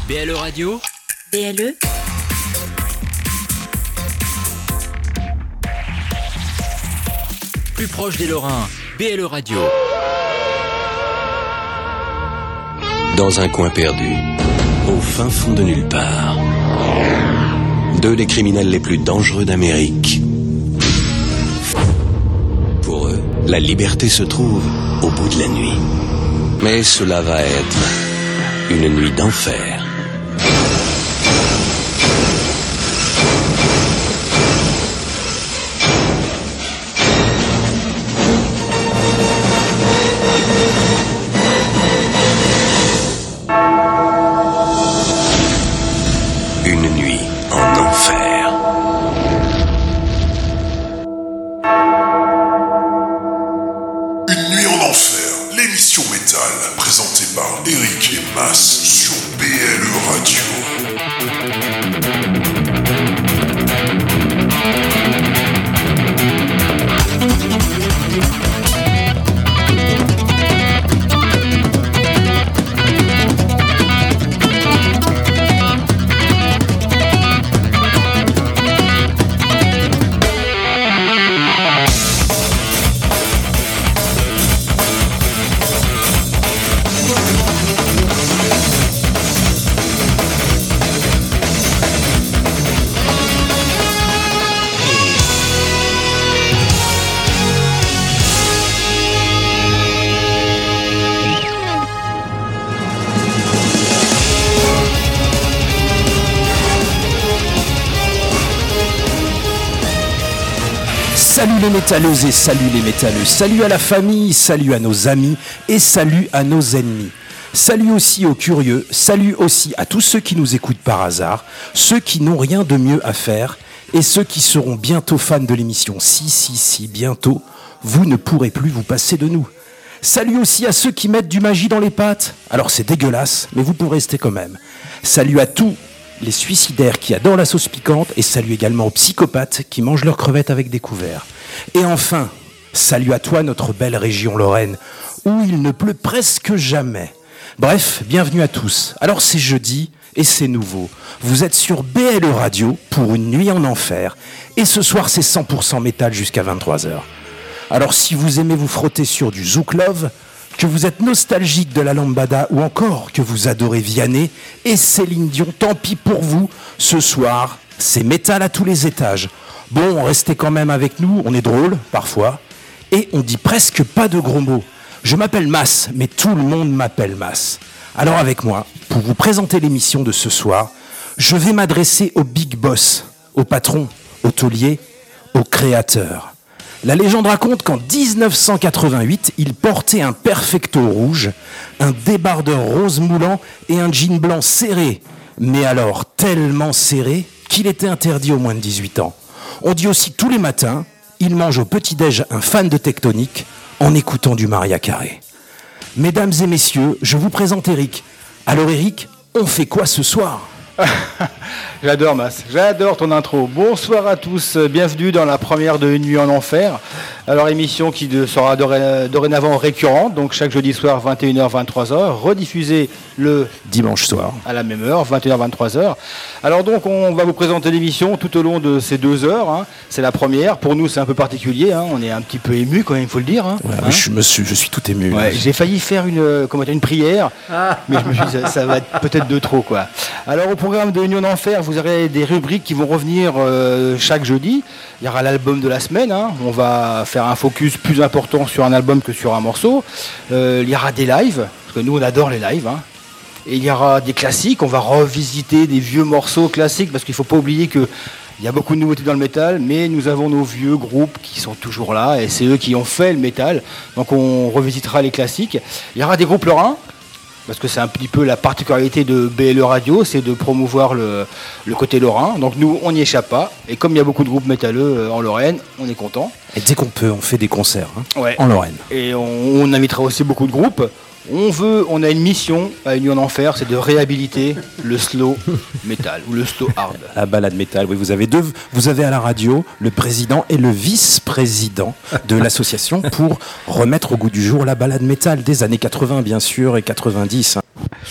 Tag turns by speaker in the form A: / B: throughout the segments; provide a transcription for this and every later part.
A: BLE Radio.
B: BLE.
A: Plus proche des Lorrains, BLE Radio.
C: Dans un coin perdu, au fin fond de nulle part, deux des criminels les plus dangereux d'Amérique. Pour eux, la liberté se trouve au bout de la nuit. Mais cela va être une nuit d'enfer. Une nuit en enfer.
D: Une nuit en enfer, l'émission métal présentée par Eric et Mas sur BLE Radio.
E: Salut les métalleuses et salut les métalleux, salut à la famille, salut à nos amis et salut à nos ennemis. Salut aussi aux curieux, salut aussi à tous ceux qui nous écoutent par hasard, ceux qui n'ont rien de mieux à faire et ceux qui seront bientôt fans de l'émission. Si, bientôt, vous ne pourrez plus vous passer de nous. Salut aussi à ceux qui mettent du magie dans les pâtes. Alors c'est dégueulasse, mais vous pourrez rester quand même. Salut à tous les suicidaires qui adorent la sauce piquante et salut également aux psychopathes qui mangent leurs crevettes avec des couverts. Et enfin, salut à toi notre belle région Lorraine où il ne pleut presque jamais. Bref, bienvenue à tous. Alors c'est jeudi et c'est nouveau. Vous êtes sur BLE Radio pour une nuit en enfer et ce soir c'est 100% métal jusqu'à 23h. Alors si vous aimez vous frotter sur du Zouk Love, que vous êtes nostalgique de la lambada ou encore que vous adorez Vianney et Céline Dion, tant pis pour vous, ce soir, c'est métal à tous les étages. Bon, restez quand même avec nous, on est drôle, parfois, et on dit presque pas de gros mots. Je m'appelle Mas, mais tout le monde m'appelle Mas. Alors avec moi, pour vous présenter l'émission de ce soir, je vais m'adresser au big boss, au patron, au taulier, au créateur. La légende raconte qu'en 1988, il portait un perfecto rouge, un débardeur rose moulant et un jean blanc serré. Mais alors tellement serré qu'il était interdit aux moins de 18 ans. On dit aussi tous les matins, il mange au petit-déj un fan de Tectonique en écoutant du Maria Carré. Mesdames et messieurs, je vous présente Eric. Alors Eric, on fait quoi ce soir ?
F: J'adore Mas, j'adore ton intro. Bonsoir à tous, bienvenue dans la première de Une nuit en enfer. Alors émission qui sera dorénavant récurrente, donc chaque jeudi soir 21h-23h, rediffusée le
E: dimanche soir
F: à la même heure, 21h-23h. Alors donc on va vous présenter l'émission tout au long de ces 2 heures, hein. C'est la première, pour nous c'est un peu particulier, hein. On est un petit peu ému quand même, il faut le dire, hein.
E: Ouais,
F: Hein,
E: je suis tout ému.
F: ouais, j'ai failli faire une prière, mais je me suis dit ça va être peut-être de trop quoi. Alors au programme de Union d'Enfer, vous aurez des rubriques qui vont revenir chaque jeudi. Il y aura l'album de la semaine, hein. On va faire un focus plus important sur un album que sur un morceau. Il y aura des lives, parce que nous on adore les lives, hein. Et il y aura des classiques, on va revisiter des vieux morceaux classiques, parce qu'il ne faut pas oublier qu'il y a beaucoup de nouveautés dans le métal, mais nous avons nos vieux groupes qui sont toujours là, et c'est eux qui ont fait le métal. Donc on revisitera les classiques. Il y aura des groupes lorrains, parce que c'est un petit peu la particularité de BLE Radio, c'est de promouvoir le côté lorrain. Donc nous, on n'y échappe pas. Et comme il y a beaucoup de groupes métalleux en Lorraine, on est content.
E: Et dès qu'on peut, on fait des concerts, hein,
F: Ouais.
E: en Lorraine.
F: Et on invitera aussi beaucoup de groupes. On a une mission à Union d'Enfer, c'est de réhabiliter le slow metal ou le slow hard.
E: La balade métal, oui, vous avez à la radio le président et le vice-président de l'association pour remettre au goût du jour la balade métal des années 80 bien sûr et 90.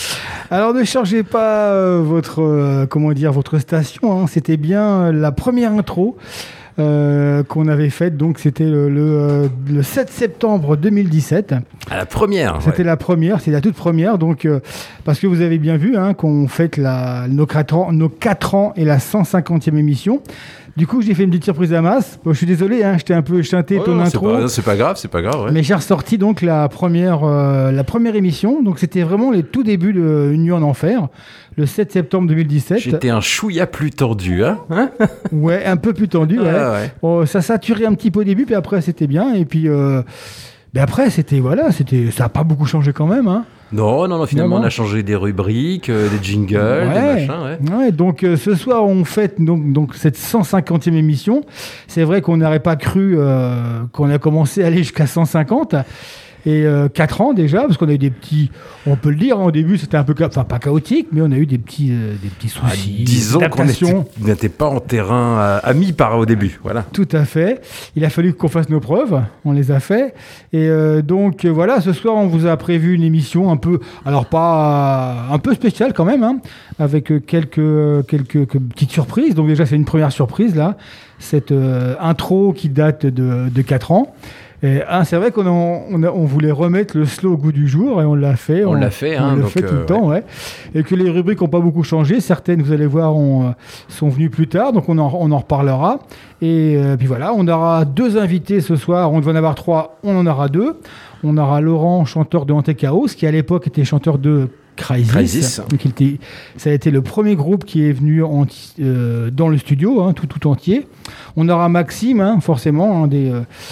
B: Alors ne changez pas votre station, hein. C'était bien la première intro qu'on avait faite, donc c'était le 7 septembre 2017.
E: À la première.
B: C'était la première, c'est la toute première, donc parce que vous avez bien vu qu'on fête nos 4 ans et la 150e émission. Du coup, j'ai fait une petite surprise à Mas. Bon, je suis désolé, j'étais un peu chanté ton intro.
E: C'est pas grave. Ouais.
B: Mais j'ai ressorti donc la première émission. Donc c'était vraiment les tout débuts de Une nuit en enfer, le 7 septembre 2017.
E: J'étais un chouïa plus tordu, hein.
B: Ouais, un peu plus tendu. Ouais. Bon, ça saturait un petit peu au début, puis après c'était bien. Et puis après ça a pas beaucoup changé quand même, hein.
E: Non, finalement, on a changé des rubriques, des jingles, des machins.
B: Ouais, donc ce soir, on fête donc cette 150e émission. C'est vrai qu'on n'aurait pas cru qu'on a commencé à aller jusqu'à 150. Et 4 ans déjà, parce qu'on a eu des petits, on peut le dire, au début c'était un peu, pas chaotique, mais on a eu des petits soucis.
E: Disons qu'on n'était pas en terrain ami au début, voilà.
B: Tout à fait. Il a fallu qu'on fasse nos preuves, on les a fait. Et donc voilà, ce soir on vous a prévu une émission un peu spéciale quand même, hein, avec quelques petites surprises. Donc déjà c'est une première surprise là, cette intro qui date de 4 ans. Et, c'est vrai qu'on voulait remettre le slow au goût du jour et on l'a fait. On le fait tout le temps, ouais. Et que les rubriques n'ont pas beaucoup changé. Certaines, vous allez voir, sont venues plus tard, donc on en reparlera. Et puis voilà, on aura 2 invités ce soir. On devait en avoir 3, on en aura 2. On aura Laurent, chanteur de Ante Chaos, qui à l'époque était chanteur de Crisis. Donc ça a été le premier groupe qui est venu dans le studio, hein, tout entier. On aura Maxime, hein, forcément, des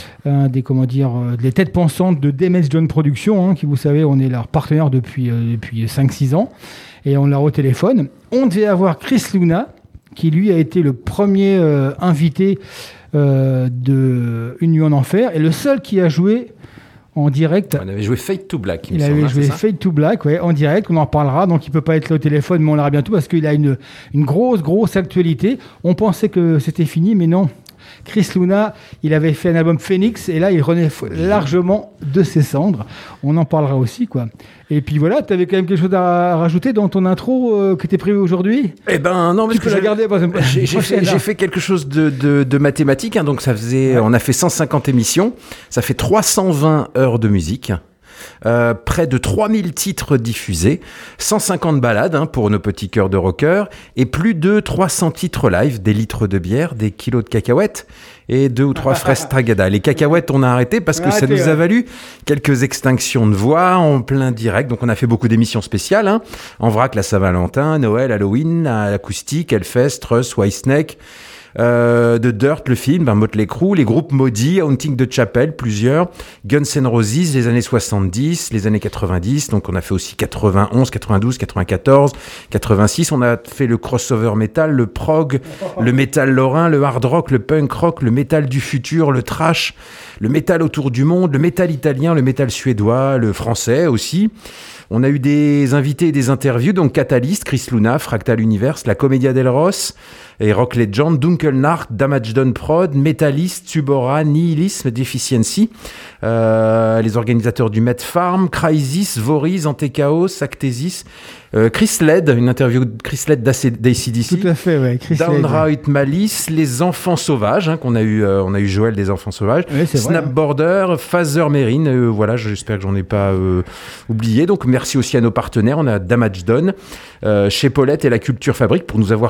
B: têtes pensantes de DMS John Productions, hein, qui, vous savez, on est leur partenaire depuis 5-6 ans. Et on l'a au téléphone. On devait avoir Chris Luna, qui lui a été le premier invité de Une nuit en enfer, et le seul qui a joué en direct.
E: On avait joué Fade to Black.
B: Il avait joué Fade to Black, ouais, en direct. On en reparlera. Donc, il peut pas être là au téléphone, mais on l'aura bientôt parce qu'il a une grosse actualité. On pensait que c'était fini, mais non. Chris Luna, il avait fait un album Phoenix et là, il renaît largement de ses cendres. On en parlera aussi, quoi. Et puis voilà, tu avais quand même quelque chose à rajouter dans ton intro qui était prévu aujourd'hui ?
E: Eh ben non, parce que j'ai fait quelque chose de mathématique, hein, donc ça faisait, on a fait 150 émissions, ça fait 320 heures de musique. Près de 3000 titres diffusés, 150 balades, hein, pour nos petits cœurs de rockers, et plus de 300 titres live, des litres de bière, des kilos de cacahuètes et 2 ou 3 fraises tagada. Les cacahuètes, on a arrêté parce que ça nous a valu quelques extinctions de voix en plein direct. Donc on a fait beaucoup d'émissions spéciales, hein, en vrac, la Saint-Valentin, Noël, Halloween, l'acoustique, Hellfest, Russ, Whitesnake, The Dirt, le film, Motley Crue, les groupes maudits, Haunting the Chapel, plusieurs, Guns N' Roses, les années 70, les années 90, donc on a fait aussi 91, 92, 94, 86, on a fait le crossover metal, le prog, le metal lorrain, le hard rock, le punk rock, le metal du futur, le trash, le metal autour du monde, le metal italien, le metal suédois, le français aussi. On a eu des invités et des interviews, donc Catalyst, Chris Luna, Fractal Universe, la Commedia del Ross, et Rock Legend, Dunkelnacht, Damage Done Prod, Metalist, Subora, Nihilism, Deficiency, les organisateurs du Met Farm, Crisis, Voriz, Ante Chaos, Actesis, Chris Led, une interview de Chris Led d'ACDC.
B: Tout à fait, ouais. Chris
E: Downright Malice, Les Enfants Sauvages, hein, on a eu Joël des Enfants Sauvages,
B: ouais,
E: Snap Border, Phaser Marine, voilà, j'espère que j'en ai pas oublié. Donc merci aussi à nos partenaires, on a Damage Done, chez Paulette et la Culture Fabrique pour nous avoir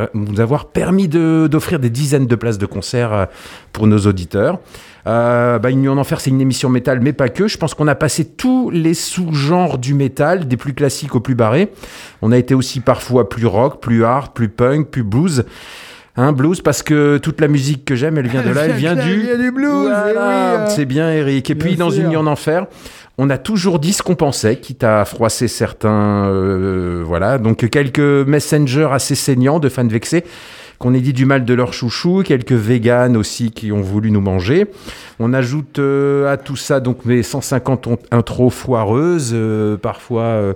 E: permis d'offrir des dizaines de places de concert pour nos auditeurs. Une nuit en enfer, c'est une émission métal, mais pas que. Je pense qu'on a passé tous les sous-genres du métal, des plus classiques aux plus barrés. On a été aussi parfois plus rock, plus hard, plus punk, plus blues. Hein, blues, parce que toute la musique que j'aime, elle vient de là, elle vient du
B: blues.
E: Voilà, oui, c'est bien, Eric. Et puis, dans Une nuit en enfer, on a toujours dit ce qu'on pensait, quitte à froisser certains. Voilà, donc quelques messengers assez saignants de fans vexés qu'on ait dit du mal de leur chouchou, quelques véganes aussi qui ont voulu nous manger. On ajoute à tout ça donc mes 150 intros foireuses, parfois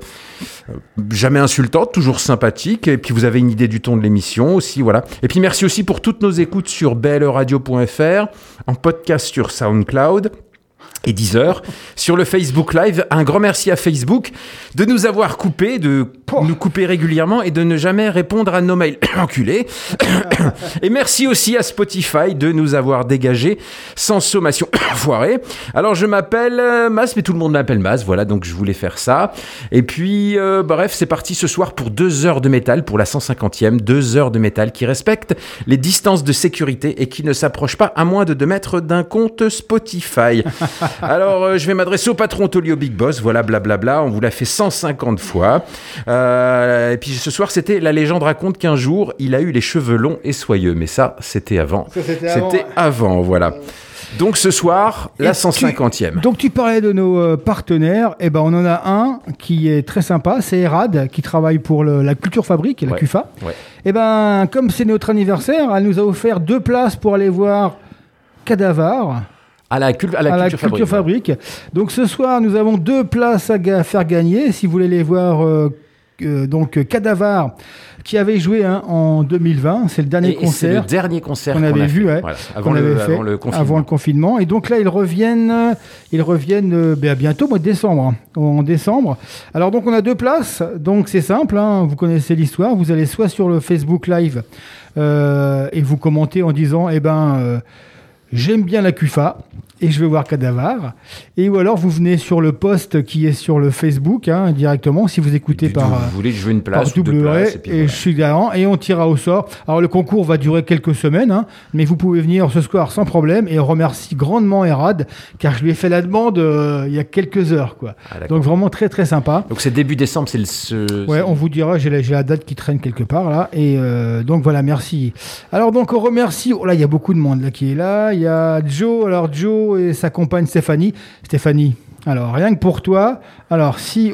E: jamais insultantes, toujours sympathiques. Et puis vous avez une idée du ton de l'émission aussi, voilà. Et puis merci aussi pour toutes nos écoutes sur bleradio.fr, en podcast sur SoundCloud. et Deezer. Sur le Facebook Live, un grand merci à Facebook de nous avoir coupé, de nous couper régulièrement et de ne jamais répondre à nos mails. Enculé. Et merci aussi à Spotify de nous avoir dégagé sans sommation. Foiré. Alors je m'appelle Mas, mais tout le monde m'appelle Mas, voilà, donc je voulais faire ça. Et puis, bref, c'est parti ce soir pour 2 heures de métal, pour la 150e, 2 heures de métal qui respectent les distances de sécurité et qui ne s'approchent pas à moins de 2 mètres d'un compte Spotify. Alors, je vais m'adresser au patron Tolio Big Boss, voilà, blablabla, on vous l'a fait 150 fois. Et puis ce soir, c'était La légende raconte qu'un jour, il a eu les cheveux longs et soyeux, mais ça, c'était avant. C'était avant, voilà. Donc ce soir, la 150e.
B: Donc tu parlais de nos partenaires, et ben on en a un qui est très sympa, c'est Erad, qui travaille pour la Culture Fabrique, la CUFA. Ouais. Et ben comme c'est notre anniversaire, elle nous a offert 2 places pour aller voir Cadavar. À la Culture Fabrique. Donc ce soir, nous avons 2 places à faire gagner. Si vous voulez les voir, donc Cadavar, qui avait joué en 2020. C'est le dernier concert.
E: C'est le dernier concert
B: qu'on avait vu,
E: voilà, avant le
B: confinement. Et donc là, ils reviennent bientôt, au mois de décembre. En décembre. Alors donc, on a 2 places. Donc c'est simple, vous connaissez l'histoire. Vous allez soit sur le Facebook Live et vous commentez en disant, j'aime bien la CUFA et je vais voir Cadavar. Ou alors vous venez sur le post qui est sur le Facebook directement, si vous écoutez
E: vous voulez jouer une place ou 2 places,
B: et je suis garant, et on tirera au sort. Alors le concours va durer quelques semaines, mais vous pouvez venir ce soir sans problème, et on remercie grandement Erad, car je lui ai fait la demande il y a quelques heures, quoi. Donc vraiment très très sympa.
E: Donc c'est début décembre,
B: on vous dira, j'ai la date qui traîne quelque part là, et donc voilà, merci. Alors donc on remercie, là il y a beaucoup de monde là qui est là, il y a Joe, et sa compagne Stéphanie, alors rien que pour toi, alors si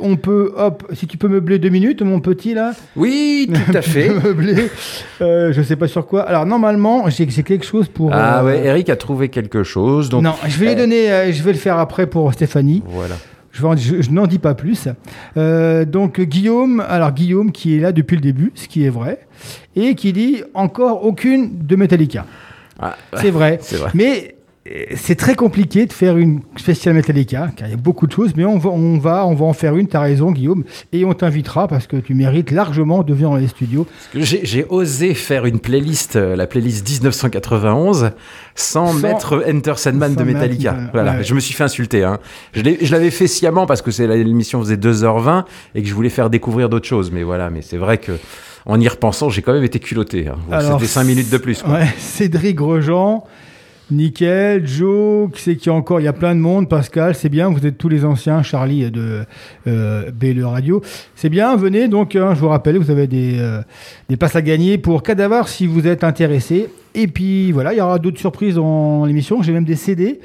B: tu peux meubler 2 minutes, mon petit là.
E: Oui, tout à fait.
B: Meubler, je sais pas sur quoi. Alors normalement, j'ai quelque chose pour.
E: Eric a trouvé quelque chose. Donc...
B: Non, je vais lui donner, je vais le faire après pour Stéphanie.
E: Voilà.
B: Je n'en dis pas plus. Donc Guillaume qui est là depuis le début, ce qui est vrai, et qui dit encore aucune de Metallica. C'est vrai. Mais c'est très compliqué de faire une spéciale Metallica, car il y a beaucoup de choses, mais on va en faire une, t'as raison Guillaume, et on t'invitera parce que tu mérites largement de venir dans les studios.
E: J'ai osé faire une playlist, la playlist 1991, sans mettre Enter Sandman de Metallica. Voilà, je me suis fait insulter. Je l'avais fait sciemment parce que l'émission faisait 2h20 et que je voulais faire découvrir d'autres choses, mais voilà, mais c'est vrai que en y repensant, j'ai quand même été culotté. Alors, c'était 5 minutes de plus, quoi.
B: Cédric Grosjean, nickel, Joe, qui c'est qu'il y a encore, il y a plein de monde, Pascal, c'est bien, vous êtes tous les anciens, Charlie de BLE Radio, c'est bien, venez, donc je vous rappelle, vous avez des places à gagner pour Cadavar si vous êtes intéressé, et puis voilà, il y aura d'autres surprises dans l'émission, j'ai même des CD,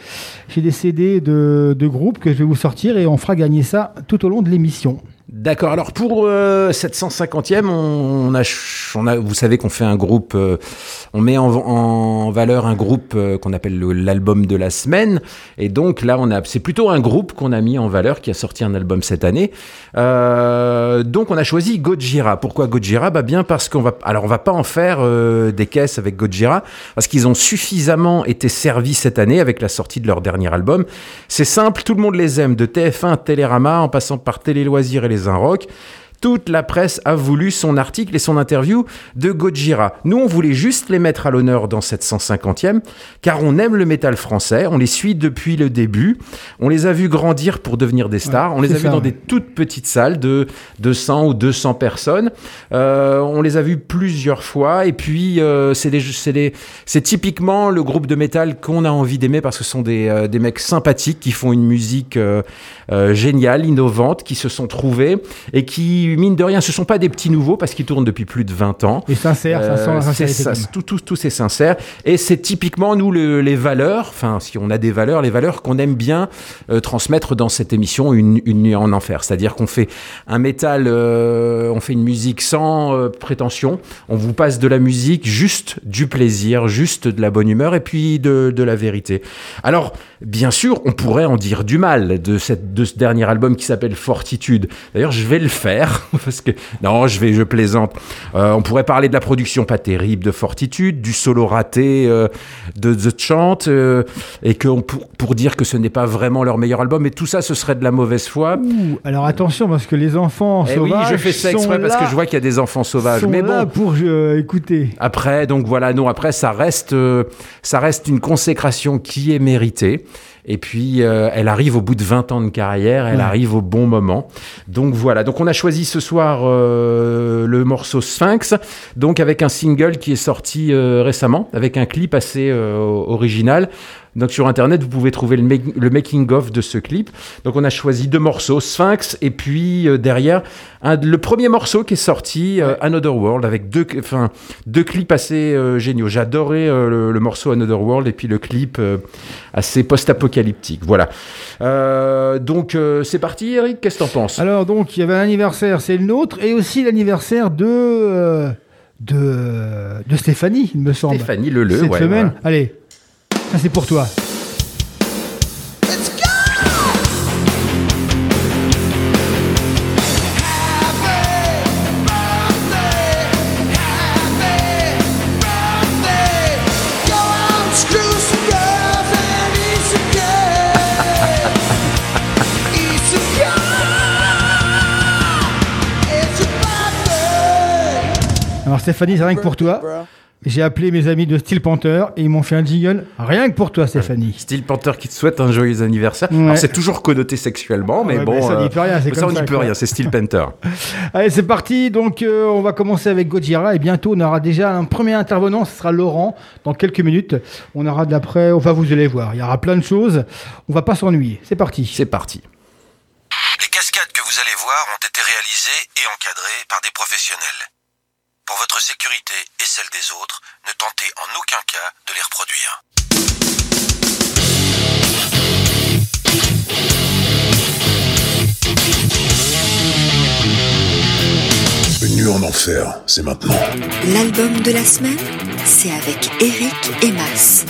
B: de groupes que je vais vous sortir et on fera gagner ça tout au long de l'émission.
E: D'accord. Alors pour cette 150e, on a, vous savez qu'on fait un groupe, on met en valeur un groupe qu'on appelle l'album de la semaine. Et donc là, c'est plutôt un groupe qu'on a mis en valeur qui a sorti un album cette année. Donc on a choisi Gojira. Pourquoi Gojira ? Bien parce qu'on va pas en faire des caisses avec Gojira, parce qu'ils ont suffisamment été servis cette année avec la sortie de leur dernier album. C'est simple, tout le monde les aime, de TF1 à Télérama, en passant par Télé Loisirs et les Un Rock. Toute la presse a voulu son article et son interview de Gojira. Nous, on voulait juste les mettre à l'honneur dans cette 150e, car on aime le métal français, on les suit depuis le début, on les a vus grandir pour devenir des stars, on les a vus dans des toutes petites salles de 100 ou 200 personnes, on les a vus plusieurs fois, et puis c'est typiquement le groupe de métal qu'on a envie d'aimer, parce que ce sont des mecs sympathiques qui font une musique géniale, innovante, qui se sont trouvés, et qui, mine de rien, ce ne sont pas des petits nouveaux parce qu'ils tournent depuis plus de 20 ans.
B: Et sincère, ça sent la sincérité.
E: Tout c'est sincère. Et c'est typiquement, nous, les valeurs, enfin, si on a des valeurs, les valeurs qu'on aime bien transmettre dans cette émission, une nuit en enfer. C'est-à-dire qu'on fait un métal, on fait une musique sans prétention. On vous passe de la musique, juste du plaisir, juste de la bonne humeur et puis de la vérité. Alors, bien sûr, on pourrait en dire du mal de ce dernier album qui s'appelle Fortitude. D'ailleurs, je vais le faire. parce que non, je plaisante. On pourrait parler de la production pas terrible de Fortitude, du solo raté de The Chant, et pour dire que ce n'est pas vraiment leur meilleur album, mais tout ça, ce serait de la mauvaise foi.
B: Alors attention, parce que les enfants sauvages.
E: Oui, je fais ça exprès parce que je vois qu'il y a des enfants sauvages. Mais bon,
B: pour écouter.
E: Après, donc voilà, non, après ça reste une consécration qui est méritée. Et puis, elle arrive au bout de 20 ans de carrière, elle arrive au bon moment. Donc voilà, donc on a choisi ce soir le morceau Sphinx, donc avec un single qui est sorti récemment, avec un clip assez original. Donc sur Internet, vous pouvez trouver le making-of de ce clip. Donc on a choisi 2 morceaux, Sphinx, et puis derrière, le premier morceau qui est sorti, Another World, avec deux clips assez géniaux. J'ai adoré le morceau Another World, et puis le clip assez post-apocalyptique. Voilà. Donc c'est parti, Eric, qu'est-ce que t'en penses ?
B: Alors donc, il y avait un anniversaire, c'est le nôtre, et aussi l'anniversaire de Stéphanie, il me semble.
E: Stéphanie Leleu,
B: cette semaine.
E: Voilà.
B: Allez, ça c'est pour toi. Alors Stéphanie, c'est rien que pour toi. J'ai appelé mes amis de Steel Panther et ils m'ont fait un jingle rien que pour toi, Stéphanie.
E: Steel Panther qui te souhaite un joyeux anniversaire.
B: Ouais.
E: Alors c'est toujours connoté sexuellement, mais bon.
B: Ça n'y peut rien, c'est
E: ça,
B: comme
E: on
B: ça.
E: n'y peut rien, c'est Steel Panther.
B: Allez, c'est parti. Donc, on va commencer avec Gojira et bientôt on aura déjà un premier intervenant. Ce sera Laurent dans quelques minutes. On aura de l'après. Enfin, vous allez voir. Il y aura plein de choses. On va pas s'ennuyer. C'est parti.
E: C'est parti.
G: Les cascades que vous allez voir ont été réalisées et encadrées par des professionnels. Pour votre sécurité et celle des autres, ne tentez en aucun cas de les reproduire.
D: Une nuit en enfer, c'est maintenant.
H: L'album de la semaine, c'est avec Eric et Mas.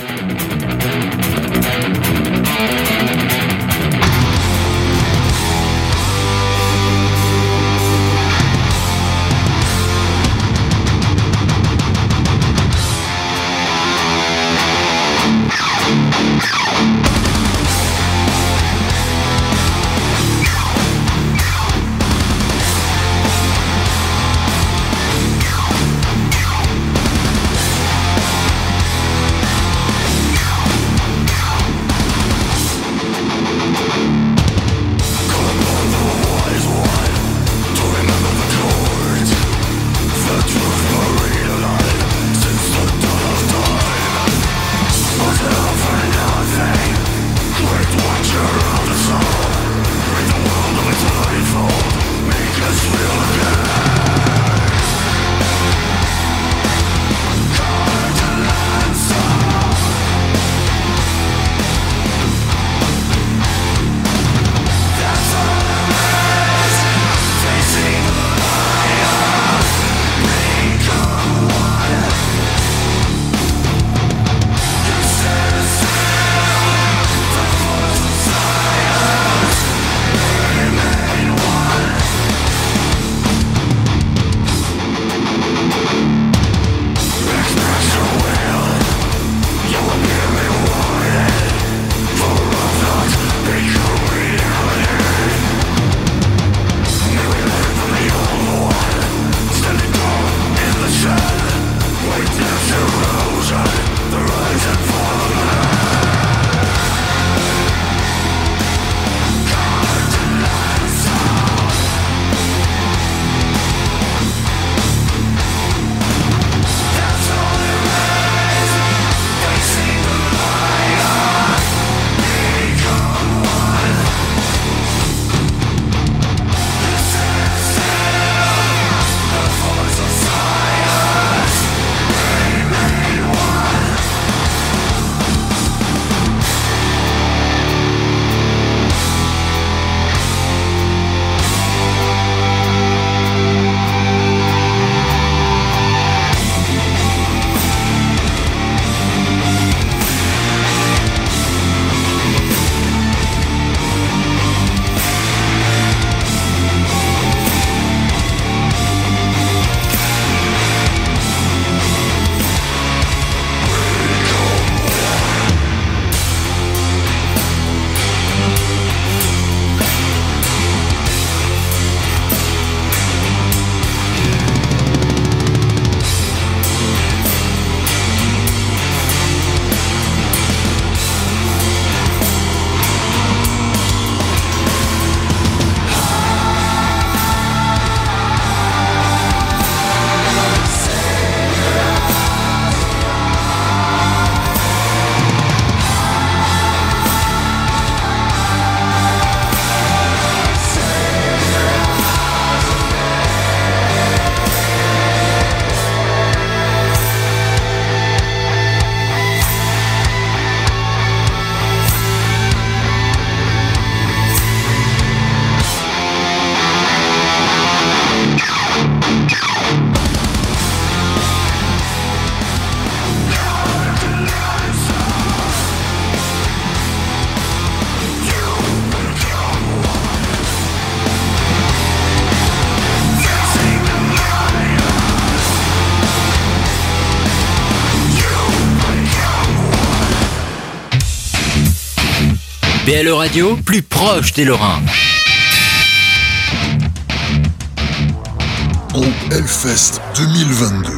A: BLE Radio, plus proche des Lorrains.
D: Au Hellfest 2022.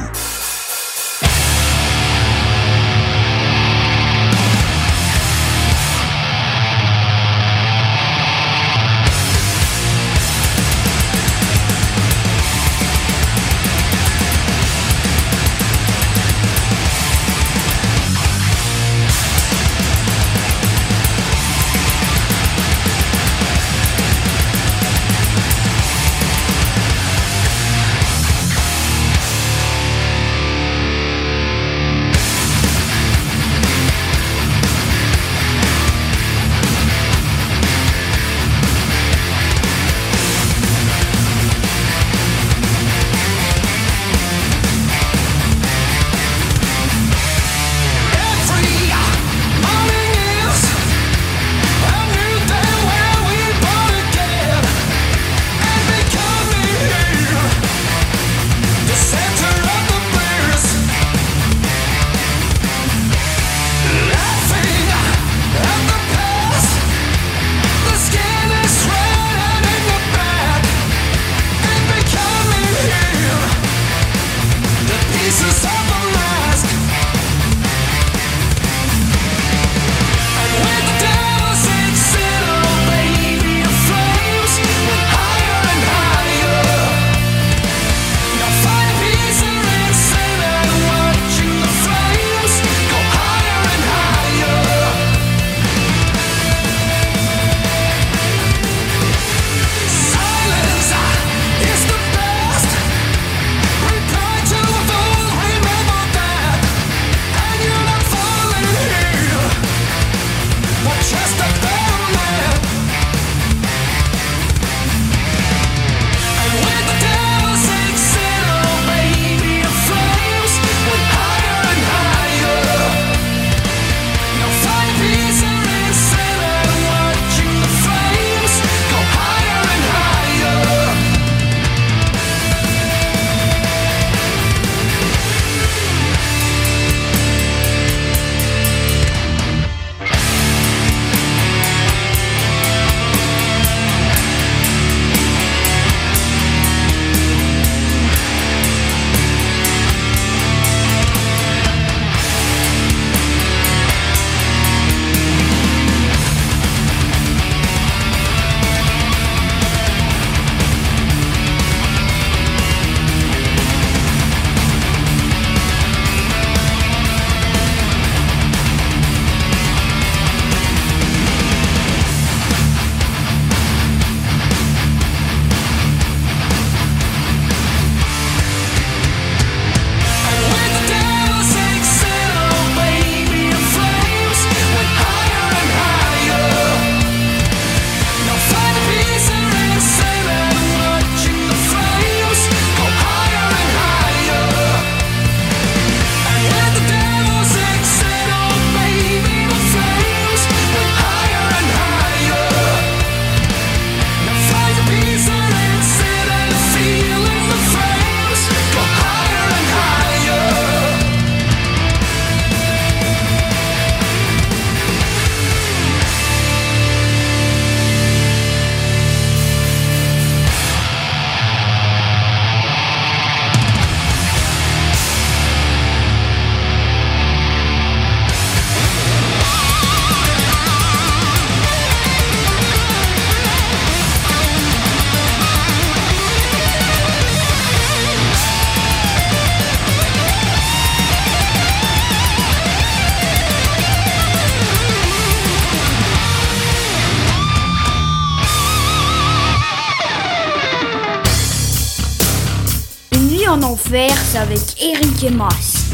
I: en enfer, c'est avec Eric et Mas.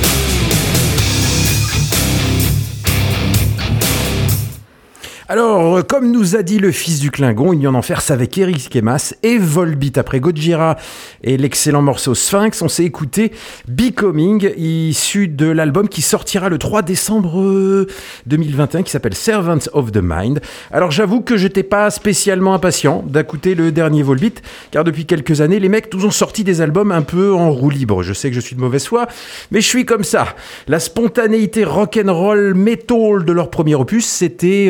E: Alors, comme nous a dit le fils du Klingon, Union en enfer, c'est avec Eric Kemas et Volbeat. Après Gojira et l'excellent morceau Sphinx, on s'est écouté Becoming, issu de l'album qui sortira le 3 décembre 2021, qui s'appelle Servants of the Mind. Alors, j'avoue que j'étais pas spécialement impatient d'écouter le dernier Volbeat, car depuis quelques années, les mecs nous ont sorti des albums un peu en roue libre. Je sais que je suis de mauvaise foi, mais je suis comme ça. La spontanéité rock'n'roll metal de leur premier opus s'était évaporée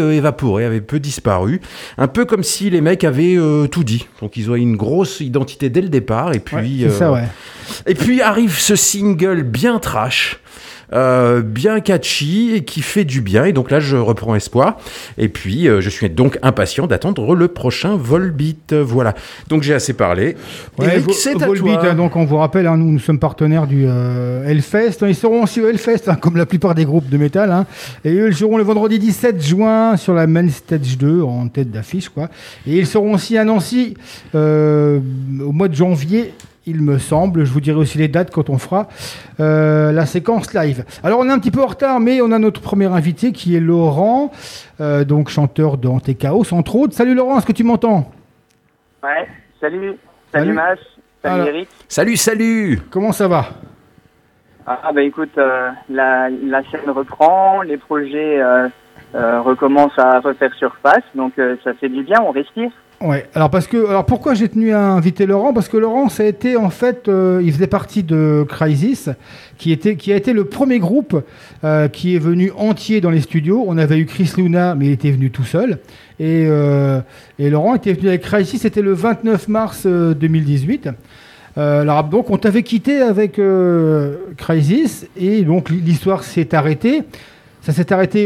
J: évaporé, avait peu disparu. Un peu comme si les mecs avaient tout dit. Donc ils ont une grosse identité dès le départ. Et puis,
B: c'est ça, ouais.
J: Et puis arrive ce single bien trash. Bien catchy et qui fait du bien, et donc là je reprends espoir, et puis je suis donc impatient d'attendre le prochain Volbeat. Voilà, donc j'ai assez parlé. Eric, c'est à
B: Volbeat,
J: toi.
B: donc on vous rappelle, nous sommes partenaires du Hellfest. Ils seront aussi au Hellfest, comme la plupart des groupes de métal, et eux ils joueront le vendredi 17 juin sur la Main Stage 2 en tête d'affiche, quoi. Et ils seront aussi à Nancy au mois de janvier, il me semble. Je vous dirai aussi les dates quand on fera la séquence live. Alors, on est un petit peu en retard, mais on a notre premier invité qui est Laurent, donc chanteur de Antéchaos, entre autres. Salut Laurent, est-ce que tu m'entends ?
K: Ouais, salut Mas, salut Eric.
J: Salut.
B: Comment ça va ?
K: Bah écoute, la scène reprend, les projets recommencent à refaire surface, donc ça fait du bien, on respire.
B: Ouais. Alors pourquoi j'ai tenu à inviter Laurent ? Parce que Laurent, ça a été en fait, il faisait partie de Crysis, qui a été le premier groupe qui est venu entier dans les studios. On avait eu Chris Luna, mais il était venu tout seul. Et Laurent était venu avec Crysis. C'était le 29 mars 2018. Alors donc on t'avait quitté avec Crysis, et donc l'histoire s'est arrêtée. Ça s'est arrêté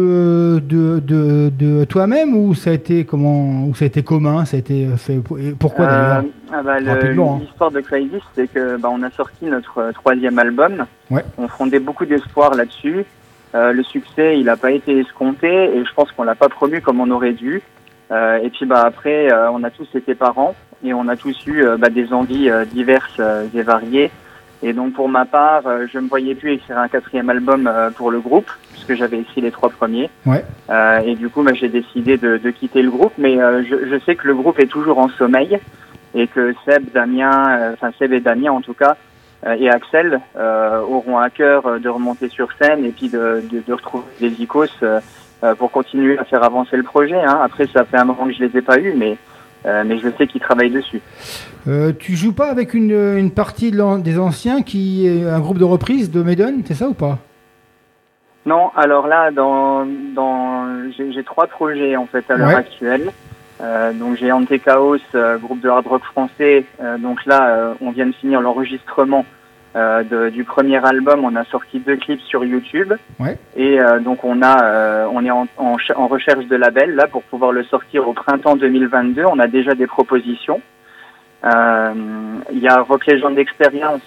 B: de toi-même, ou ça a été commun, ça a été fait, pourquoi d'ailleurs?
K: L'histoire de Crysis, c'est que on a sorti notre troisième album.
B: Ouais.
K: On fondait beaucoup d'espoir là-dessus. Le succès, il n'a pas été escompté, et je pense qu'on l'a pas promu comme on aurait dû. Et puis après, on a tous été parents, et on a tous eu des envies diverses et variées. Et donc pour ma part, je me voyais plus écrire un quatrième album pour le groupe, puisque j'avais écrit les trois premiers.
B: Ouais.
K: Et du coup, j'ai décidé de quitter le groupe, mais je sais que le groupe est toujours en sommeil, et que Seb et Damien en tout cas, et Axel auront à cœur de remonter sur scène et puis de retrouver les icônes pour continuer à faire avancer le projet. Après, ça fait un moment que je les ai pas eus, mais je sais qu'ils travaillent dessus.
B: Tu joues pas avec une partie des anciens qui est un groupe de reprise de Maiden, c'est ça ou pas?
K: Non, alors là, j'ai trois projets en fait à l'heure actuelle. Donc j'ai Antéchaos, groupe de hard rock français. Donc là, on vient de finir l'enregistrement du premier album. On a sorti 2 clips sur YouTube. Ouais. Et donc on est en recherche de label là pour pouvoir le sortir au printemps 2022. On a déjà des propositions. Il y a Rock Legend d'Expérience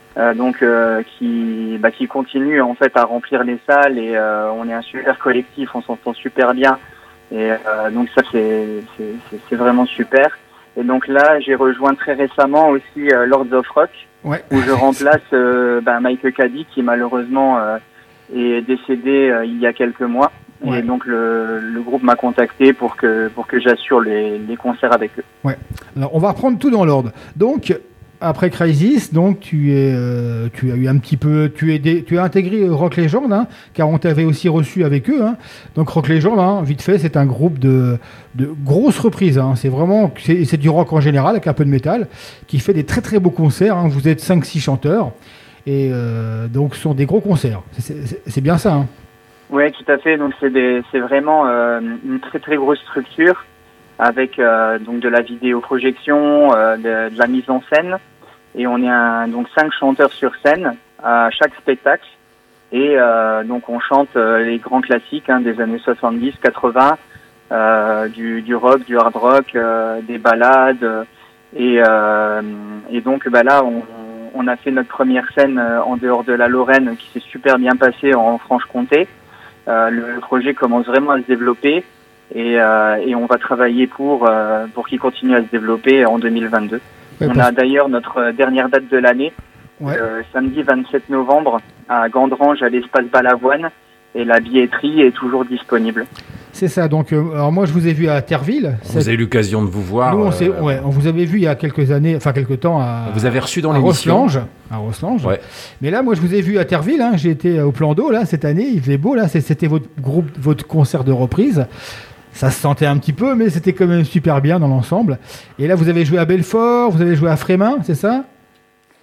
K: qui continue en fait à remplir les salles, et on est un super collectif, on s'entend super bien, et donc ça c'est vraiment super. Et donc là j'ai rejoint très récemment aussi Lords of Rock, où je remplace Mike Caddy qui malheureusement est décédé il y a quelques mois. Ouais. Et donc le groupe m'a contacté pour que j'assure les concerts avec eux.
B: Ouais. Alors on va reprendre tout dans l'ordre. Donc après Crysis, donc tu as eu un petit peu, tu as intégré Rock Legend, car on t'avait aussi reçu avec eux. Donc Rock Legend, vite fait, c'est un groupe de grosses reprises. C'est du rock en général avec un peu de métal, qui fait des très très beaux concerts. Vous êtes 5-6 chanteurs, et donc ce sont des gros concerts. C'est bien ça.
K: Oui, tout à fait. Donc c'est vraiment une très très grosse structure, avec donc de la vidéoprojection, de la mise en scène, et on est donc 5 chanteurs sur scène à chaque spectacle, et donc on chante les grands classiques des années 70, 80, du rock, du hard rock, des ballades, et donc là on a fait notre première scène en dehors de la Lorraine, qui s'est super bien passée en Franche-Comté. Le projet commence vraiment à se développer, et on va travailler pour qu'il continue à se développer en 2022. On a d'ailleurs notre dernière date de l'année, samedi 27 novembre à Gandrange, à l'espace Balavoine, et la billetterie est toujours disponible.
B: C'est ça. Donc, alors moi je vous ai vu à Terreville.
J: Vous avez eu l'occasion de vous voir.
B: Nous, on vous avait vu il y a quelques temps
J: vous avez reçu dans l'émission
B: à Roslange. Ouais. Mais là, moi je vous ai vu à Terreville. J'ai été au Plan d'eau là cette année. Il faisait beau là. C'était votre concert de reprise. Ça se sentait un petit peu, mais c'était quand même super bien dans l'ensemble. Et là, vous avez joué à Belfort, vous avez joué à Frémin, c'est ça?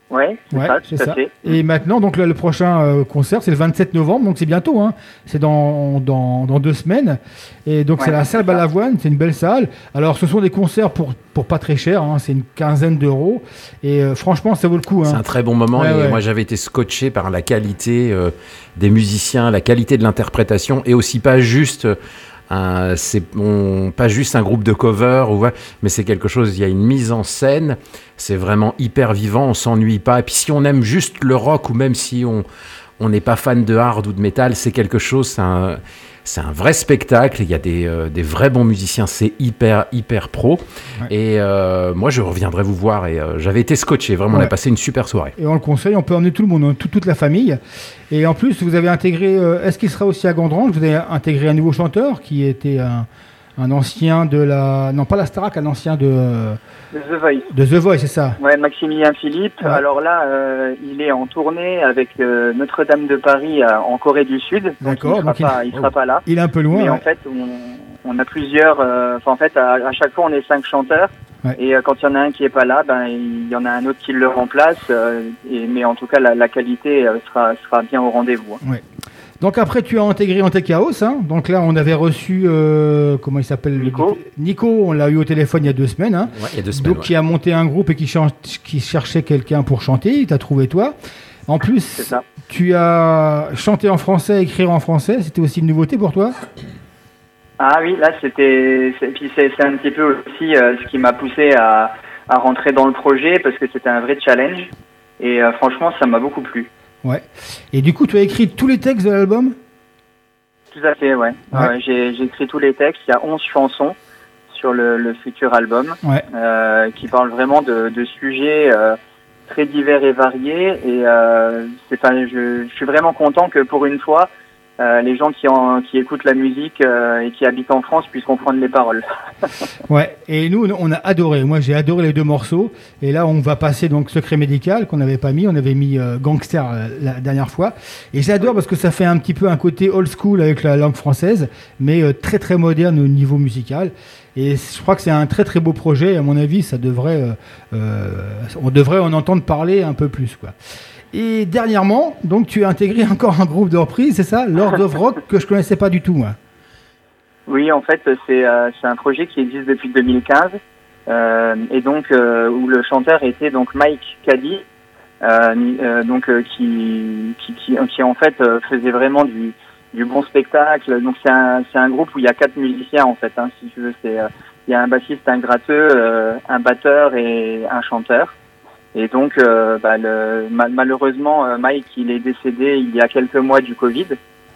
K: Ouais, c'est ça. Fait.
B: Et maintenant, donc le prochain concert, c'est le 27 novembre, donc c'est bientôt, hein. C'est dans 2 semaines. Et donc c'est la salle Balavoine, c'est une belle salle. Alors ce sont des concerts pour pas très cher, hein. C'est une quinzaine d'euros. Et franchement, ça vaut le coup. Hein.
J: C'est un très bon moment. Moi, j'avais été scotché par la qualité des musiciens, la qualité de l'interprétation, et aussi pas juste pas juste un groupe de cover, mais c'est quelque chose, il y a une mise en scène, c'est vraiment hyper vivant, on s'ennuie pas. Et puis si on aime juste le rock, ou même si on n'est pas fan de hard ou de métal, c'est quelque chose, c'est un vrai spectacle, il y a des vrais bons musiciens, c'est hyper pro. Ouais. Et moi je reviendrai vous voir, et j'avais été scotché, vraiment on a passé une super soirée.
B: Et on le conseille, on peut emmener tout le monde, toute la famille. Et en plus vous avez intégré, est-ce qu'il sera aussi à Gandrange, vous avez intégré un nouveau chanteur qui était un ancien de non pas la Starac, un ancien de
K: The Voice.
B: De The Voice, c'est ça.
K: Ouais, Maximilien Philippe. Ouais. Alors là, il est en tournée avec Notre-Dame de Paris en Corée du Sud.
B: D'accord.
K: Donc il sera pas là.
B: Il est un peu loin.
K: Mais en fait, on a plusieurs. En fait, à chaque fois, on est 5 chanteurs. Ouais. Et quand il y en a un qui est pas là, il y en a un autre qui le remplace. Mais en tout cas, la qualité sera bien au rendez-vous. Hein.
B: Ouais. Donc après, tu as intégré Antechaos, hein. Donc là, on avait reçu, comment il s'appelle, Nico, on l'a eu au téléphone il y a 2 semaines. Hein.
J: Ouais, il y a 2 semaines.
B: Donc qui a monté un groupe et qui cherchait quelqu'un pour chanter. Il t'a trouvé toi. En plus, tu as chanté en français, écrit en français. C'était aussi une nouveauté pour toi?
K: Ah oui, là c'était. Puis c'est un petit peu aussi ce qui m'a poussé à rentrer dans le projet, parce que c'était un vrai challenge. Et franchement, ça m'a beaucoup plu.
B: Ouais. Et du coup, tu as écrit tous les textes de l'album?
K: Tout à fait, ouais. J'ai écrit tous les textes. Il y a 11 chansons sur le futur album, qui parlent vraiment de sujets très divers et variés. Et je suis vraiment content que pour une fois, les gens qui écoutent la musique et qui habitent en France puissent comprendre les paroles.
B: Ouais, et nous, on a adoré. Moi, j'ai adoré les 2 morceaux. Et là, on va passer donc Secret Médical, qu'on n'avait pas mis. On avait mis Gangster la dernière fois. Et j'adore parce que ça fait un petit peu un côté old school avec la langue française, mais très, très moderne au niveau musical. Et je crois que c'est un très, très beau projet. Et à mon avis, ça devrait, on devrait en entendre parler un peu plus, quoi. Et dernièrement, donc tu as intégré encore un groupe de reprise, c'est ça, Lord of Rock, que je connaissais pas du tout, moi.
K: Oui, en fait, c'est un projet qui existe depuis 2015, et donc où le chanteur était donc Mike Caddy, qui en fait faisait vraiment du bon spectacle. Donc c'est un groupe où il y a 4 musiciens en fait, hein, si tu veux. Il y a un bassiste, un gratteux, un batteur et un chanteur. Et donc, malheureusement, Mike, il est décédé il y a quelques mois du Covid.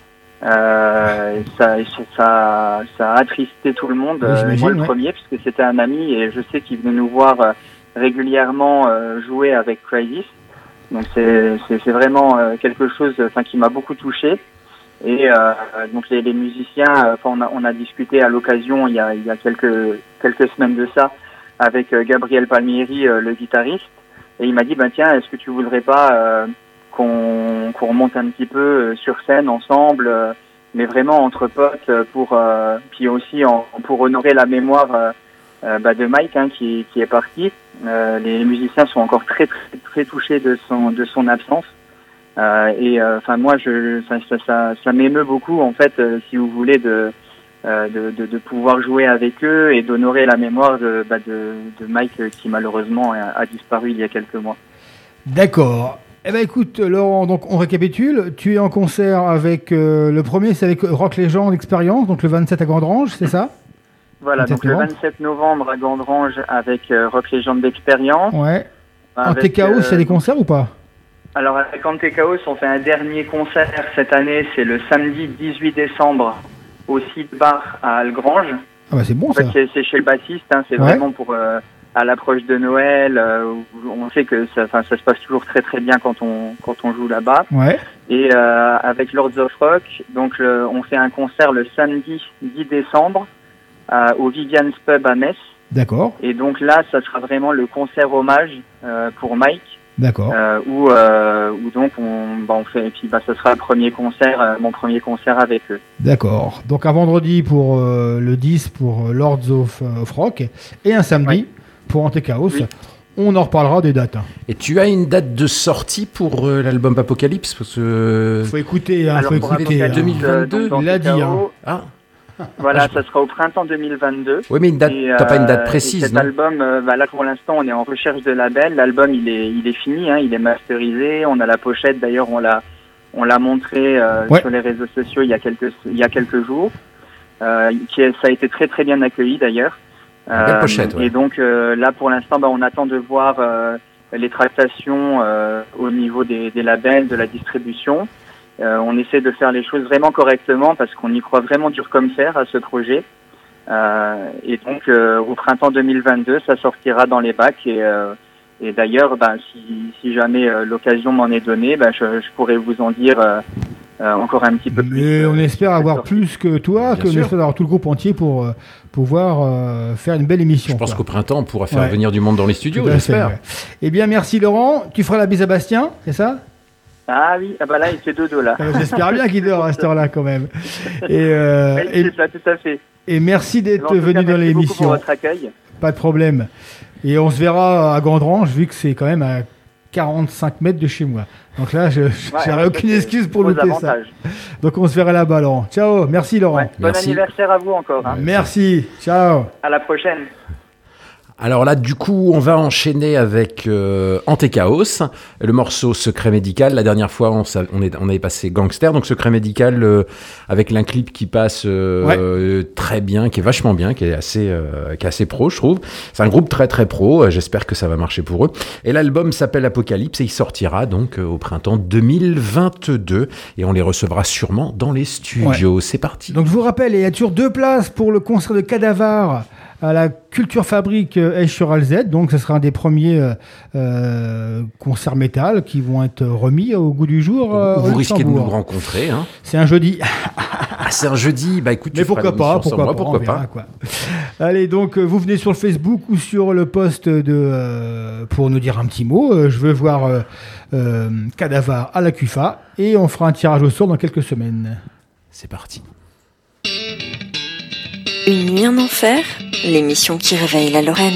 K: Ça a attristé tout le monde, moi le premier, puisque c'était un ami, et je sais qu'il venait nous voir régulièrement jouer avec Crisis. Donc c'est vraiment quelque chose, qui m'a beaucoup touché. Et donc les musiciens, on a discuté à l'occasion il y a quelques semaines de ça avec Gabriel Palmieri, le guitariste. Et il m'a dit, tiens, est-ce que tu voudrais pas qu'on remonte un petit peu sur scène ensemble, mais vraiment entre potes, puis aussi pour honorer la mémoire de Mike, hein, qui est parti. Les musiciens sont encore très très très touchés de son absence. Moi, ça m'émeut beaucoup en fait, si vous voulez, de pouvoir jouer avec eux et d'honorer la mémoire de Mike, qui malheureusement a disparu il y a quelques mois.
B: D'accord. Eh ben écoute Laurent, donc on récapitule. Tu es en concert avec le premier, c'est avec Rock Legend Experience, donc le 27 à Gandrange, c'est ça?
K: Voilà, donc le 27 novembre à Gandrange avec Rock Legend Experience.
B: Ouais. Antechaos, il y a des concerts ou pas?
K: Alors avec Antechaos, on fait un dernier concert cette année, c'est le samedi 18 décembre au Site Bar à Algrange.
B: Ah bah c'est bon, ça.
K: En fait, c'est chez le bassiste, hein, c'est vraiment pour à l'approche de Noël. On sait que ça se passe toujours très très bien quand on joue là-bas. Ouais. Et avec Lords of Rock, donc on fait un concert le samedi 10 décembre au Vivian's Pub à Metz.
B: D'accord.
K: Et donc là, ça sera vraiment le concert hommage pour Mike.
B: D'accord.
K: Où donc on fait, et puis ça sera mon premier concert avec eux.
B: D'accord. Donc un vendredi pour le 10 pour Lords of Rock et un samedi pour Antechaos. Oui. on en reparlera des dates.
J: Et tu as une date de sortie pour l'album Apocalypse parce que...
B: Faut écouter,
K: Alors,
B: faut
K: pour
B: écouter.
K: Apocalypse,
J: 2022,
K: dans
B: il l'a
K: ce
B: dit.
K: chaos,
B: Hein.
K: Voilà, ça sera au printemps 2022.
J: Oui, mais une date, t'as pas une date
K: Et
J: précise,
K: cet
J: non?
K: album, là pour l'instant, on est en recherche de label. L'album, il est fini, hein, il est masterisé. On a la pochette, d'ailleurs, on l'a montré sur les réseaux sociaux il y a quelques jours. Ça a été très très bien accueilli d'ailleurs.
J: Belle pochette, ouais.
K: Et donc là, pour l'instant, on attend de voir les tractations au niveau des labels, de la distribution. On essaie de faire les choses vraiment correctement parce qu'on y croit vraiment dur comme fer à ce projet. Et donc au printemps 2022, ça sortira dans les bacs. Et d'ailleurs, si jamais l'occasion m'en est donnée, je pourrais vous en dire encore un petit peu plus.
B: Mais on espère avoir plus que toi,
J: Bien
B: on
J: sûr.
B: espère avoir tout le groupe entier pour pouvoir faire une belle émission.
J: Je pense
B: quoi.
J: qu'au printemps, on pourra faire
B: Ouais.
J: venir du monde dans les studios,
B: Tout à fait,
J: j'espère.
B: ouais. Eh bien, merci Laurent. Tu feras la bise à Bastien, c'est ça?
K: Ah oui, là, il fait dodo là.
B: J'espère bien qu'il dort à cette heure-là quand même.
K: Oui, c'est ça, tout à fait.
B: Et merci d'être
K: En tout cas,
B: venu dans
K: merci beaucoup
B: l'émission.
K: pour votre accueil.
B: Pas de problème. Et on se verra à Gandrange, vu que c'est quand même à 45 mètres de chez moi. Donc là, j'aurais aucune excuse pour louper ça.
K: Avantages.
B: Donc on se verra là-bas, Laurent. Ciao, merci Laurent.
K: Ouais, bon anniversaire à vous encore. Hein.
B: Merci, ciao.
K: À la prochaine.
J: Alors là, du coup, on va enchaîner avec Antéchaos, le morceau Secret Médical. La dernière fois, on avait passé Gangster, donc Secret Médical avec un clip qui passe très bien, qui est vachement bien, qui est assez pro, je trouve. C'est un groupe très très pro, j'espère que ça va marcher pour eux. Et l'album s'appelle Apocalypse et il sortira donc au printemps 2022 et on les recevra sûrement dans les studios. C'est parti.
B: Donc je vous rappelle, il y a toujours 2 places pour le concert de Cadavar à la Culture Fabrique Esch-sur-Alzette. Donc ce sera un des premiers concerts métal qui vont être remis au goût du jour.
J: Vous risquez de nous rencontrer. Hein.
B: C'est un jeudi.
J: C'est un jeudi. Bah écoute,
B: mais pourquoi pas, pourquoi pas. Quoi. Allez, donc vous venez sur le Facebook ou sur le post pour nous dire un petit mot. Je veux voir Cadavar à la CUFA et on fera un tirage au sort dans quelques semaines.
J: C'est parti.
H: Une nuit en enfer, l'émission qui réveille la Lorraine.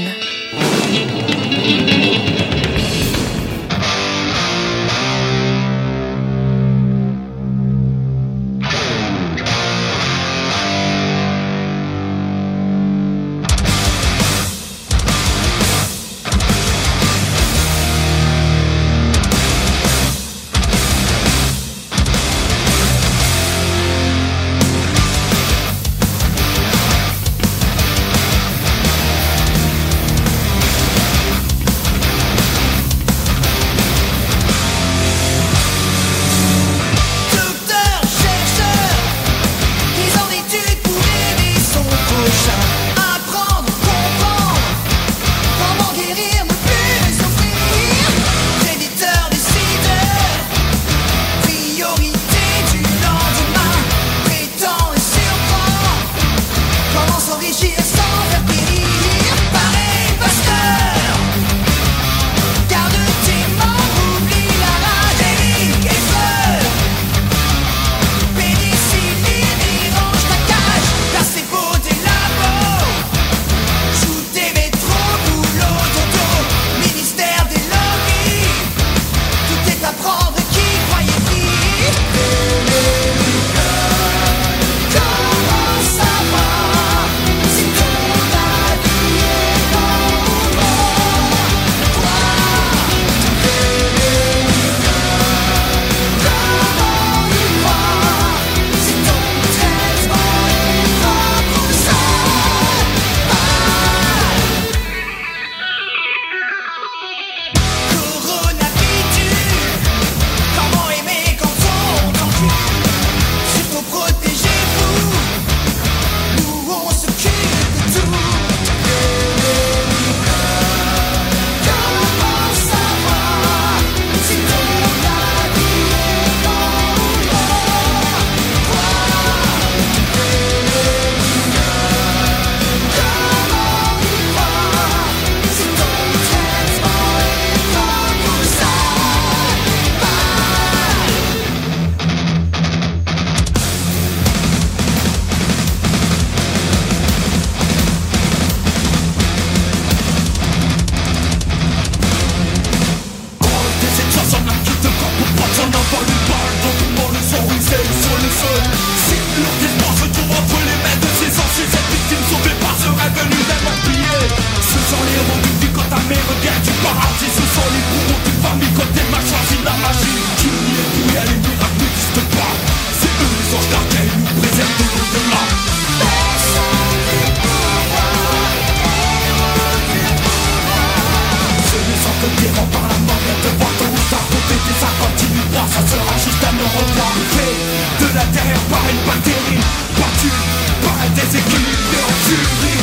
L: une bactérie, battue par un déséquilibre en furie.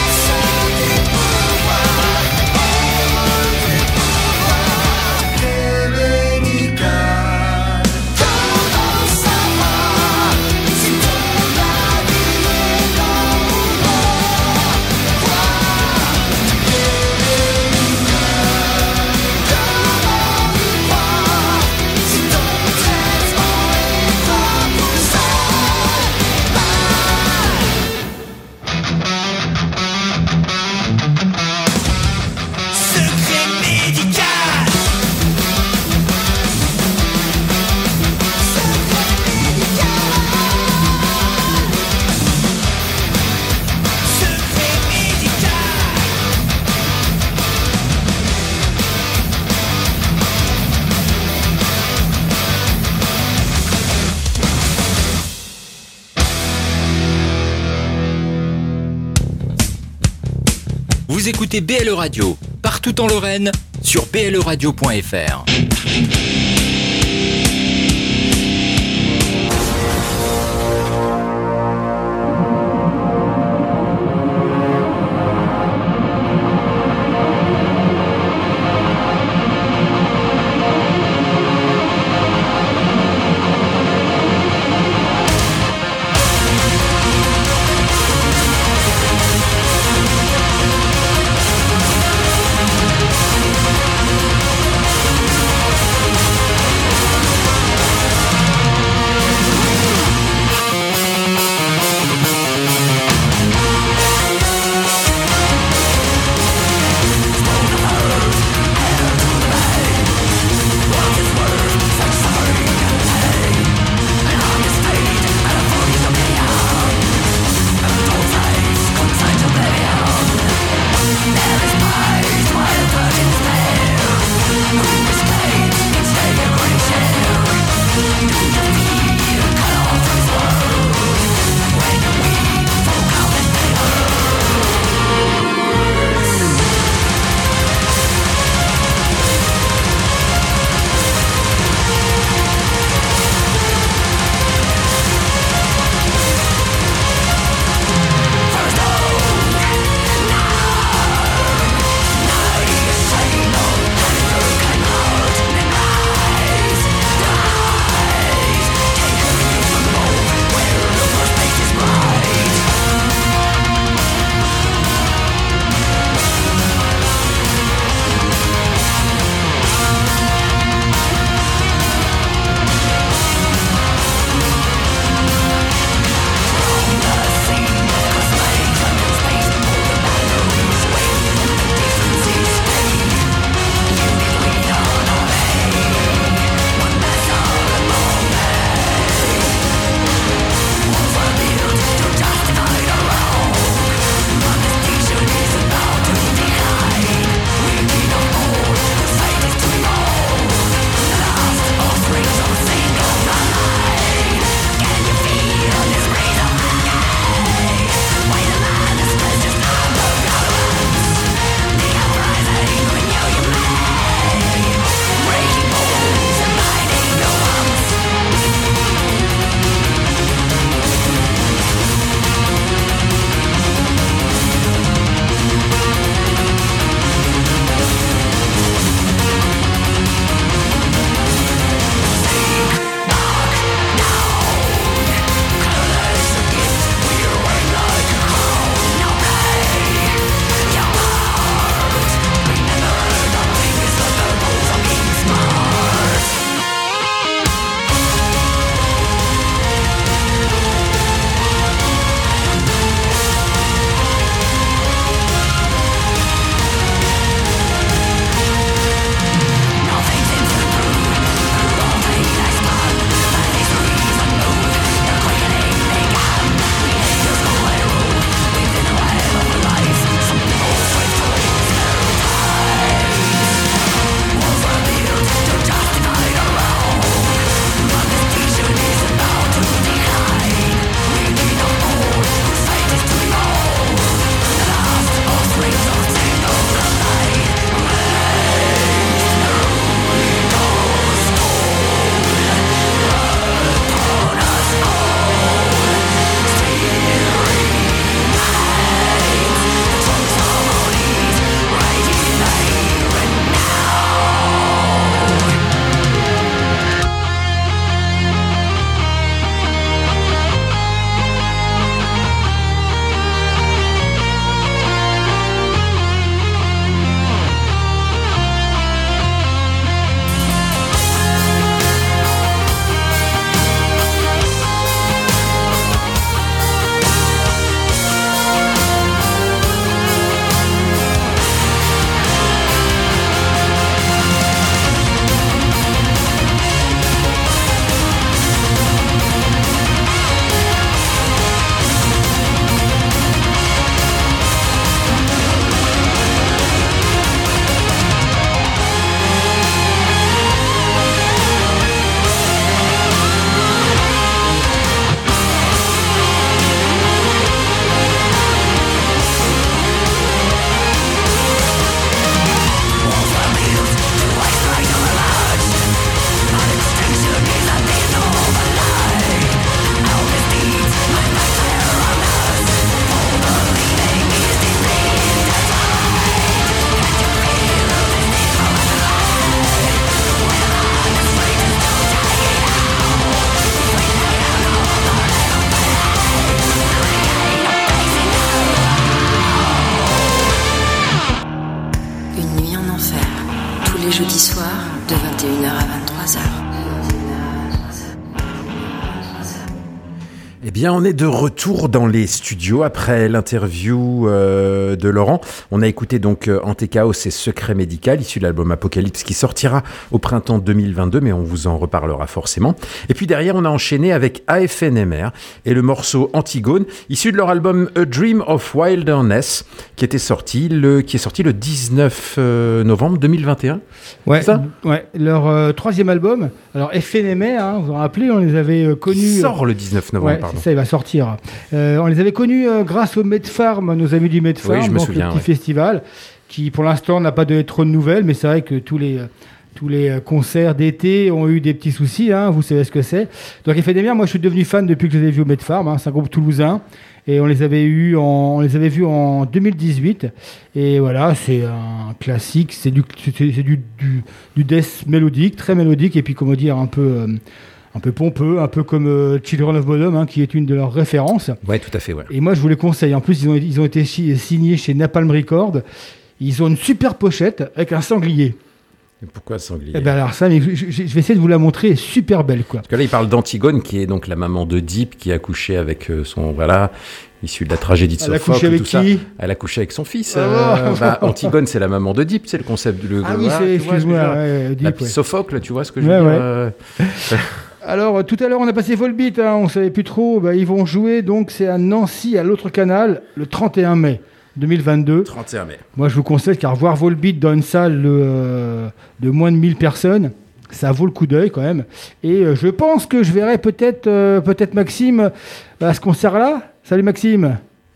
A: Vous écoutez BLE Radio, partout en Lorraine, sur bleradio.fr.
H: les jeudis soirs de 21h à 23h.
J: Eh bien, on est de retour dans les studios après l'interview de Laurent. On a écouté donc Antéchaos et Secret Médical, issu de l'album Apocalypse, qui sortira au printemps 2022, mais on vous en reparlera forcément. Et puis derrière, on a enchaîné avec AFNMR et le morceau Antigone, issu de leur album A Dream of Wilderness, qui est sorti le 19 novembre 2021.
B: Ouais,
J: c'est ça
B: leur troisième album. Alors FNMR, hein, vous vous rappelez, on les avait connus.
J: Il sort le 19 novembre, pardon.
B: Ça, il va sortir. On les avait connus grâce au Medfarm, nos amis du Medfarm,
J: oui, je me souviens,
B: le petit festival, qui pour l'instant n'a pas donné trop de nouvelles, mais c'est vrai que tous les concerts d'été ont eu des petits soucis, hein, vous savez ce que c'est. Donc FNMR, moi je suis devenu fan depuis que je les ai vus au Medfarm, hein, c'est un groupe toulousain, et on les avait vus en 2018, et voilà, c'est un classique, c'est du death mélodique, très mélodique, et puis comment dire, un peu pompeux, un peu comme Children of Bodom, hein, qui est une de leurs références.
J: Ouais, tout à fait, ouais.
B: Et moi, je vous les conseille. En plus, ils ont été signés chez Napalm Records. Ils ont une super pochette avec un sanglier.
J: Et pourquoi sanglier ?
B: Eh ben alors ça, mais je vais essayer de vous la montrer. Elle est super belle, quoi.
J: Parce que là, il parle d'Antigone, qui est donc la maman de Deep, qui a couché avec issu de la tragédie de Sophocle.
B: Elle a couché avec qui ?
J: Elle a couché avec son fils.
B: Ah
J: Antigone, c'est la maman de Deep, c'est le concept.
B: Excuse-moi.
J: Deep, Sophocle, tu vois ce que je veux dire
B: Alors, tout à l'heure, on a passé Volbeat, hein, on ne savait plus trop. Ils vont jouer, donc c'est à Nancy, à l'autre canal, le 31 mai 2022.
J: 31 mai.
B: Moi, je vous conseille, car voir Volbeat dans une salle de moins de 1000 personnes, ça vaut le coup d'œil quand même. Et je pense que je verrai peut-être Maxime à ce concert-là. Salut Maxime.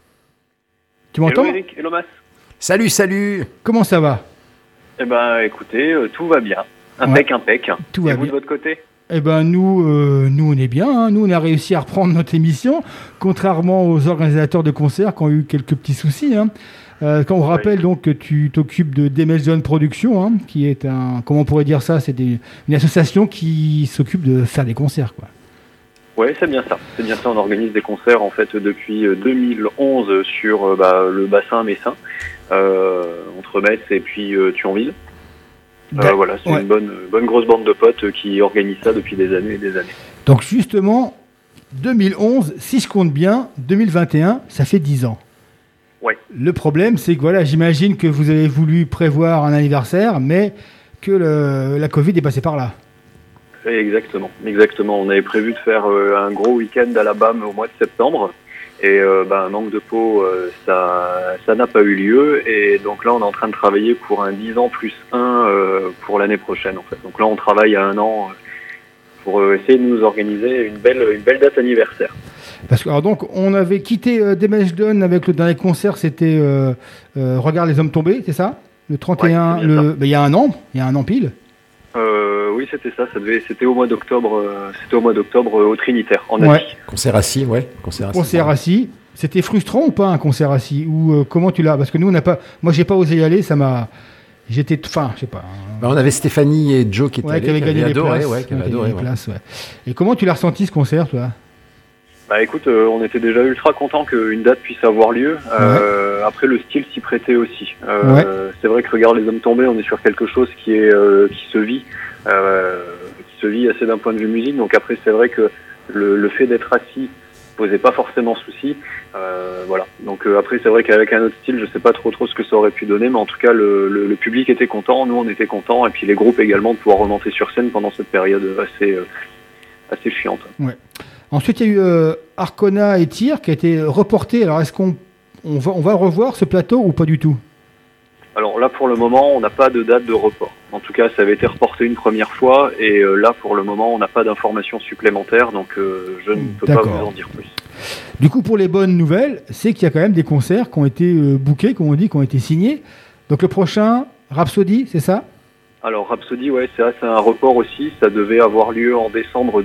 B: Tu m'entends ?
M: Hello Eric, hello Mas.
J: Salut.
B: Comment ça va ?
M: Eh ben, écoutez, tout va bien. Impec.
B: Tout va
M: Et vous
B: bien.
M: de votre côté ?
B: Eh ben nous on est bien, hein. Nous on a réussi à reprendre notre émission, contrairement aux organisateurs de concerts qui ont eu quelques petits soucis, hein. Quand on rappelle donc que tu t'occupes de Damage Zone Production, hein, qui est comment on pourrait dire ça, c'est une association qui s'occupe de faire des concerts, quoi.
M: Ouais, c'est bien ça. On organise des concerts en fait depuis 2011 sur le bassin messin, entre Metz et puis Thionville. Voilà, c'est une bonne grosse bande de potes qui organise ça depuis des années et des années.
B: Donc justement, 2011, si je compte bien, 2021, ça fait 10 ans.
M: Ouais.
B: Le problème, c'est que voilà, j'imagine que vous avez voulu prévoir un anniversaire, mais que la Covid est passée par là.
M: Exactement. On avait prévu de faire un gros week-end à la BAM au mois de septembre. Et manque de peau, ça n'a pas eu lieu. Et donc là, on est en train de travailler pour un 10 ans plus 1 pour l'année prochaine, en fait. Donc là, on travaille à 1 an pour essayer de nous organiser une belle date anniversaire.
B: Parce que, alors donc, on avait quitté Damage Done avec le dernier concert, c'était Regarde les hommes tombés, c'est ça ? Le 31, il y a un an pile.
M: Oui, c'était ça. C'était au mois d'octobre. Au Trinitaire, en Asie.
J: Concert assis, ouais.
B: Concert assis. C'était frustrant ou pas un concert assis ? Ou comment tu l'as ? Parce que nous, on n'a pas. Moi, j'ai pas osé y aller. Ça m'a. J'étais. Enfin, je sais pas.
J: On avait Stéphanie et Joe qui étaient allés,
B: qui avaient gagné les
J: places.
B: Et comment tu l'as ressenti ce concert, toi ?
M: Écoute, on était déjà ultra contents qu'une date puisse avoir lieu. Après, le style s'y prêtait aussi. C'est vrai que Regarde les hommes tombés, on est sur quelque chose qui se vit assez d'un point de vue musique. Donc après, c'est vrai que le fait d'être assis posait pas forcément souci. Voilà. Donc après, c'est vrai qu'avec un autre style, je sais pas trop ce que ça aurait pu donner, mais en tout cas, le public était content, nous on était contents, et puis les groupes également de pouvoir remonter sur scène pendant cette période assez chiante.
B: Ouais. Ensuite, il y a eu Arcona et Tyr qui a été reporté. Alors, est-ce qu'on va revoir ce plateau ou pas du tout ?
M: Alors là, pour le moment, on n'a pas de date de report. En tout cas, ça avait été reporté une première fois, et là, pour le moment, on n'a pas d'informations supplémentaires, donc je ne peux pas vous en dire plus.
B: Du coup, pour les bonnes nouvelles, c'est qu'il y a quand même des concerts qui ont été bookés, comme on dit, qui ont été signés. Donc le prochain, Rhapsody, c'est ça ?
M: Alors Rhapsody, ouais, c'est un report aussi. Ça devait avoir lieu en décembre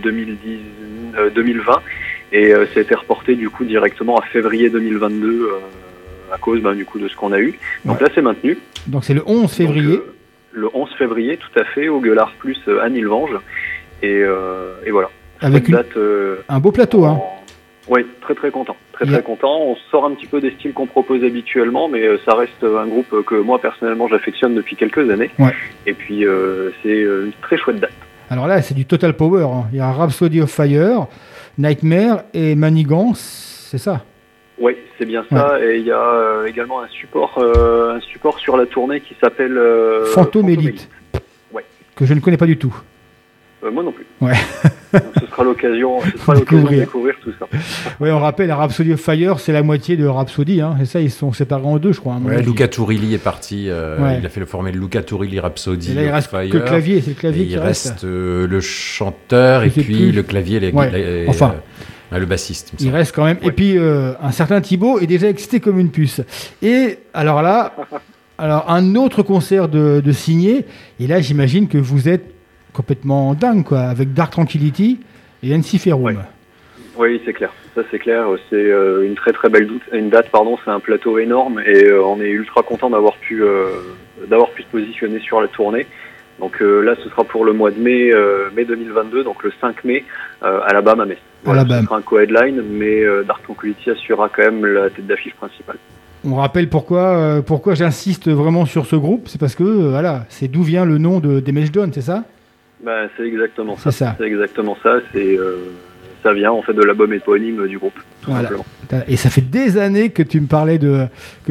M: 2020 et ça a été reporté du coup directement à février 2022 à cause du coup de ce qu'on a eu. Donc là, c'est maintenu.
B: Donc c'est le 11 février.
M: Donc, le 11 février, tout à fait, au Gueulard Plus à Nilvange. Et voilà.
B: Avec
M: une date,
B: un beau plateau, hein.
M: Oui, très très content. Très content. On sort un petit peu des styles qu'on propose habituellement, mais ça reste un groupe que moi personnellement j'affectionne depuis quelques années.
B: Ouais.
M: Et puis c'est une très chouette date.
B: Alors là, c'est du Total Power. Hein. Il y a Rhapsody of Fire, Nightmare et Manigance, c'est ça?
M: Oui, c'est bien ça. Ouais. Et il y a également un support sur la tournée qui s'appelle
B: Phantom Elite.
M: Ouais.
B: Que je ne connais pas du tout.
M: Moi non plus.
B: Ouais.
M: Donc, ce sera l'occasion de découvrir tout ça.
B: Oui, on rappelle, Rhapsody of Fire, c'est la moitié de Rhapsody. Hein. Et ça, ils sont séparés en deux, je crois.
J: Ouais, Luca Turilli est parti. Il a fait le formé Luca Turilli Rhapsody.
B: Et là, il reste
J: Fire.
B: que le clavier. C'est le clavier qui
J: reste. Le chanteur et puis le clavier. Le bassiste.
B: Il reste quand même. Ouais. Et puis, un certain Thibaut est déjà excité comme une puce. Et alors là, un autre concert de signé. Et là, j'imagine que vous êtes complètement dingue, quoi, avec Dark Tranquillity et Ensiferum.
M: Ouais. Oui, c'est clair. Ça, c'est clair. C'est une très très belle date. C'est un plateau énorme et on est ultra content d'avoir pu se positionner sur la tournée. Donc là, ce sera pour le mois de mai 2022, donc le 5 mai, à la BAM à Metz. Voilà, ce sera un co-headline, mais Dark Tranquillity assurera quand même la tête d'affiche principale.
B: On rappelle pourquoi j'insiste vraiment sur ce groupe, c'est parce que c'est d'où vient le nom de Damage Done, c'est ça?
M: C'est exactement ça. C'est exactement ça. Ça vient en fait de l'album éponyme du groupe, tout simplement.
B: Et ça fait des années que tu nous parlais de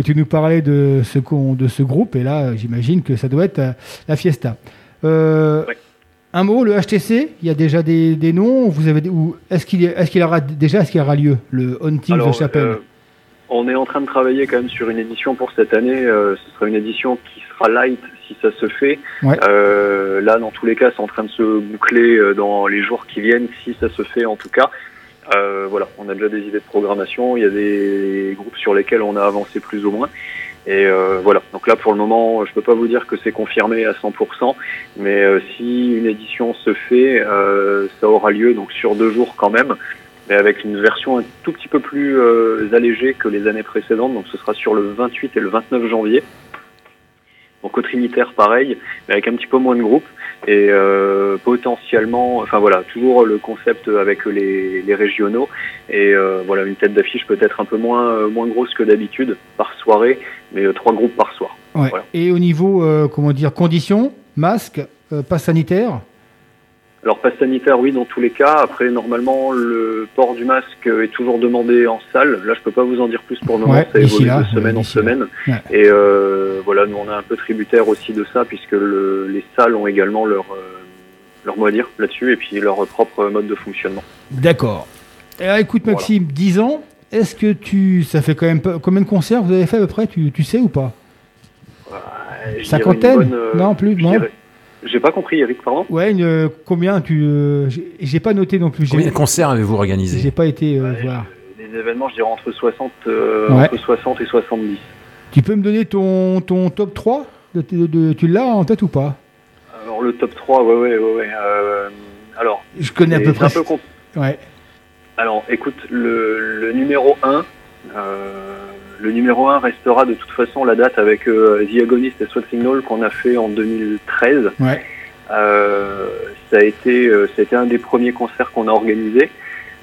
B: ce groupe, et là, j'imagine que ça doit être la fiesta. Un mot, le HTC, il y a déjà des noms. Est-ce qu'il aura lieu le Haunting the Chapel?
M: On est en train de travailler quand même sur une édition pour cette année. Ce sera une édition qui sera light si ça se fait. Ouais. Là, dans tous les cas, c'est en train de se boucler dans les jours qui viennent, si ça se fait en tout cas. On a déjà des idées de programmation. Il y a des groupes sur lesquels on a avancé plus ou moins. Et donc là, pour le moment, je peux pas vous dire que c'est confirmé à 100%, mais si une édition se fait, ça aura lieu donc sur 2 jours quand même. Mais avec une version un tout petit peu plus allégée que les années précédentes. Donc ce sera sur le 28 et le 29 janvier. Donc au Trinitaire, pareil, mais avec un petit peu moins de groupes. Et potentiellement, toujours le concept avec les régionaux. Et une tête d'affiche peut-être un peu moins grosse que d'habitude par soirée, mais 3 groupes par soir.
B: Ouais. Voilà. Et au niveau, conditions, masque, passe sanitaire?
M: Alors, passe sanitaire, oui, dans tous les cas. Après, normalement, le port du masque est toujours demandé en salle. Là, je peux pas vous en dire plus pour le moment. Ça évolue de semaine en semaine. Ouais. Et nous, on est un peu tributaire aussi de ça, puisque les salles ont également leur mot à dire là-dessus, et puis leur propre mode de fonctionnement.
B: D'accord. Alors, écoute, Maxime, 10 ans, est-ce que ça fait quand même combien de concerts vous avez fait à peu près, tu sais ou pas? 50aine? Non, plus, non.
M: J'ai pas compris, Eric, pardon.
B: Ouais, combien j'ai pas noté non plus.
J: Combien de concerts avez-vous organisé?
B: J'ai pas été voir.
M: Des événements, je dirais entre 60 et 70.
B: Tu peux me donner ton top 3 tu l'as en tête ou pas?
M: Alors le top 3, ouais. Alors,
B: je connais à peu près. Ouais.
M: Alors, écoute, le numéro 1. Le numéro 1 restera de toute façon la date avec The Agonist et Sweat Signal qu'on a fait en 2013. Ouais. Ça a été un des premiers concerts qu'on a organisé.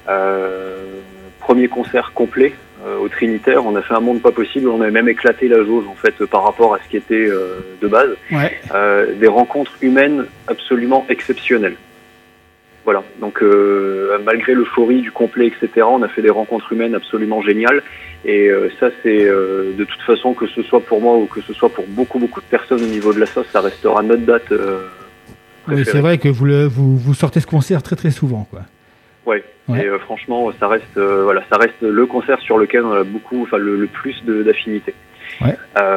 M: Premier concert complet au Trinitaire. On a fait un monde pas possible. On a même éclaté la jauge en fait par rapport à ce qui était de base. Ouais. Des rencontres humaines absolument exceptionnelles. Voilà, donc malgré l'euphorie du complet, etc., on a fait des rencontres humaines absolument géniales. Et ça, c'est de toute façon, que ce soit pour moi ou que ce soit pour beaucoup de personnes au niveau de la sauce, ça restera notre date.
B: Oui, c'est vrai que vous sortez ce concert très très souvent, quoi.
M: Ouais. Et franchement, ça reste le concert sur lequel on a le plus d'affinité. Ouais.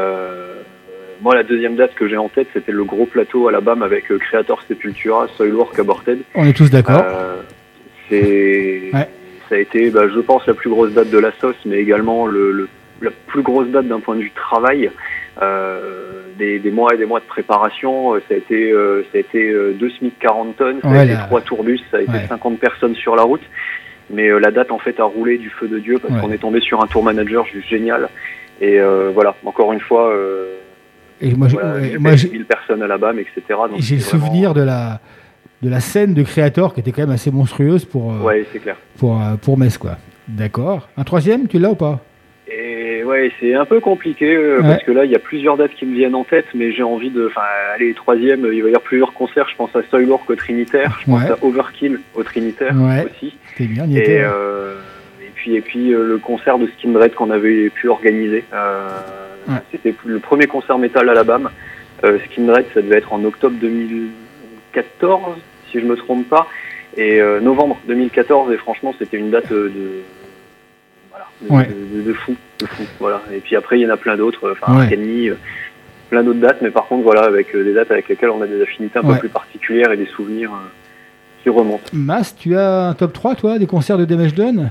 M: Moi, la deuxième date que j'ai en tête, c'était le gros plateau à la BAM avec Creator Sepultura, Soilwork, Aborted.
B: On est tous d'accord.
M: Ça a été, je pense, la plus grosse date de la sauce, mais également la plus grosse date d'un point de vue travail. Des mois et des mois de préparation. Ça a été 2 SMIC 40 tonnes, ça a été 3 tourbus, ça a été 50 personnes sur la route. Mais la date, en fait, a roulé du feu de Dieu parce qu'on est tombé sur un tour manager juste génial. Et encore une fois...
B: Et moi, j'ai
M: 1000 personnes à la BAM, etc. Donc
B: j'ai le souvenir de la scène de Creator qui était quand même assez monstrueuse pour
M: c'est clair.
B: pour Metz, quoi. D'accord. Un troisième, tu l'as ou pas?
M: Et ouais, c'est un peu compliqué parce que là, il y a plusieurs dates qui me viennent en tête, mais j'ai envie de... Enfin, allez, troisième, il va y avoir plusieurs concerts. Je pense à Soilwork au Trinitaire, je pense à Overkill au Trinitaire aussi.
B: C'était bien, il était.
M: Et puis le concert de Skindred qu'on avait pu organiser. C'était le premier concert métal à l'Alabama. Skindred, ça devait être en octobre 2014, si je me trompe pas, et novembre 2014. Et franchement, c'était une date de fou, voilà. Et puis après, il y en a plein d'autres. Arcanie, plein d'autres dates, mais par contre, voilà, avec des dates avec lesquelles on a des affinités un peu plus particulières et des souvenirs qui remontent.
B: Mas, tu as un top 3, toi, des concerts de Damage Done?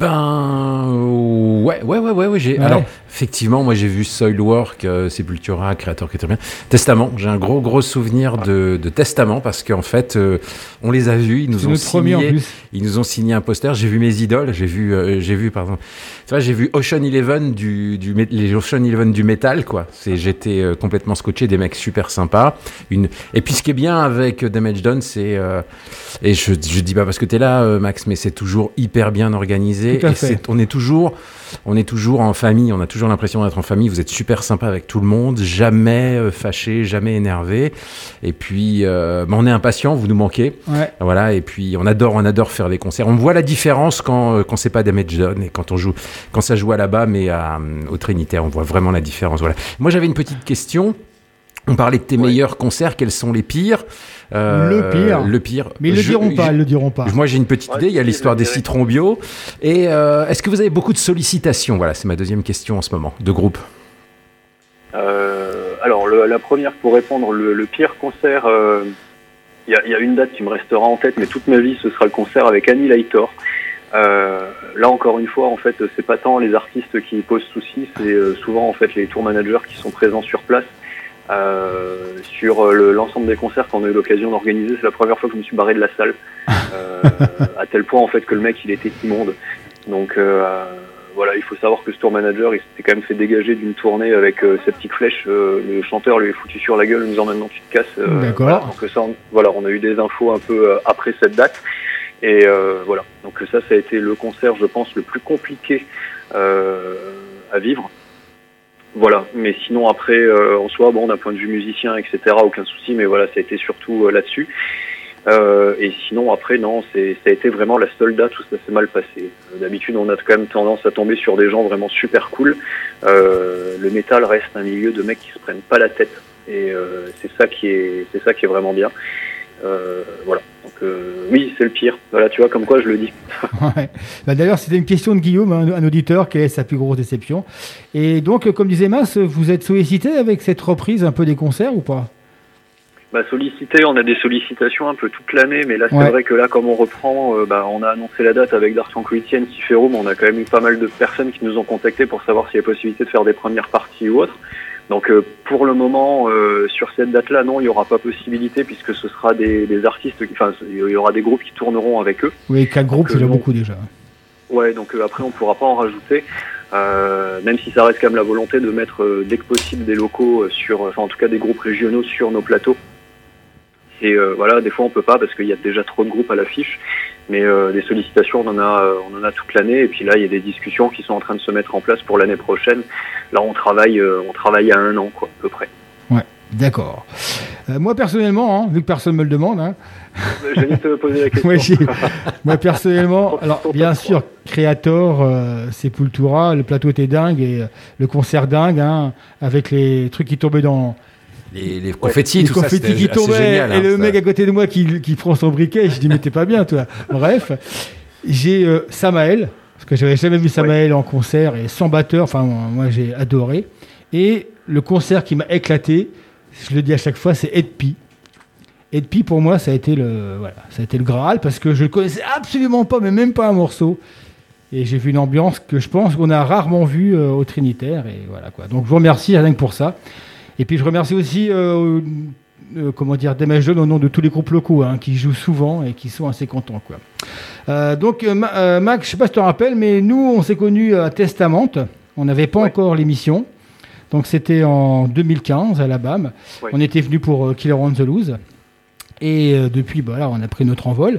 J: Ouais. Alors, effectivement, moi j'ai vu Soilwork, Sepultura, Creator, Testament. J'ai un gros souvenir de Testament parce qu'en fait, on les a vus, ils nous ont signé un poster. J'ai vu mes idoles, j'ai vu Ocean Eleven les Ocean Eleven du métal, quoi. J'étais complètement scotché, des mecs super sympas. Et puis ce qui est bien avec Damage Done, c'est et je dis pas parce que t'es là, Max, mais c'est toujours hyper bien organisé. On est toujours en famille, on a toujours l'impression d'être en famille. Vous êtes super sympa avec tout le monde, jamais fâché, jamais énervé. Et puis, on est impatient, vous nous manquez. Voilà. Et puis, on adore faire des concerts. On voit la différence quand c'est pas Damage Done et quand ça joue à là-bas, mais au Trinitaire, on voit vraiment la différence. Voilà. Moi, j'avais une petite question. On parlait de tes meilleurs concerts, quels sont les pires?
B: Le pire. Mais ils le diront pas.
J: Moi, j'ai une petite idée. Il y a l'histoire des citrons bio. Et est-ce que vous avez beaucoup de sollicitations? Voilà, c'est ma deuxième question en ce moment, de groupe.
M: Alors, la première, pour répondre, le pire concert, il y a une date qui me restera en tête, mais toute ma vie, ce sera le concert avec Annihilator. Là, encore une fois, en fait, c'est pas tant les artistes qui posent souci, c'est souvent en fait les tour managers qui sont présents sur place. Sur l'ensemble des concerts qu'on a eu l'occasion d'organiser, c'est la première fois que je me suis barré de la salle, à tel point en fait que le mec il était immonde. Donc voilà, il faut savoir que ce tour manager il s'était quand même fait dégager d'une tournée avec ses petites flèches. Le chanteur lui est foutu sur la gueule en disant maintenant tu te casses.
B: D'accord.
M: Voilà, donc ça, on a eu des infos un peu après cette date. Et voilà, donc ça a été le concert, je pense, le plus compliqué à vivre. Voilà, mais sinon après, en soi, d'un point de vue musicien, etc., aucun souci, mais voilà, ça a été surtout là-dessus. Et sinon après, non, ça a été vraiment la seule date où ça s'est mal passé. D'habitude, on a quand même tendance à tomber sur des gens vraiment super cool. Le métal reste un milieu de mecs qui se prennent pas la tête, et c'est ça qui est vraiment bien. Voilà. Donc oui, c'est le pire. Voilà, tu vois, comme quoi je le dis.
B: D'ailleurs, c'était une question de Guillaume, un auditeur, quelle est sa plus grosse déception. Et donc, comme disait Mas, vous êtes sollicité avec cette reprise un peu des concerts ou pas?
M: Sollicité, on a des sollicitations un peu toute l'année, mais là c'est vrai que là, comme on reprend, on a annoncé la date avec Dark Tranquility et Tifero, mais on a quand même eu pas mal de personnes qui nous ont contactés pour savoir s'il y a possibilité de faire des premières parties ou autres. Donc pour le moment, sur cette date-là, non, il n'y aura pas possibilité puisque ce sera des artistes, il y aura des groupes qui tourneront avec eux.
B: Oui, 4 groupes, c'est déjà beaucoup déjà.
M: Ouais, donc après on ne pourra pas en rajouter, même si ça reste quand même la volonté de mettre dès que possible des locaux en tout cas des groupes régionaux sur nos plateaux. Et voilà, des fois on peut pas parce qu'il y a déjà trop de groupes à l'affiche, mais des sollicitations on en a toute l'année, et puis là il y a des discussions qui sont en train de se mettre en place pour l'année prochaine. Là on travaille à 1 an quoi, à peu près.
B: Ouais, d'accord. Moi personnellement, vu que personne me le demande,
M: j'allais te poser la question.
B: Moi personnellement, alors bien sûr Creator, Sepultura, le plateau était dingue et le concert dingue, avec les trucs qui tombaient dans
J: les confettis, tout
B: confettis
J: ça,
B: qui tombaient,
J: génial,
B: et le mec à côté de moi qui prend son briquet, je dis mais t'es pas bien toi. Bref, j'ai Samael, parce que j'avais jamais vu Samael en concert, et sans batteur, enfin moi j'ai adoré. Et le concert qui m'a éclaté, je le dis à chaque fois, c'est Ed P. Ed P pour moi ça a été le Graal, parce que je le connaissais absolument pas, mais même pas un morceau. Et j'ai vu une ambiance que je pense qu'on a rarement vue au Trinitaire, et voilà quoi. Donc je vous remercie rien que pour ça. Et puis je remercie aussi Damage Done au nom de tous les groupes locaux qui jouent souvent et qui sont assez contents quoi. Donc Max, je sais pas si tu te rappelles, mais nous on s'est connus à Testament. On n'avait pas encore l'émission, donc c'était en 2015 à l'Alabama. On était venus pour Killer on the Loose, et depuis on a pris notre envol.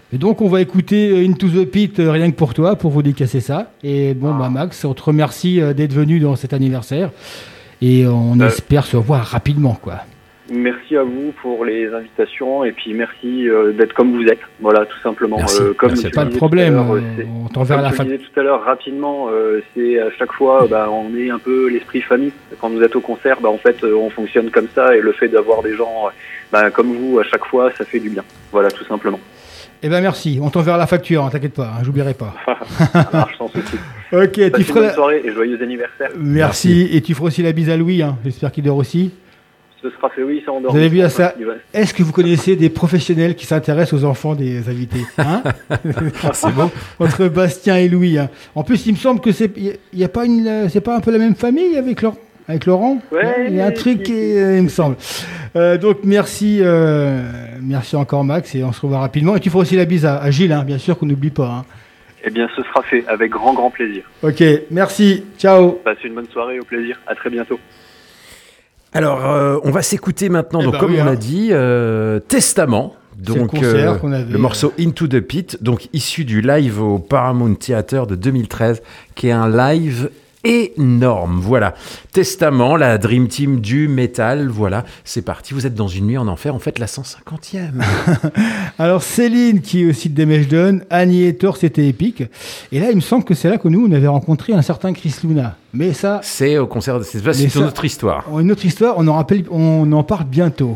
B: Et donc, on va écouter Into the Pit rien que pour toi, pour vous décasser ça. Et bon, Max, on te remercie d'être venu dans cet anniversaire. Et on espère se voir rapidement, quoi.
M: Merci à vous pour les invitations et puis merci d'être comme vous êtes. Voilà, tout simplement. Comme
B: merci, pas de problème. On t'enverra la
M: fin. Comme je disais tout à l'heure, rapidement, c'est à chaque fois, on est un peu l'esprit famille. Quand vous êtes au concert, en fait, on fonctionne comme ça et le fait d'avoir des gens comme vous à chaque fois, ça fait du bien. Voilà, tout simplement.
B: Eh ben merci, on t'enverra la facture, hein, t'inquiète pas, j'oublierai pas.
M: Ça marche sans souci.
B: Ok, tu feras
M: bonne soirée et joyeux anniversaire.
B: Merci. Et tu feras aussi la bise à Louis, hein. J'espère qu'il dort aussi.
M: Ce sera fait, oui, ça endort.
B: Vous avez vu à ça? Est-ce que vous connaissez des professionnels qui s'intéressent aux enfants des invités, hein?
J: C'est bon.
B: Entre Bastien et Louis. Hein. En plus, il me semble que c'est pas un peu la même famille avec Laurent.
M: Ouais,
B: il y a un truc, il me semble. Donc merci encore Max et on se revoit rapidement. Et tu feras aussi la bise à Gilles, hein, bien sûr qu'on n'oublie pas. Hein.
M: Eh bien, ce sera fait avec grand plaisir.
B: Ok, merci, ciao.
M: Passez une bonne soirée, au plaisir. À très bientôt.
J: Alors, on va s'écouter maintenant, comme on l'a dit, Testament. Donc, le morceau Into the Pit, donc issu du live au Paramount Theater de 2013, qui est un live énorme. Voilà, Testament, la Dream Team du métal. Voilà, c'est parti. Vous êtes dans une nuit en enfer. En fait, la 150e.
B: Alors Céline, qui est aussi de Damagedon, Annie et Thor, c'était épique. Et là, il me semble que c'est là que nous, on avait rencontré un certain Chris Luna. Mais ça,
J: c'est au concert. C'est une autre histoire.
B: Une autre histoire. On en parle bientôt.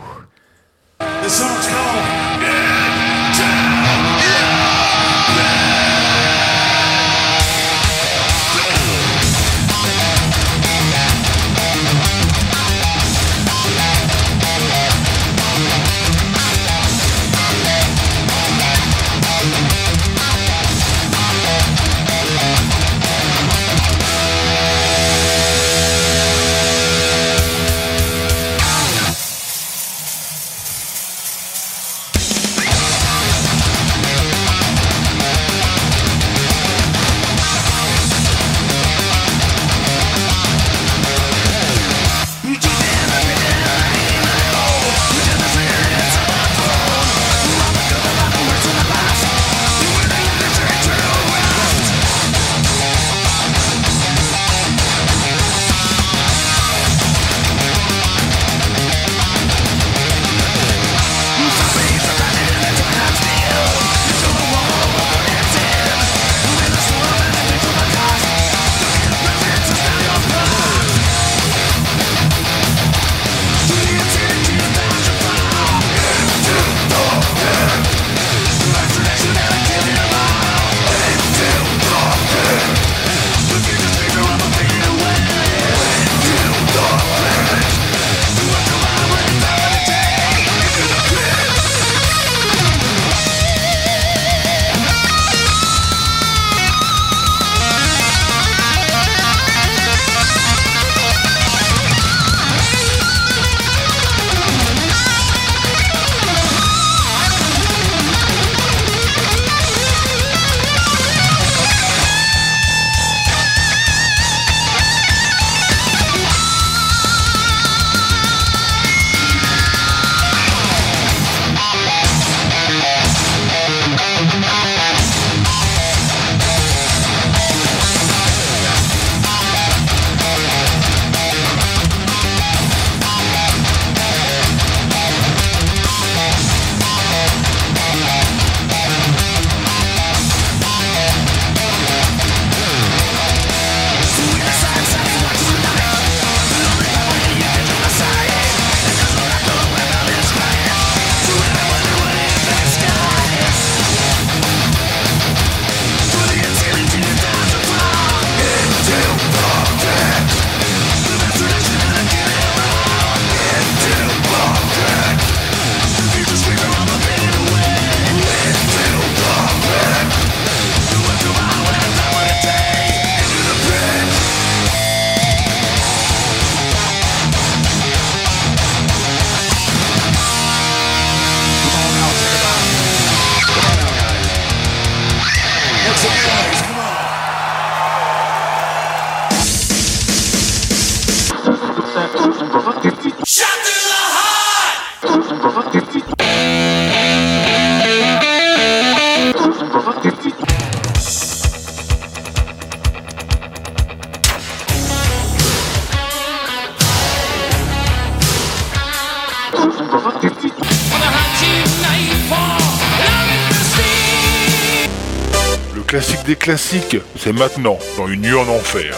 D: Le classique des classiques, c'est maintenant dans Une nuit en enfer.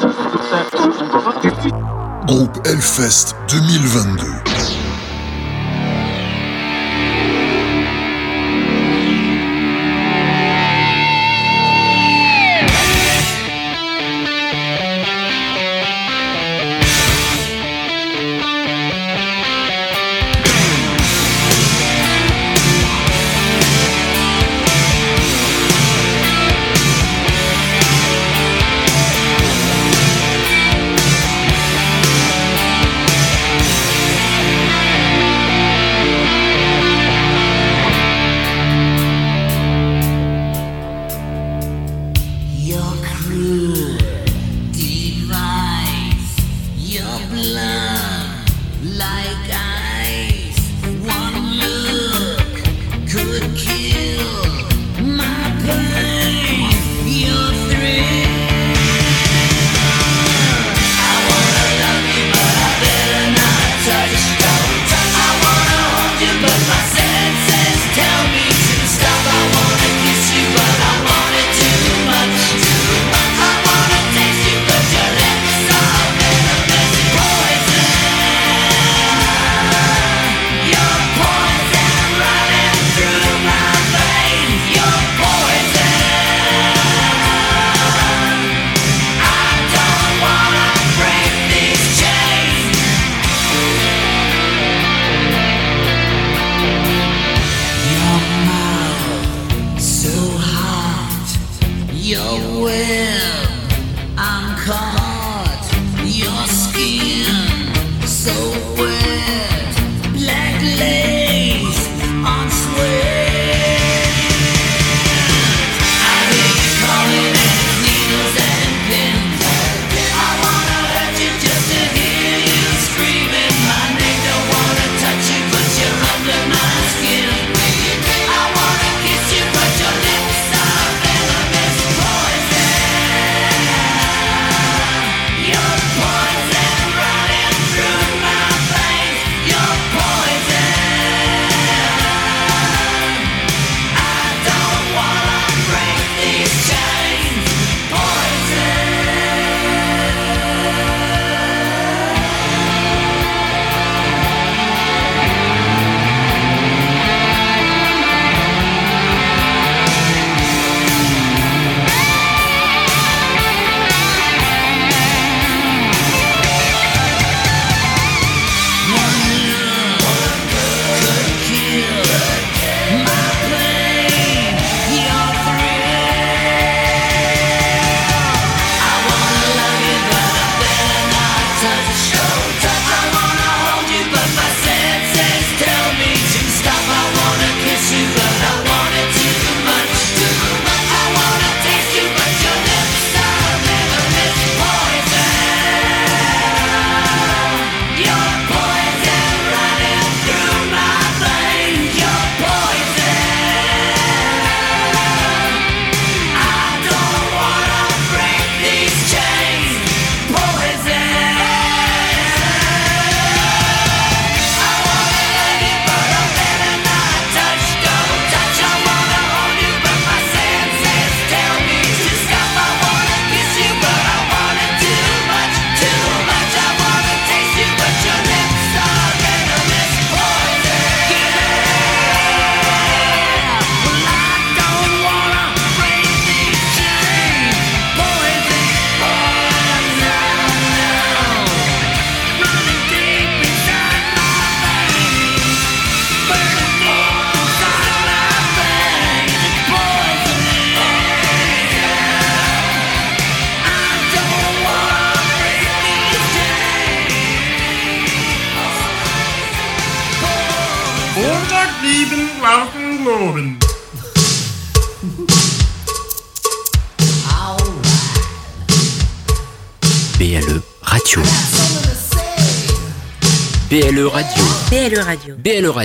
D: Groupe Hellfest 2022.
A: BLE Radio. BLE Radio.
N: BLE Radio.
A: BLE Radio.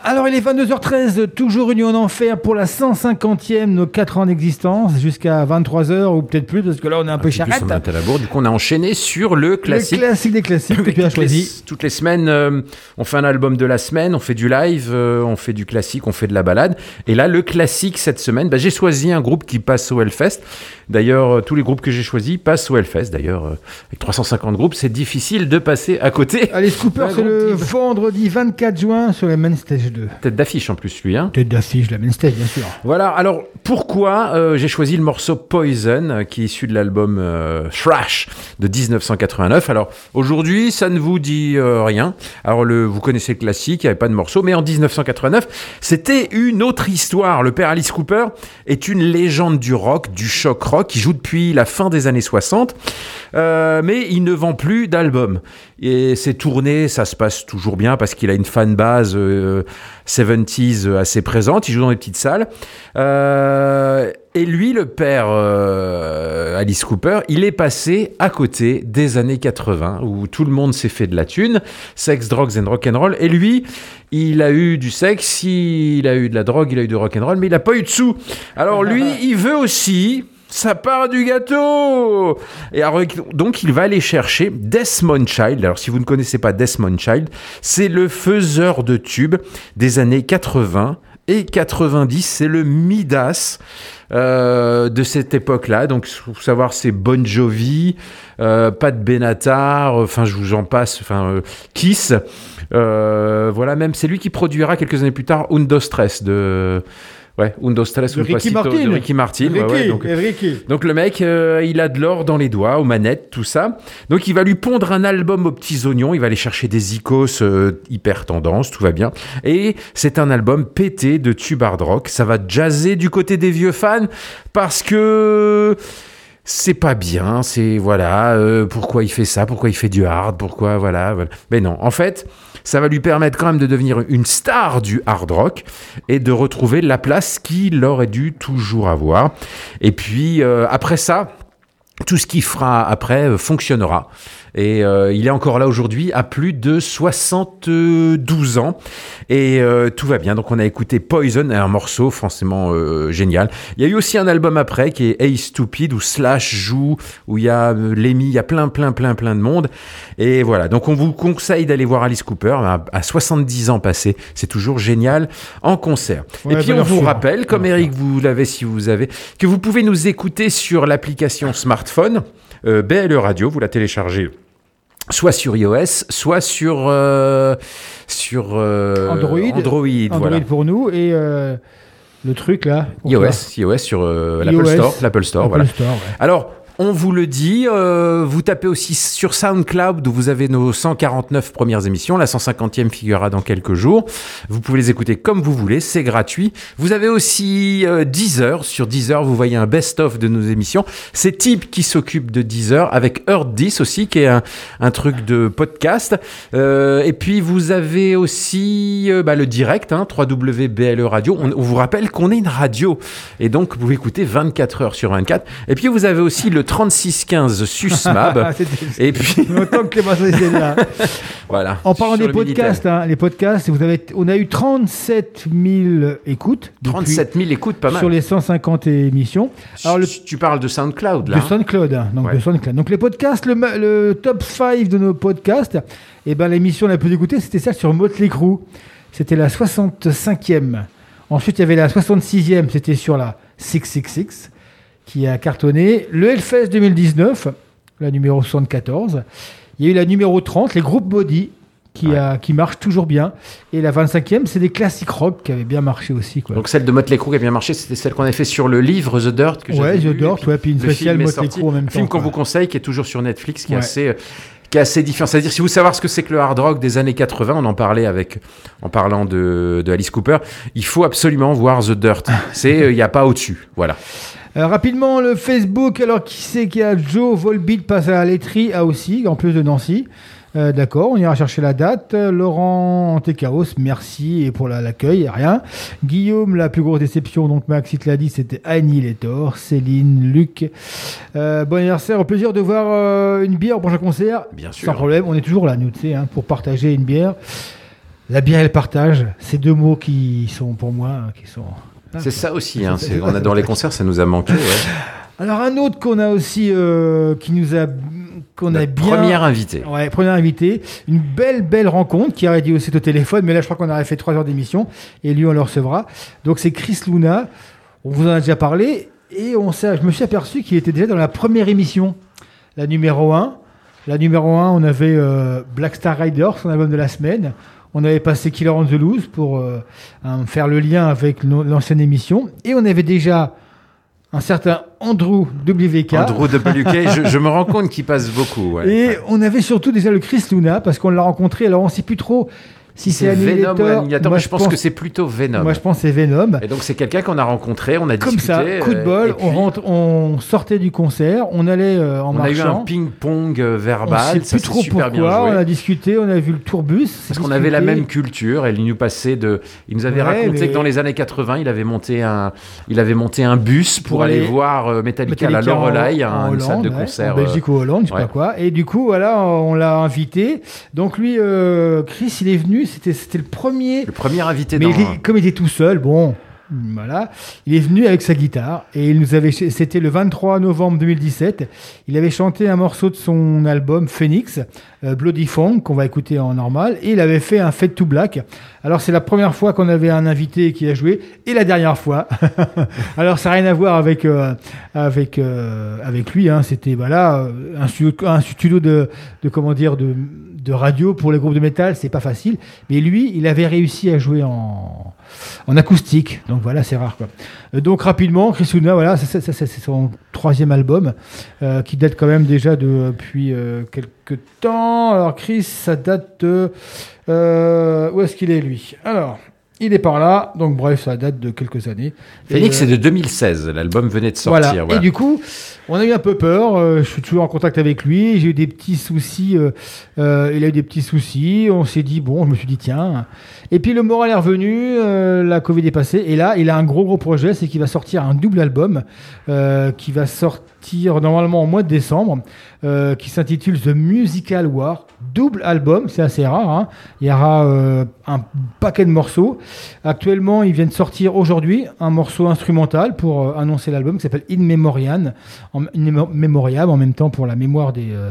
B: Alors, il est 22h13, toujours Union en Enfer pour la 150e, nos 4 ans d'existence, jusqu'à 23h ou peut-être plus, parce que là, on est un peu charrette.
J: On est à la bourre, du coup, on a enchaîné sur le classique.
B: Le classique des classiques que tu as choisi.
J: Toutes les semaines, on fait un album de la semaine, on fait du live, on fait du classique, on fait de la balade. Et là, le classique cette semaine, j'ai choisi un groupe qui passe au Hellfest. D'ailleurs, tous les groupes que j'ai choisis passent au Hellfest. D'ailleurs, avec 350 groupes, c'est difficile de passer à côté.
B: Alice Cooper, c'est le vendredi 24 juin sur les Main Stage 2.
J: Tête d'affiche en plus, lui. Hein.
B: Tête d'affiche, la Main Stage, bien sûr.
J: Voilà, alors pourquoi j'ai choisi le morceau Poison, qui est issu de l'album Thrash de 1989. Alors aujourd'hui, ça ne vous dit rien. Alors vous connaissez le classique, il n'y avait pas de morceau, mais en 1989, c'était une autre histoire. Le père Alice Cooper est une légende du rock, du shock rock, qui joue depuis la fin des années 60, mais il ne vend plus d'albums. Et ses tournées, ça se passe toujours bien parce qu'il a une fanbase 70s assez présente, il joue dans des petites salles. Et lui, le père Alice Cooper, il est passé à côté des années 80 où tout le monde s'est fait de la thune, sex, drugs and rock'n'roll. Et lui, il a eu du sexe, il a eu de la drogue, il a eu du rock'n'roll, mais il n'a pas eu de sous. Alors lui, il veut aussi sa part du gâteau. Et alors, donc, il va aller chercher Desmond Child. Alors, si vous ne connaissez pas Desmond Child, c'est le faiseur de tubes des années 80 et 90. C'est le Midas de cette époque-là. Donc, faut savoir, c'est Bon Jovi, Pat Benatar, enfin, je vous en passe, Kiss. Voilà, même c'est lui qui produira quelques années plus tard Undo Stress de... Ouais, Undo Stress
B: de Ricky Martin.
J: De Ricky Martin. Donc le mec, il a de l'or dans les doigts, aux manettes, tout ça. Donc il va lui pondre un album aux petits oignons, il va aller chercher des icos hyper tendance, tout va bien. Et c'est un album pété de tube hard rock. Ça va jazzer du côté des vieux fans parce que... c'est pas bien, c'est pourquoi il fait ça, pourquoi il fait du hard, pourquoi voilà. Mais non, en fait, ça va lui permettre quand même de devenir une star du hard rock et de retrouver la place qu'il aurait dû toujours avoir. Et puis après ça, tout ce qu'il fera après fonctionnera. Et il est encore là aujourd'hui à plus de 72 ans. Et tout va bien. Donc on a écouté Poison, un morceau forcément génial. Il y a eu aussi un album après qui est Hey Stupid où Slash joue, où il y a Lemmy, il y a plein de monde. Et voilà. Donc on vous conseille d'aller voir Alice Cooper à 70 ans passés. C'est toujours génial en concert. Ouais, et puis on vous rappelle, comme Eric vous l'avez si vous avez, que vous pouvez nous écouter sur l'application smartphone BLE Radio. Vous la téléchargez soit sur iOS, soit sur Android
B: voilà. Pour nous et le truc là.
J: iOS sur l'Apple Store. Voilà.
B: Store, ouais.
J: Alors. On vous le dit, vous tapez aussi sur SoundCloud où vous avez nos 149 premières émissions. La 150e figurera dans quelques jours. Vous pouvez les écouter comme vous voulez, c'est gratuit. Vous avez aussi Deezer. Sur Deezer, vous voyez un best-of de nos émissions. C'est Tip qui s'occupe de Deezer avec Heard This aussi, qui est un truc de podcast. Et puis vous avez aussi le direct, www.BLE Radio. On vous rappelle qu'on est une radio. Et donc, vous pouvez écouter 24 heures sur 24. Et puis vous avez aussi le 3615 SUSMAB.
B: Et puis autant que Clément était là.
J: Voilà.
B: En parlant des podcasts, les podcasts, on a eu 37 000 écoutes.
J: 37 000 écoutes, pas mal.
B: Sur les 150 émissions.
J: Alors tu parles de SoundCloud là.
B: De SoundCloud, de SoundCloud. Donc les podcasts, le top 5 de nos podcasts. Et l'émission la plus écoutée, c'était celle sur Motley Crue. C'était la 65e. Ensuite, il y avait la 66e. C'était sur la 666. Qui a cartonné. Le Hellfest 2019, la numéro 74. Il y a eu la numéro 30, les groupes Body, qui marche toujours bien. Et la 25e, c'est des classiques rock qui avaient bien marché aussi. Quoi.
J: Donc celle de Motley Crue qui a bien marché, c'était celle qu'on avait fait sur le livre The Dirt. Que
B: The Dirt, puis une spéciale Motley Crue en même temps.
J: Un film qu'on vous conseille, qui est toujours sur Netflix, qui est assez différent. C'est-à-dire, si vous savez ce que c'est que le hard rock des années 80, on en parlait en parlant de Alice Cooper, il faut absolument voir The Dirt. Il n'y a pas au-dessus. Voilà.
B: Rapidement, le Facebook, alors qui c'est qu'il y a Joe Volbeat passe à la laiterie aussi, en plus de Nancy. D'accord, on ira chercher la date. Laurent Antechaos, merci et pour l'accueil, rien. Guillaume, la plus grosse déception, donc Max, il te l'a dit, c'était Annie Létor. Céline, Luc. Bon anniversaire, au plaisir de voir une bière au prochain concert.
J: Bien sûr.
B: Sans problème, on est toujours là, nous, pour partager une bière. La bière et le partage, ces deux mots qui sont pour moi,
J: C'est ça aussi, hein, on adore les concerts, ça nous a manqué. Ouais.
B: Alors un autre qu'on a aussi,
J: Première invitée.
B: Ouais, première invitée. Une belle rencontre qui aurait dit aussi au téléphone, mais là je crois qu'on aurait fait 3 heures d'émission et lui on le recevra. Donc c'est Chris Luna, on vous en a déjà parlé et je me suis aperçu qu'il était déjà dans la première émission, la numéro 1. La numéro 1, on avait Black Star Riders, son album de la semaine. On avait passé Killer on the Loose pour faire le lien avec l'ancienne émission. Et on avait déjà un certain Andrew WK.
J: Andrew WK, je me rends compte qu'il passe beaucoup. Ouais.
B: Et on avait surtout déjà le Chris Luna, parce qu'on l'a rencontré. Alors on ne sait plus trop si c'est
J: Venom ou Annihilator.
B: Moi,
J: je pense que c'est plutôt Venom.
B: Moi, je pense que c'est Venom.
J: Et donc, c'est quelqu'un qu'on a rencontré, on a
B: comme
J: discuté.
B: Comme ça, coup de bol,
J: puis,
B: on sortait du concert, on allait en marchant.
J: On a eu un ping-pong verbal,
B: on sait plus trop
J: super
B: pourquoi,
J: bien joué.
B: On a discuté, on a vu le tourbus.
J: Parce qu'on avait la même culture, il nous avait raconté que dans les années 80, il avait monté un bus pour aller voir Metallica à la Loreley, une salle de concert.
B: En Belgique ou Hollande, je sais pas quoi. Et du coup, voilà, on l'a invité. Donc lui, Chris, il est venu, c'était le premier invité. Mais comme il était tout seul, bon, voilà, il est venu avec sa guitare et c'était le 23 novembre 2017. Il avait chanté un morceau de son album Phoenix, Bloody Funk, qu'on va écouter en normal, et il avait fait un Fade to Black. Alors c'est la première fois qu'on avait un invité qui a joué et la dernière fois. Alors ça n'a rien à voir avec lui, hein. C'était voilà un studio de radio pour les groupes de métal, c'est pas facile. Mais lui, il avait réussi à jouer en acoustique. Donc voilà, c'est rare, quoi. Donc rapidement, Chris Luna, voilà, c'est son 3e album qui date quand même déjà depuis quelques temps. Alors Chris, ça date de... où est-ce qu'il est, lui ? Alors... il est par là, donc bref, ça date de quelques années.
J: Phoenix, c'est de 2016, l'album venait de sortir.
B: Voilà. Et du coup, on a eu un peu peur, je suis toujours en contact avec lui, j'ai eu des petits soucis, il a eu des petits soucis, on s'est dit, bon, je me suis dit, tiens. Et puis le moral est revenu, la Covid est passée, et là, il a un gros projet, c'est qu'il va sortir un double album, qui va sortir normalement au mois de décembre, qui s'intitule The Musical War. Double album, c'est assez rare, hein. Il y aura un paquet de morceaux. Actuellement, ils viennent sortir aujourd'hui un morceau instrumental pour annoncer l'album qui s'appelle In Memoriam, en même temps pour la mémoire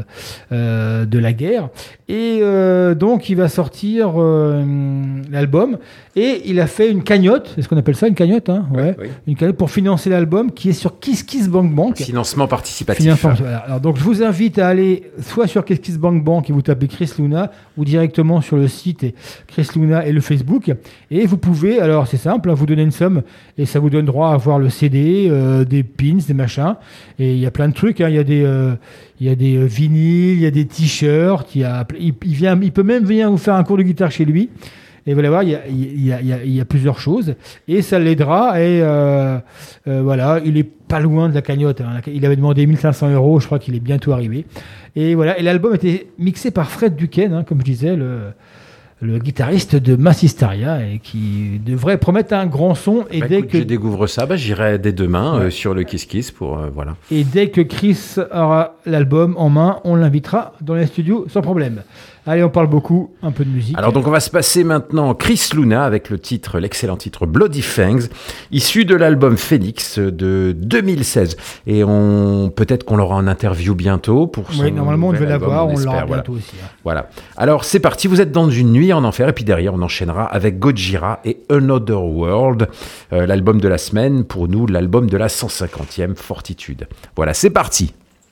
B: de la guerre. Et donc, il va sortir l'album et il a fait une cagnotte, c'est ce qu'on appelle ça, une cagnotte, hein, ouais. Oui. Une cagnotte pour financer l'album qui est sur KissKissBankBank.
J: Financement participatif.
B: Voilà. Alors, donc, je vous invite à aller soit sur KissKissBankBank et vous tapez Chris Luna ou directement sur le site Chris Luna et le Facebook. Et vous pouvez, alors c'est simple, hein, vous donner une somme et ça vous donne droit à avoir le CD, des pins, des machins. Et il y a plein de trucs, hein. Il y a des vinyles, il y a des t-shirts, il peut même venir vous faire un cours de guitare chez lui. Et vous allez voir, il y a plusieurs choses. Et ça l'aidera. Et voilà, il est pas loin de la cagnotte, hein. Il avait demandé 1 500 €, je crois qu'il est bientôt arrivé. Et voilà, et l'album était mixé par Fred Duquesne, hein, comme je disais, le guitariste de Mass Hysteria, et qui devrait promettre un grand son. Et dès que
J: je découvre ça, j'irai dès demain sur le Kiss Kiss pour voilà.
B: Et dès que Chris aura l'album en main, on l'invitera dans les studios sans problème. Allez, on parle beaucoup, un peu de musique.
J: Alors donc on va se passer maintenant Chris Luna avec l'excellent titre Bloody Fangs, issu de l'album Phoenix de 2016. Et peut-être qu'on l'aura en interview bientôt pour son
B: normalement on devait l'avoir, on l'aura
J: voilà.
B: bientôt aussi. Hein.
J: Voilà. Alors c'est parti, vous êtes dans une nuit en enfer et puis derrière on enchaînera avec Gojira et Another World, l'album de la semaine, pour nous l'album de la 150e Fortitude. Voilà, c'est parti.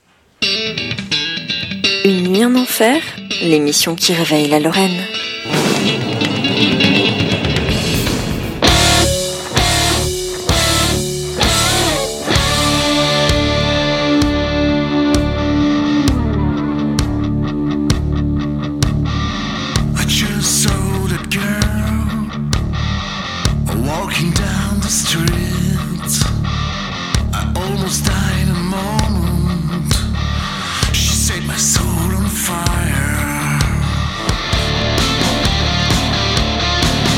H: Une nuit en enfer, l'émission qui réveille la Lorraine.
L: Soul on fire.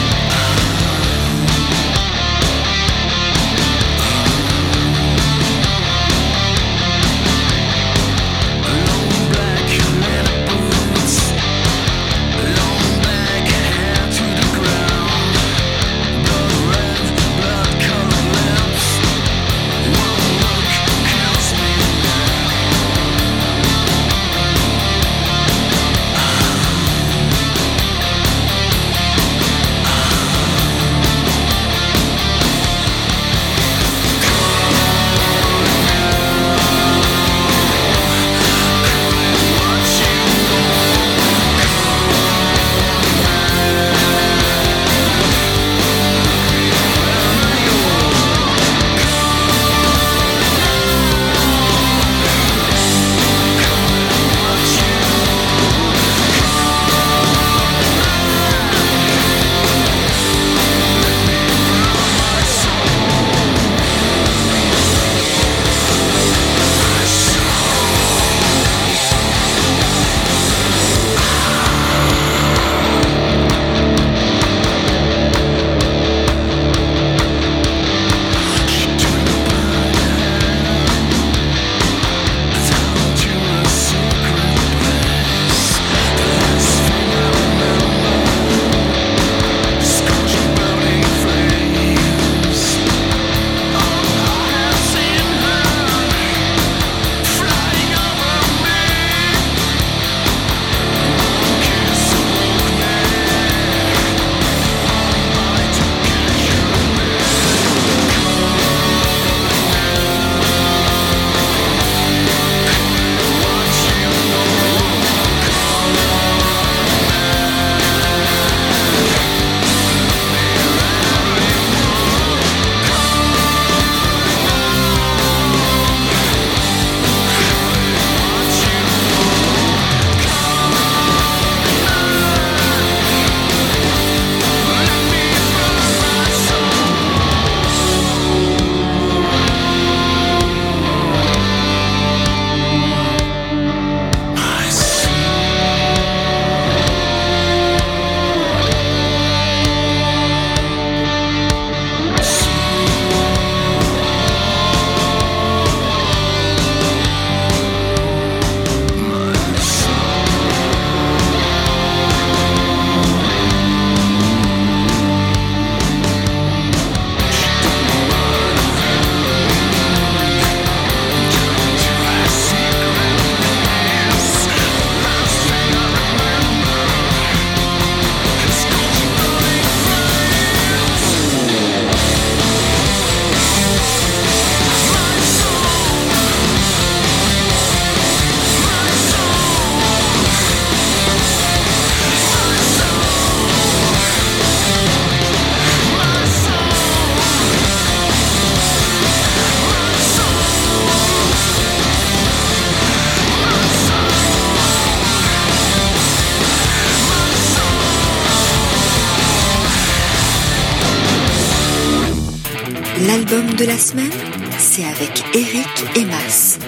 H: L'album de la semaine, c'est avec Eric et Mas.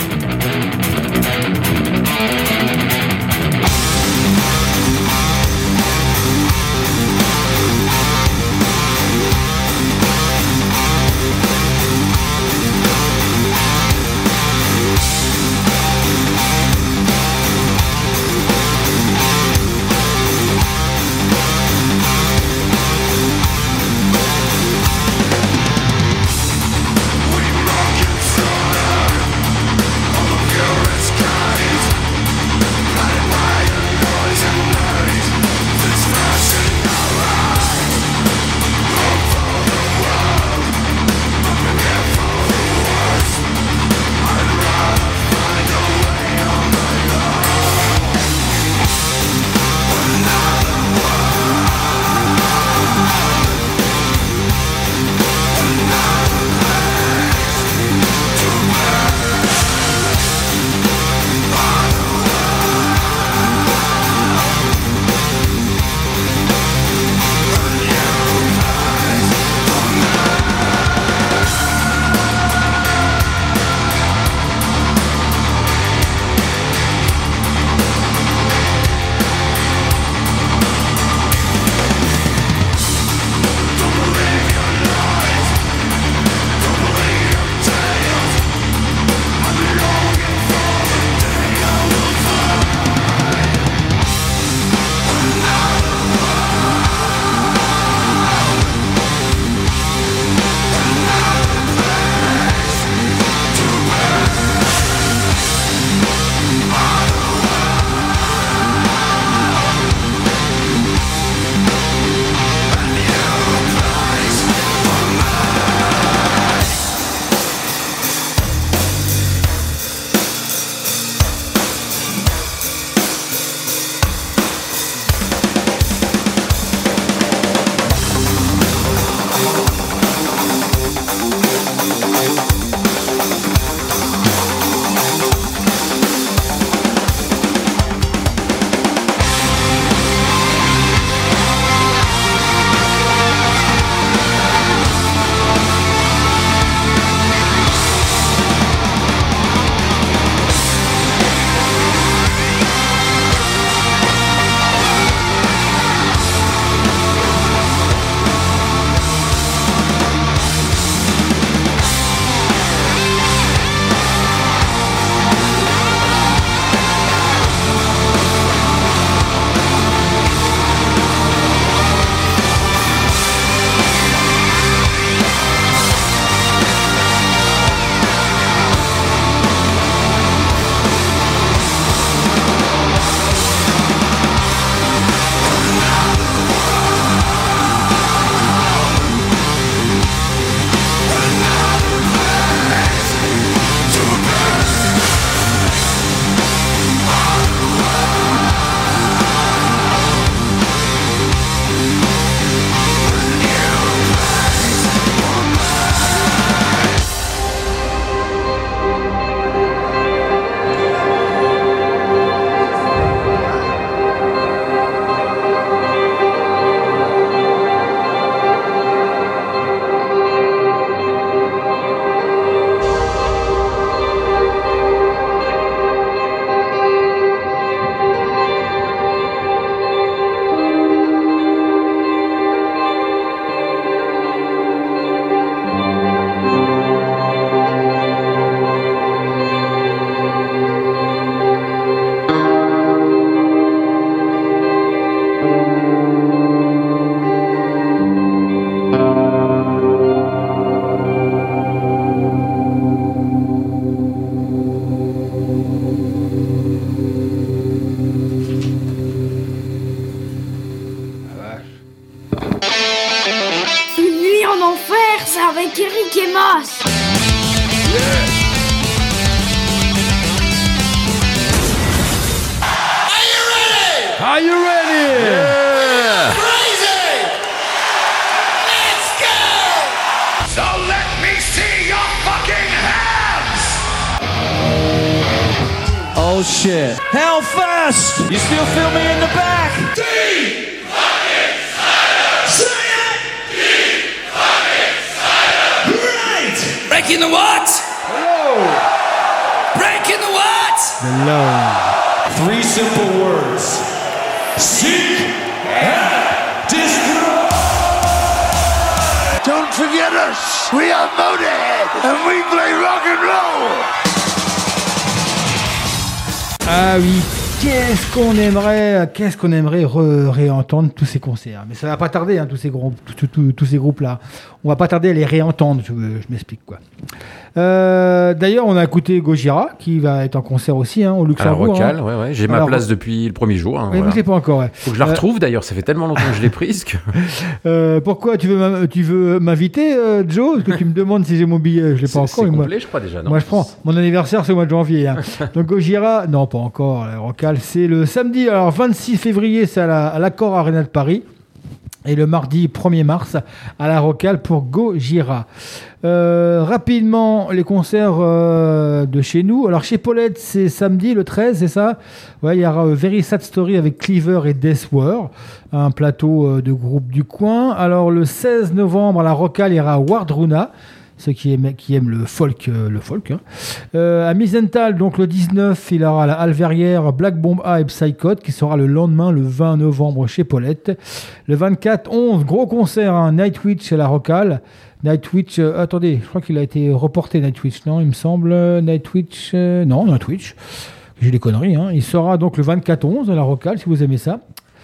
I: avec Eric et Mas.
L: Are you ready?
J: Yeah.
L: Crazy! Let's go! So let me see your fucking hands!
N: Oh shit. How fast? You still feel me in the back?
L: Say it! Deep fucking silence!
O: Breaking the what?
B: Hello.
O: Breaking the what?
B: Hello.
L: 3 simple words. Seek and destroy!
P: Don't forget us! We are Motorhead and we play rock and roll!
B: Ah oui, qu'est-ce qu'on aimerait réentendre tous ces concerts. Mais ça va pas tarder, hein, tous ces groupes-là. On va pas tarder à les réentendre, je m'explique quoi. D'ailleurs, on a écouté Gojira, qui va être en concert aussi au Luxembourg.
J: À la Rocale, ouais. J'ai ma place depuis le premier jour.
B: Oui, vous ne l'avez pas encore, ouais.
J: Faut que je la retrouve d'ailleurs, ça fait tellement longtemps que je l'ai prise que...
B: Pourquoi tu veux m'inviter, Joe? Parce que tu me demandes si j'ai mon billet, je l'ai pas encore.
J: C'est complet, je crois déjà, non?
B: Moi, je prends. Mon anniversaire, c'est au mois de janvier. Donc Gojira, non, pas encore, la Rocale. C'est le samedi, alors 26 février, c'est à l'Accor Arena de Paris. Et le mardi 1er mars à la Rocale pour Gojira. Rapidement, les concerts de chez nous. Alors chez Paulette, c'est samedi le 13, c'est ça? Ouais, il y aura Very Sad Story avec Cleaver et Death War, un plateau de groupe du coin. Alors le 16 novembre à la Rocale, il y aura Wardruna, ceux qui aiment le folk. À Misenthal, donc le 19, il y aura la Alverrière, Black Bomb A et Psychot, qui sera le lendemain, le 20 novembre, chez Paulette. Le 24-11, gros concert, Nightwish à la Rocale. Nightwish, attendez, je crois qu'il a été reporté, Nightwish, non, il me semble. Nightwish, j'ai des conneries. Il sera donc le 24-11 à la Rocale, si vous aimez ça.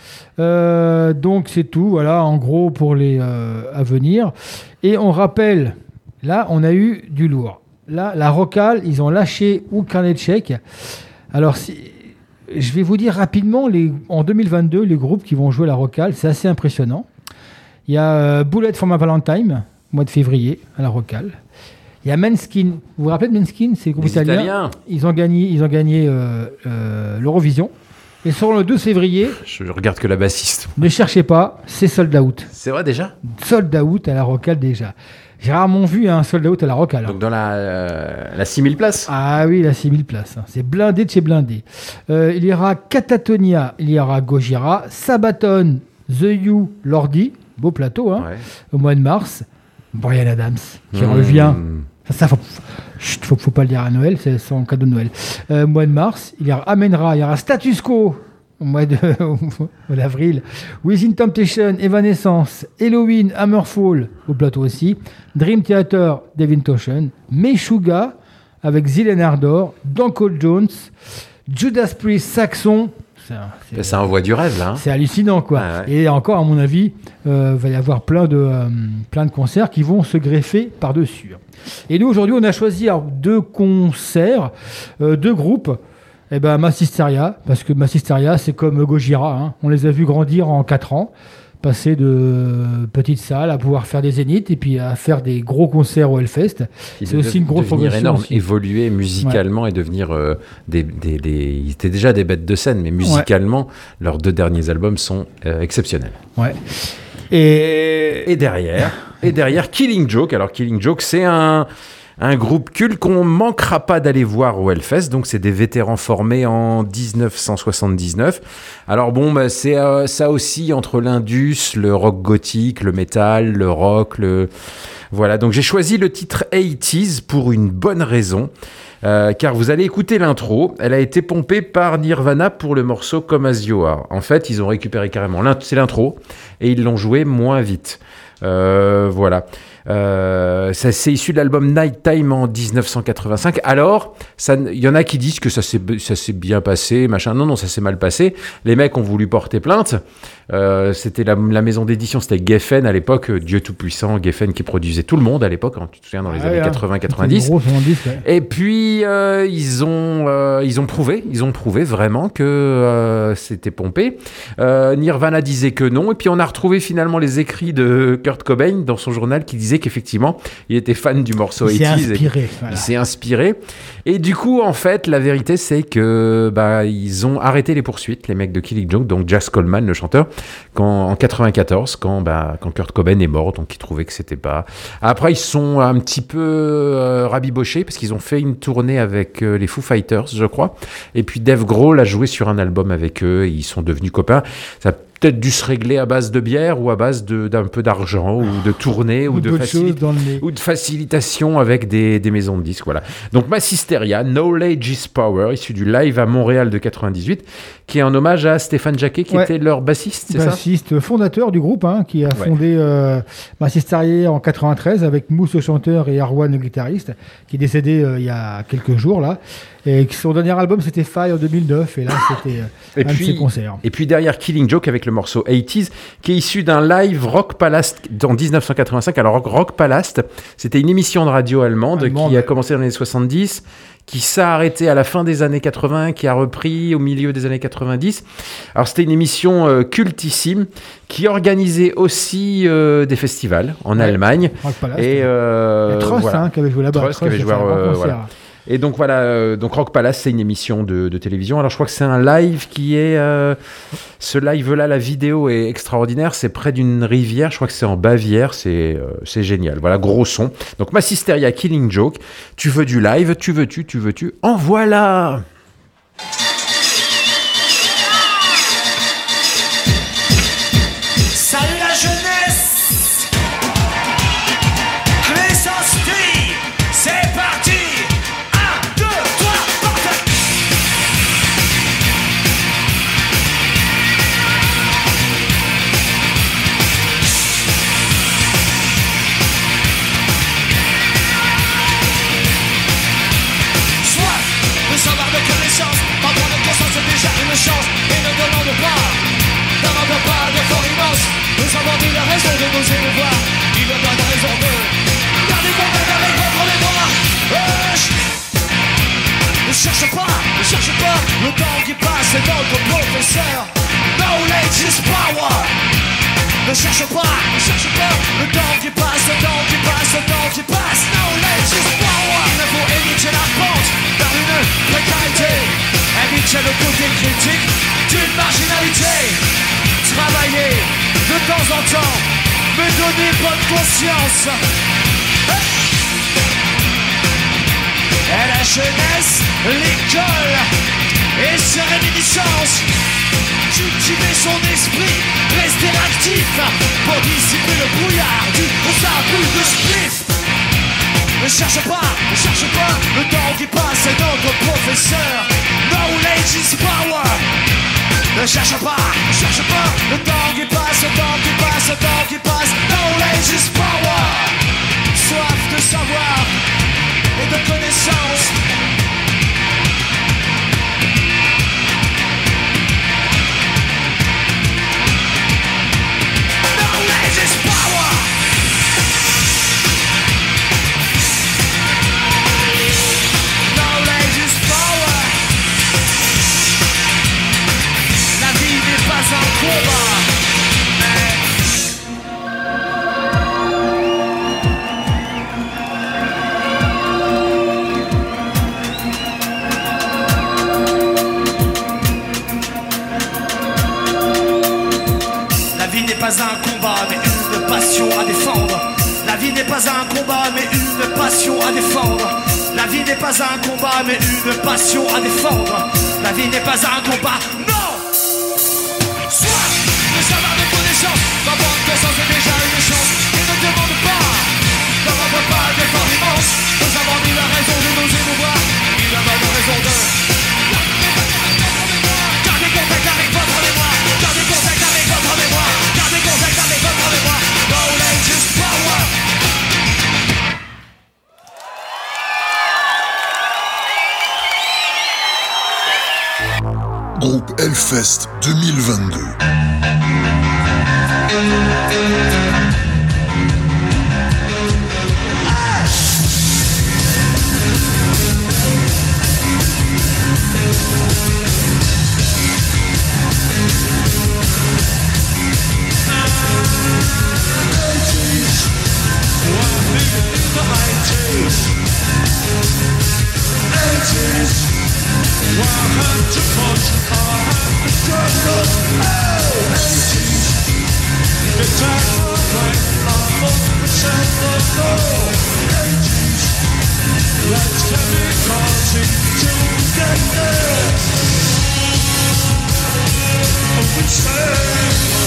B: Donc c'est tout, voilà, en gros, pour les à venir. Et on rappelle... Là, on a eu du lourd. Là, la Rocale, ils ont lâché ou carnet de chèques. Alors, je vais vous dire rapidement, en 2022, les groupes qui vont jouer la Rocale, c'est assez impressionnant. Il y a Bullet for My Valentine, mois de février, à la Rocale. Il y a Måneskin. Vous vous rappelez de Måneskin? C'est le groupe italien. Ils ont gagné l'Eurovision. Et sur le 12 février...
J: Je regarde que la bassiste.
B: Ne cherchez pas, c'est sold out.
J: C'est vrai déjà?
B: Sold out à la Rocale déjà. J'ai rarement vu un sold out à la Rocale.
J: Donc dans la 6000 places?
B: Ah oui, la 6000 places. C'est blindé de chez blindé. Il y aura Catatonia, il y aura Gojira, Sabaton, The You, Lordi, beau plateau, au mois de mars. Bryan Adams, qui revient. Ça, faut pas le dire à Noël, c'est son cadeau de Noël. Mois de mars, il y aura Amen-Ra, il y aura Status Quo, au mois d'avril. Within Temptation, Evanescence, Halloween, Hammerfall, au plateau aussi. Dream Theater, Devin Townsend. Meshuggah, avec Zilen Ardor, Danko Jones, Judas Priest, Saxon.
J: Ça envoie du rêve, là.
B: C'est hallucinant, quoi. Ah ouais. Et encore, à mon avis, va y avoir plein de concerts qui vont se greffer par-dessus. Et nous, aujourd'hui, on a choisi 2 concerts, 2 groupes. Eh ben, Massisteria, parce que Massisteria, c'est comme Gojira. On les a vus grandir en 4 ans, passer de petites salles à pouvoir faire des zéniths et puis à faire des gros concerts au Hellfest. C'est aussi une grosse progression.
J: Énorme,
B: aussi.
J: Évoluer musicalement et devenir ils étaient déjà des bêtes de scène, mais musicalement, leurs 2 derniers albums sont exceptionnels.
B: Ouais.
J: Et derrière, Killing Joke. Alors Killing Joke, c'est un groupe culte qu'on manquera pas d'aller voir au Hellfest. Donc, c'est des vétérans formés en 1979. Alors bon, c'est ça aussi entre l'indus, le rock gothique, le métal, le rock, Voilà, donc j'ai choisi le titre 80s pour une bonne raison. Car vous allez écouter l'intro. Elle a été pompée par Nirvana pour le morceau Come As You Are. En fait, ils ont récupéré carrément c'est l'intro et ils l'ont joué moins vite. Voilà. Ça, c'est issu de l'album Nighttime en 1985. Alors, il y en a qui disent que ça s'est bien passé, machin. Non, ça s'est mal passé. Les mecs ont voulu porter plainte. C'était la maison d'édition, c'était Geffen à l'époque, Dieu Tout-Puissant, Geffen qui produisait tout le monde à l'époque, tu te souviens, dans les années 80-90. Et puis, ils ont prouvé vraiment que c'était pompé. Nirvana disait que non. Et puis, on a retrouvé finalement les écrits de Kurt Cobain dans son journal qui disait qu'effectivement, il était fan du morceau 80s. Il s'est inspiré. Et du coup, en fait, la vérité, c'est que ils ont arrêté les poursuites, les mecs de Killing Joke, donc Jas Coleman, le chanteur, en 94, quand Kurt Cobain est mort, donc ils trouvaient que c'était pas... Après, ils sont un petit peu rabibochés, parce qu'ils ont fait une tournée avec les Foo Fighters, je crois. Et puis Dave Grohl a joué sur un album avec eux, et ils sont devenus copains. Ça peut-être dû se régler à base de bière ou à base d'un peu d'argent ou de tournée ou de facilitation avec des maisons de disques. Voilà. Donc Massisteria, Knowledge is Power, issu du live à Montréal de 98, qui est en hommage à Stéphane Jacquet, qui était leur bassiste, c'est ça ?
B: Bassiste fondateur du groupe, qui a fondé Massisteria en 93 avec Mousse le chanteur et Arwan le guitariste, qui est décédé il y a quelques jours là. Et son dernier album c'était Fire en 2009 et là c'était un de ses concerts.
J: Et puis derrière Killing Joke avec le morceau 80s qui est issu d'un live Rock Palace en 1985. Alors Rock Palace, c'était une émission de radio allemande qui a commencé dans les années 70, qui s'est arrêtée à la fin des années 80, qui a repris au milieu des années 90. Alors c'était une émission cultissime qui organisait aussi des festivals en Allemagne.
B: Rock Palace,
J: et
B: Trust qui avait joué là-bas.
J: Trust qui avait joué voilà. Et donc voilà, donc Rock Palace, c'est une émission de télévision. Alors je crois que c'est un live qui est... ce live-là, la vidéo est extraordinaire. C'est près d'une rivière, je crois que c'est en Bavière. C'est génial. Voilà, gros son. Donc Massisteria, Killing Joke. Tu veux du live, tu veux-tu, en voilà.
L: Salut la jeunesse, Renaissance Day, c'est parti. 1, 2, 3, parfait. Soif de savoir, de connaissance, pas prendre conscience, c'est déjà une chance. Et ne demande pas d'effort immense. Nous avons eu la raison de nous émouvoir. Il nous donne raison de garder contact avec votre mémoire. Ne cherche pas, le temps qui passe est notre professeur. Knowledge is power. Ne cherche pas, le temps qui passe, Knowledge is power. Il faut éviter la pente vers une précarité. Éviter le côté critique d'une marginalité. Travailler de temps en temps, me donner bonne conscience. Et la jeunesse, l'école et ses réminiscences. Cultiver son esprit, rester actif pour dissiper le brouillard du boule de spliff. Ne cherche pas, le temps qui passe est notre professeur. Knowledge is power. Ne cherche pas, le temps qui passe, Knowledge is power. Soif de savoir et de connaissance. Knowledge is power. Knowledge is power. La vie n'est pas un combat. La vie n'est pas un combat, mais une passion à défendre. La vie n'est pas un combat, mais une passion à défendre. La vie n'est pas un combat, mais une passion à défendre. La vie n'est pas un combat, non. Soif de savoir, de connaissance, d'en prendre conscience est déjà une chance. Et ne demande pas d'effort immense. Nous avons eu la raison de nous émouvoir. Il a pas de raison de garder contact avec votre mémoire. Gardez contact avec votre mémoire. Gardez contact avec votre mémoire. Knowledge is power.
Q: Groupe Hellfest 2022.
L: Let's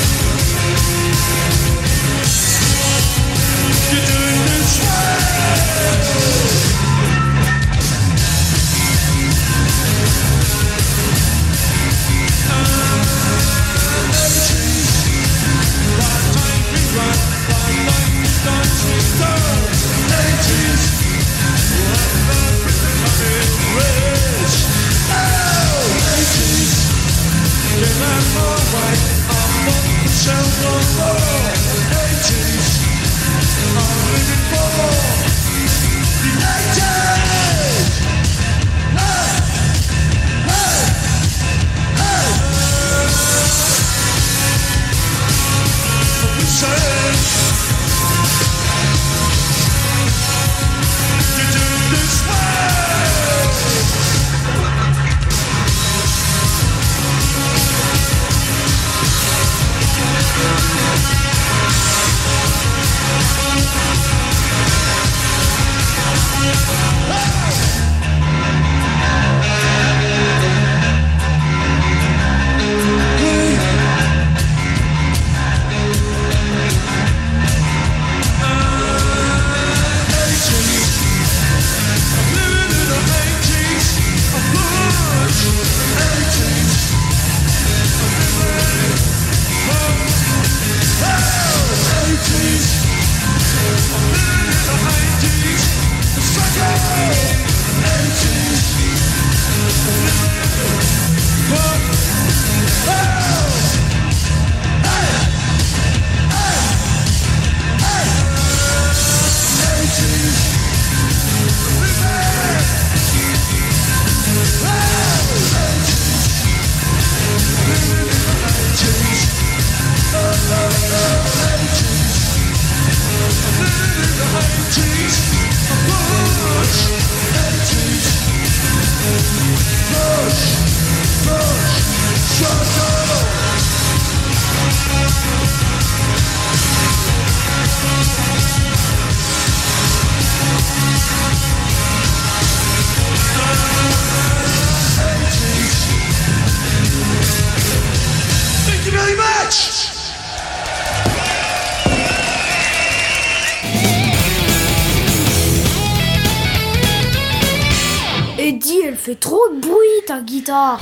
I: fait trop de bruit ta guitare.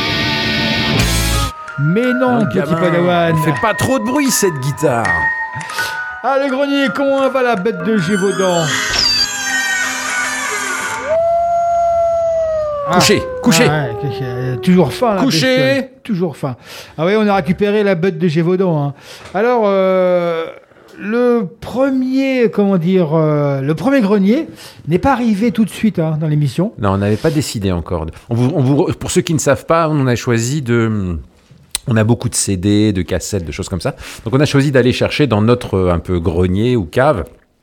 B: Mais non, petit Padawan.
J: Elle fait pas trop de bruit cette guitare.
B: Ah, le grenier, comment va la bête de Gévaudan?
J: Couché, couché.
B: Ah ouais, toujours faim là.
J: Couché.
B: Toujours faim. Ah oui, on a récupéré la bête de Gévaudan. Hein. Alors, le premier grenier n'est pas arrivé tout de suite dans l'émission.
J: Non, on n'avait pas décidé encore. Pour ceux qui ne savent pas, on a choisi de... On a beaucoup de CD, de cassettes, de choses comme ça. Donc on a choisi d'aller chercher dans notre un peu grenier ou cave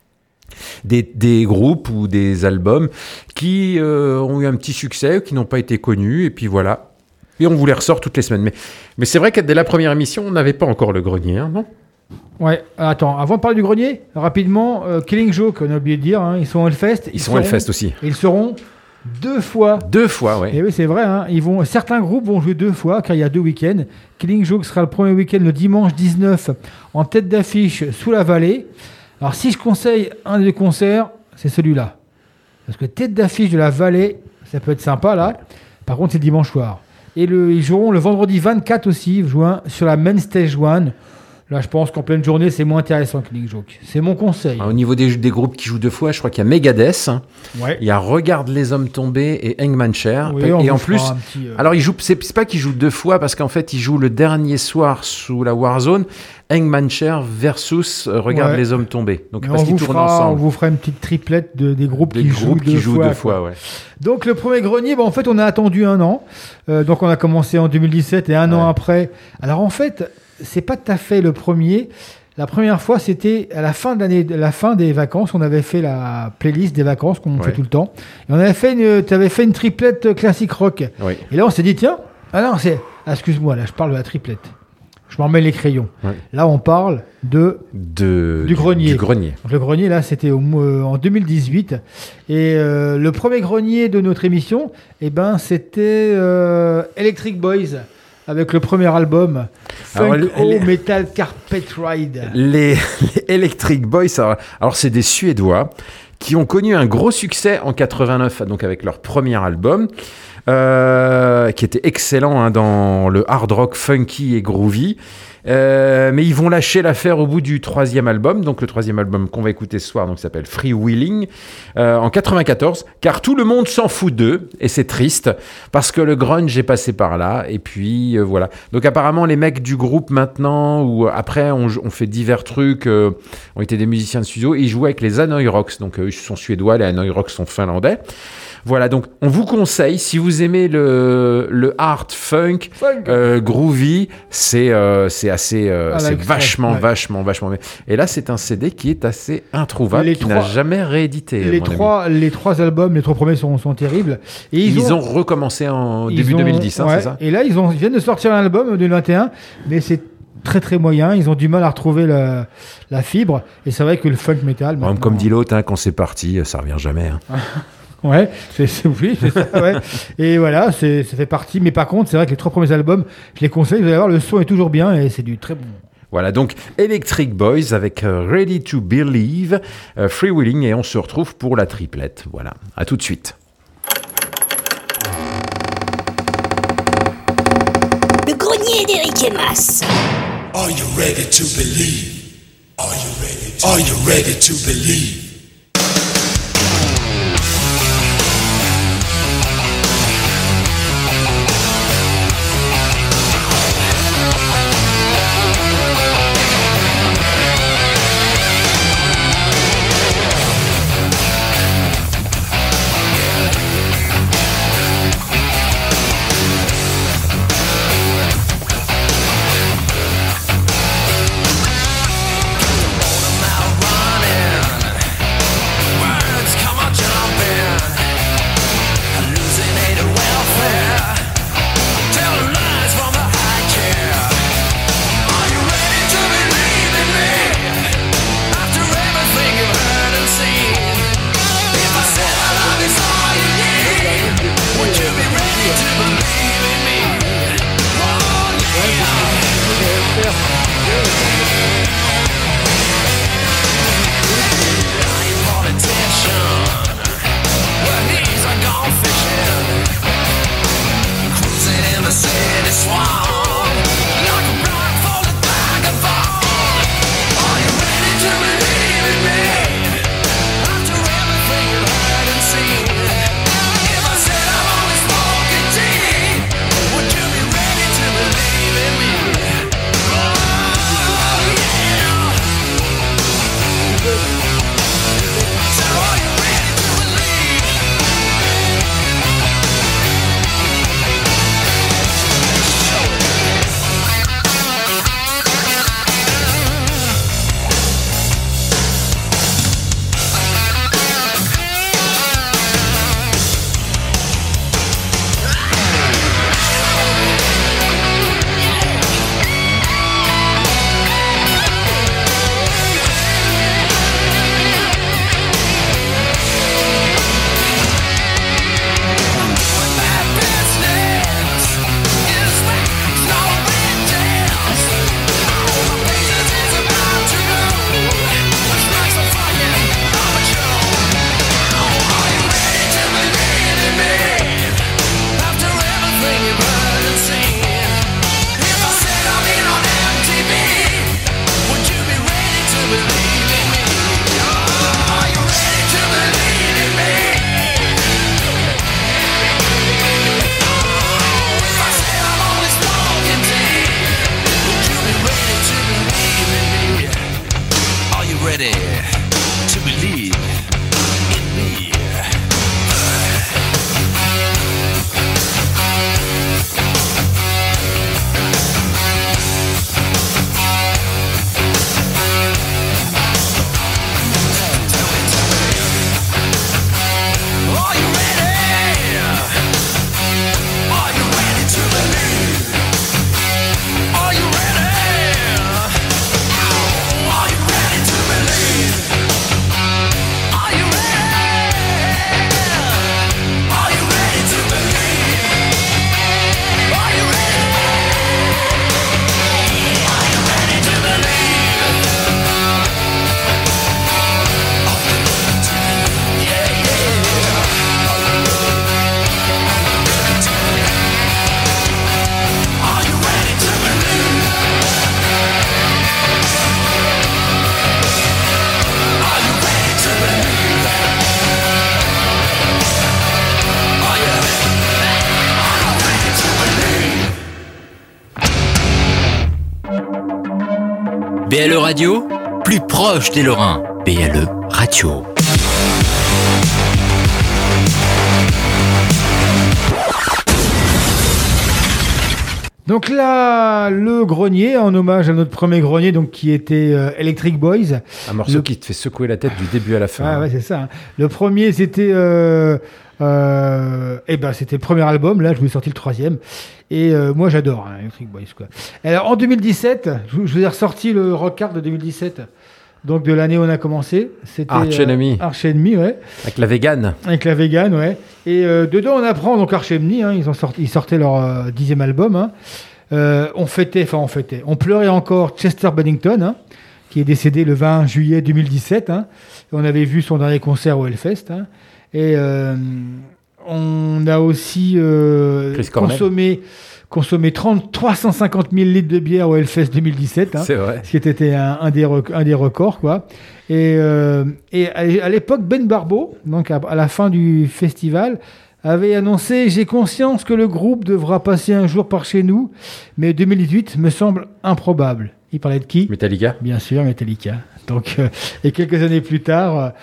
J: des groupes ou des albums qui ont eu un petit succès, qui n'ont pas été connus, et puis voilà. Et on vous les ressort toutes les semaines. Mais c'est vrai que dès la première émission, on n'avait pas encore le grenier, hein, non ?
B: Ouais, attends, avant de parler du grenier, rapidement, Killing Joke, on a oublié de dire, hein, ils sont au Hellfest.
J: Ils sont au Hellfest aussi.
B: Ils seront 2 fois.
J: 2 fois, oui.
B: Et oui, c'est vrai, hein, certains groupes vont jouer 2 fois, car il y a 2 week-ends. Killing Joke sera le premier week-end, le dimanche 19, en tête d'affiche, sous la vallée. Alors, si je conseille un des concerts, c'est celui-là. Parce que tête d'affiche de la vallée, ça peut être sympa, là. Par contre, c'est le dimanche soir. Et ils joueront le vendredi 24 aussi, juin, sur la Main Stage 1. Là, je pense qu'en pleine journée, c'est moins intéressant que Killing Joke. C'est mon conseil.
J: Alors, au niveau des groupes qui jouent 2 fois, je crois qu'il y a Megadeth,
B: ouais.
J: Il y a Regarde les hommes tombés et Hangman Chair.
B: Oui,
J: et en plus, alors c'est pas qu'ils jouent 2 fois parce qu'en fait, ils jouent le dernier soir sous la Warzone, Hangman Chair versus Regarde les hommes tombés. Donc parce qu'ils tournent ensemble.
B: On vous fera une petite triplette des groupes qui jouent 2 fois.
J: Ouais.
B: Donc le premier grenier, en fait, on a attendu 1 an. Donc on a commencé en 2017 et 1 an après. Alors en fait, c'est pas tout à fait le premier. La première fois, c'était à la fin de l'année, la fin des vacances. On avait fait la playlist des vacances, comme on fait tout le temps. Et on avait fait tu avais fait une triplette classique rock. Oui. Et là, on s'est dit, tiens, excuse-moi, là, je parle de la triplette. Je m'en mets les crayons. Oui. Là, on parle du grenier.
J: Du grenier.
B: Donc, le grenier, là, c'était en 2018. Et le premier grenier de notre émission, c'était Electric Boys. Avec le premier album, Funk Metal Carpet Ride.
J: Les Electric Boys, alors c'est des Suédois qui ont connu un gros succès en 89, donc avec leur premier album, qui était excellent dans le hard rock funky et groovy. Mais ils vont lâcher l'affaire au bout du 3e album, donc le 3e album qu'on va écouter ce soir, donc s'appelle Freewheeling, en 94, car tout le monde s'en fout d'eux, et c'est triste, parce que le grunge est passé par là, et puis voilà. Donc apparemment les mecs du groupe maintenant, ou après on fait divers trucs, ont été des musiciens de studio, et ils jouaient avec les Hanoi Rocks, donc ils sont suédois, les Hanoi Rocks sont finlandais. Voilà, donc on vous conseille, si vous aimez le art funk, groovy, c'est assez, c'est vachement bien. Et là, c'est un CD qui est assez introuvable, qui n'a jamais réédité.
B: Les trois albums, les 3 premiers sont terribles. Et
J: ils ont recommencé en début 2010, c'est ça ?
B: Et là, ils viennent de sortir un album en 2021, mais c'est très très moyen, ils ont du mal à retrouver la fibre, et c'est vrai que le funk metal...
J: Comme dit l'autre, quand c'est parti, ça revient jamais.
B: Ouais, c'est ça, ouais. Et voilà, ça fait partie. Mais par contre, c'est vrai que les 3 premiers albums, je les conseille, vous allez voir, le son est toujours bien et c'est du très bon.
J: Voilà, donc Electric Boys avec Ready to Believe, Freewheeling, et on se retrouve pour la triplette. Voilà, à tout de suite.
H: Le grenier d'Éric et Mas.
P: Are you ready to believe? Are you ready to believe?
A: BLE Radio, plus proche des Lorrains. BLE Radio.
B: Donc là, le grenier, en hommage à notre premier grenier, donc qui était Electric Boys.
J: Un morceau qui te fait secouer la tête du début à la fin.
B: Ah ouais, c'est ça. Hein. Le premier, c'était c'était le premier album. Là, je vous ai sorti le troisième. Et moi, j'adore Electric Boys, quoi. Alors, en 2017, je vous ai ressorti le rockard de 2017. Donc, de l'année où on a commencé. C'était
J: Arch Enemy.
B: Arch Enemy, ouais.
J: Avec la Vegan.
B: Avec la Vegan, ouais. Et dedans, on apprend, donc Arch Enemy, hein, ils sortaient leur 10e album. Hein. On pleurait encore Chester Bennington, hein, qui est décédé le 20 juillet 2017. Hein. On avait vu son dernier concert au Hellfest. Hein. Et on a aussi consommé 350 000 litres de bière au Hellfest 2017. Hein,
J: c'est vrai.
B: Ce qui était un des records, quoi. Et à l'époque, Ben Barbeau, donc à la fin du festival, avait annoncé « J'ai conscience que le groupe devra passer un jour par chez nous, mais 2018 me semble improbable. » Il parlait de qui ?
J: Metallica.
B: Bien sûr, Metallica. Donc, et quelques années plus tard,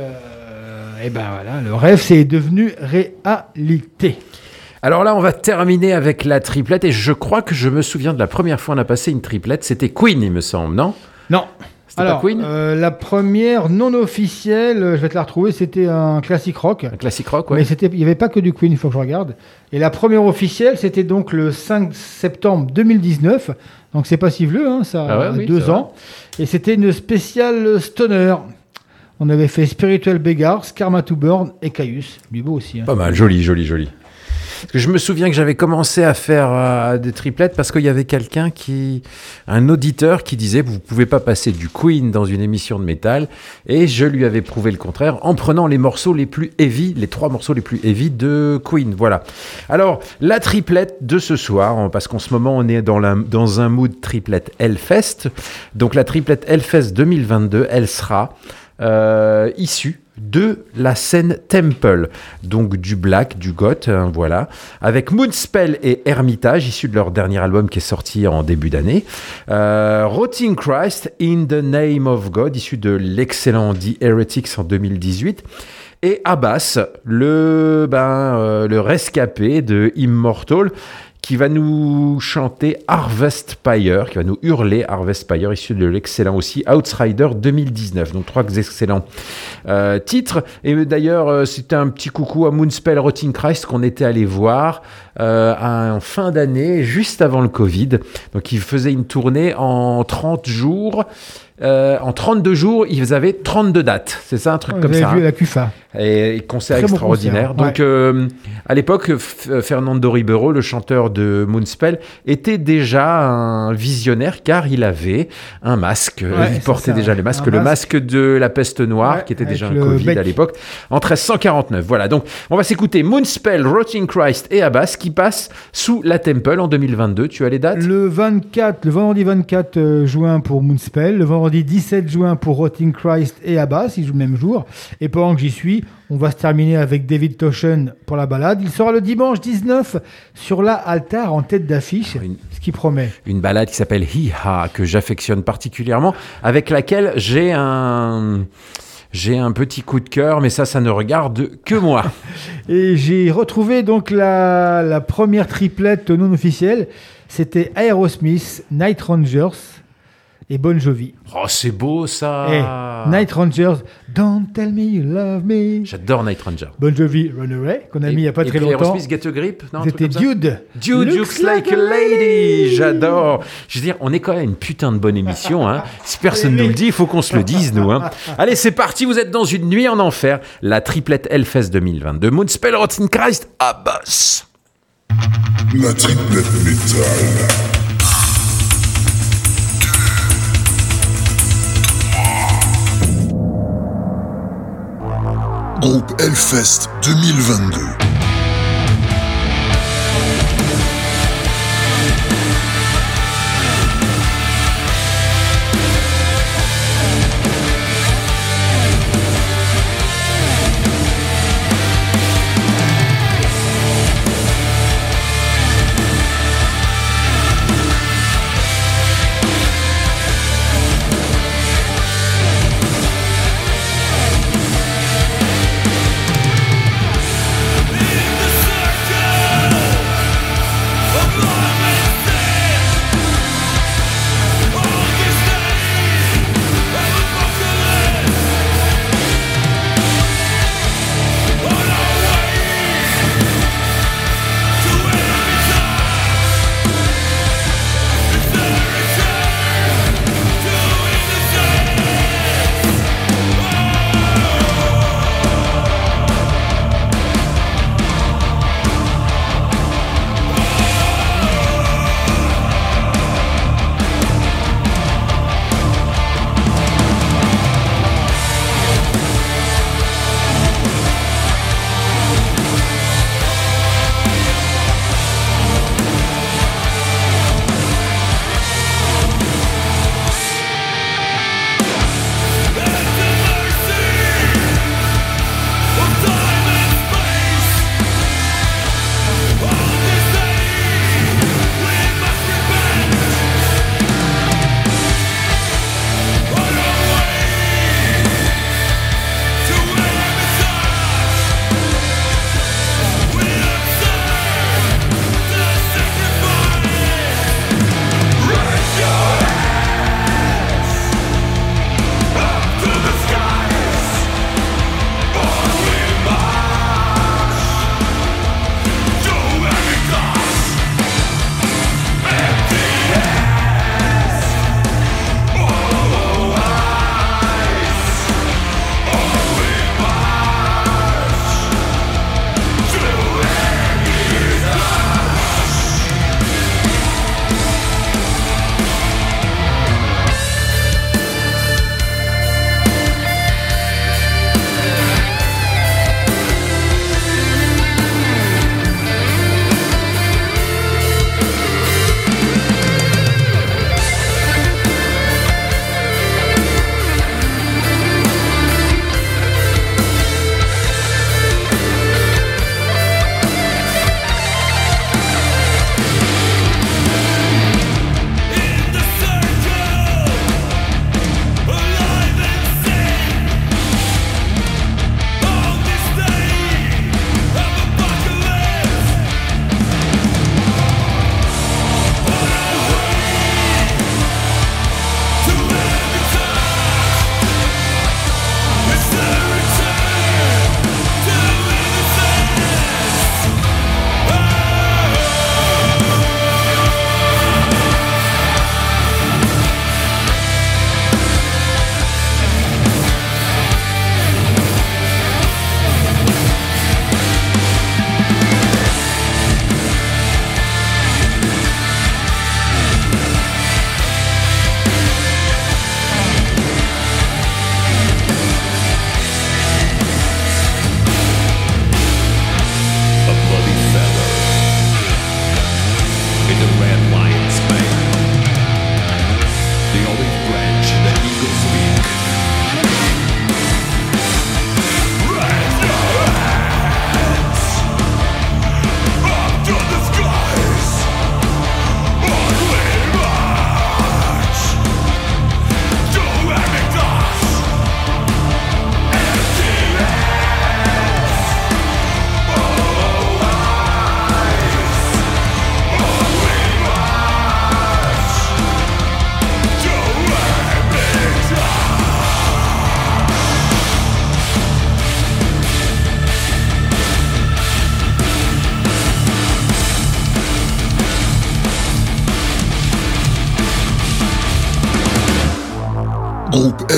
B: le rêve, c'est devenu réalité.
J: Alors là, on va terminer avec la triplette, et je crois que je me souviens de la première fois qu'on a passé une triplette, c'était Queen, il me semble, non ?
B: Non.
J: C'était pas Queen ?
B: La première non officielle, je vais te la retrouver, c'était un classique rock.
J: Un classique rock, ouais.
B: Mais il n'y avait pas que du Queen, il faut que je regarde. Et la première officielle, c'était donc le 5 septembre 2019. Donc c'est pas si vieux, hein, ça a 2 ans. Et c'était une spéciale stoner. On avait fait Spiritual Beggars, Karma to Burn et Caius. Du beau aussi. Hein.
J: Pas mal, joli. Parce que je me souviens que j'avais commencé à faire des triplettes parce qu'il y avait un auditeur qui disait vous pouvez pas passer du Queen dans une émission de métal, et je lui avais prouvé le contraire en prenant les morceaux les plus heavy, les 3 morceaux les plus heavy de Queen. Voilà. Alors la triplette de ce soir, parce qu'en ce moment on est dans un mood triplette Hellfest. Donc la triplette Hellfest 2022, elle sera issue de la scène Temple, donc du black, du goth, hein, voilà, avec Moonspell et Hermitage, issus de leur dernier album qui est sorti en début d'année, Rotting Christ, In the Name of God, issu de l'excellent The Heretics en 2018, et Abbas, le rescapé de Immortal, qui va nous chanter Harvest Pyre, qui va nous hurler Harvest Pyre, issu de l'excellent aussi Outsider 2019. Donc 3 excellents titres. Et d'ailleurs, c'était un petit coucou à Moonspell Rotting Christ qu'on était allé voir en fin d'année, juste avant le Covid. Donc il faisait une tournée en 30 jours. En 32 jours, ils avaient 32 dates. C'est ça, un truc comme ça.
B: Vous avez vu la CUFA.
J: Et concert
B: Très
J: extraordinaire.
B: Bon concert,
J: Donc, à l'époque, Fernando Ribeiro, le chanteur de Moonspell, était déjà un visionnaire car il avait un masque. Il portait déjà les masques. Le masque de la peste noire, qui était déjà un Covid à l'époque, en 1349. Voilà. Donc, on va s'écouter Moonspell, Rotting Christ et Abbas qui passent sous la Temple en 2022. Tu as les dates ?
B: Le vendredi 24 juin pour Moonspell, le vendredi 17 juin pour Rotting Christ et Abbas, ils jouent le même jour. Et pendant que j'y suis, on va se terminer avec David Toshen pour la balade. Il sera le dimanche 19 sur la Altar en tête d'affiche, ce qui promet.
J: Une balade qui s'appelle Hi-Ha, que j'affectionne particulièrement, avec laquelle j'ai un petit coup de cœur, mais ça ne regarde que moi.
B: Et j'ai retrouvé donc la première triplette non officielle. C'était Aerosmith, Night Rangers et Bon Jovi.
J: Oh, c'est beau ça.
B: Night Rangers, Don't Tell Me You Love Me.
J: J'adore Night Rangers.
B: Bon Jovi, Runaway, qu'on a mis il n'y a pas très longtemps.
J: Aerosmith, Get a Grip.
B: C'était Dude.
J: Dude looks like a lady. J'adore. Je veux dire, on est quand même une putain de bonne émission. Hein. Si personne ne nous le dit, il faut qu'on se le dise, nous. Hein. Allez, c'est parti. Vous êtes dans une nuit en enfer. La triplette Hellfest 2022. Moonspell, Rotting Christ, Abbas.
Q: La triplette métal. Groupe Hellfest 2022.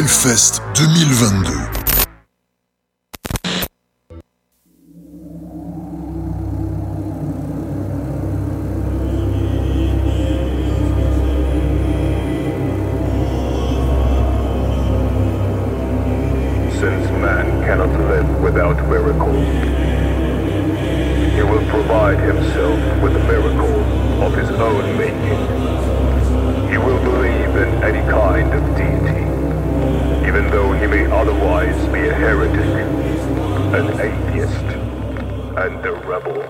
Q: Hellfest 2022.
R: Since man cannot live without miracles, he will provide himself with a miracle of his own making. He will believe in any kind of deity, even though he may otherwise be a heretic, an atheist, and a rebel.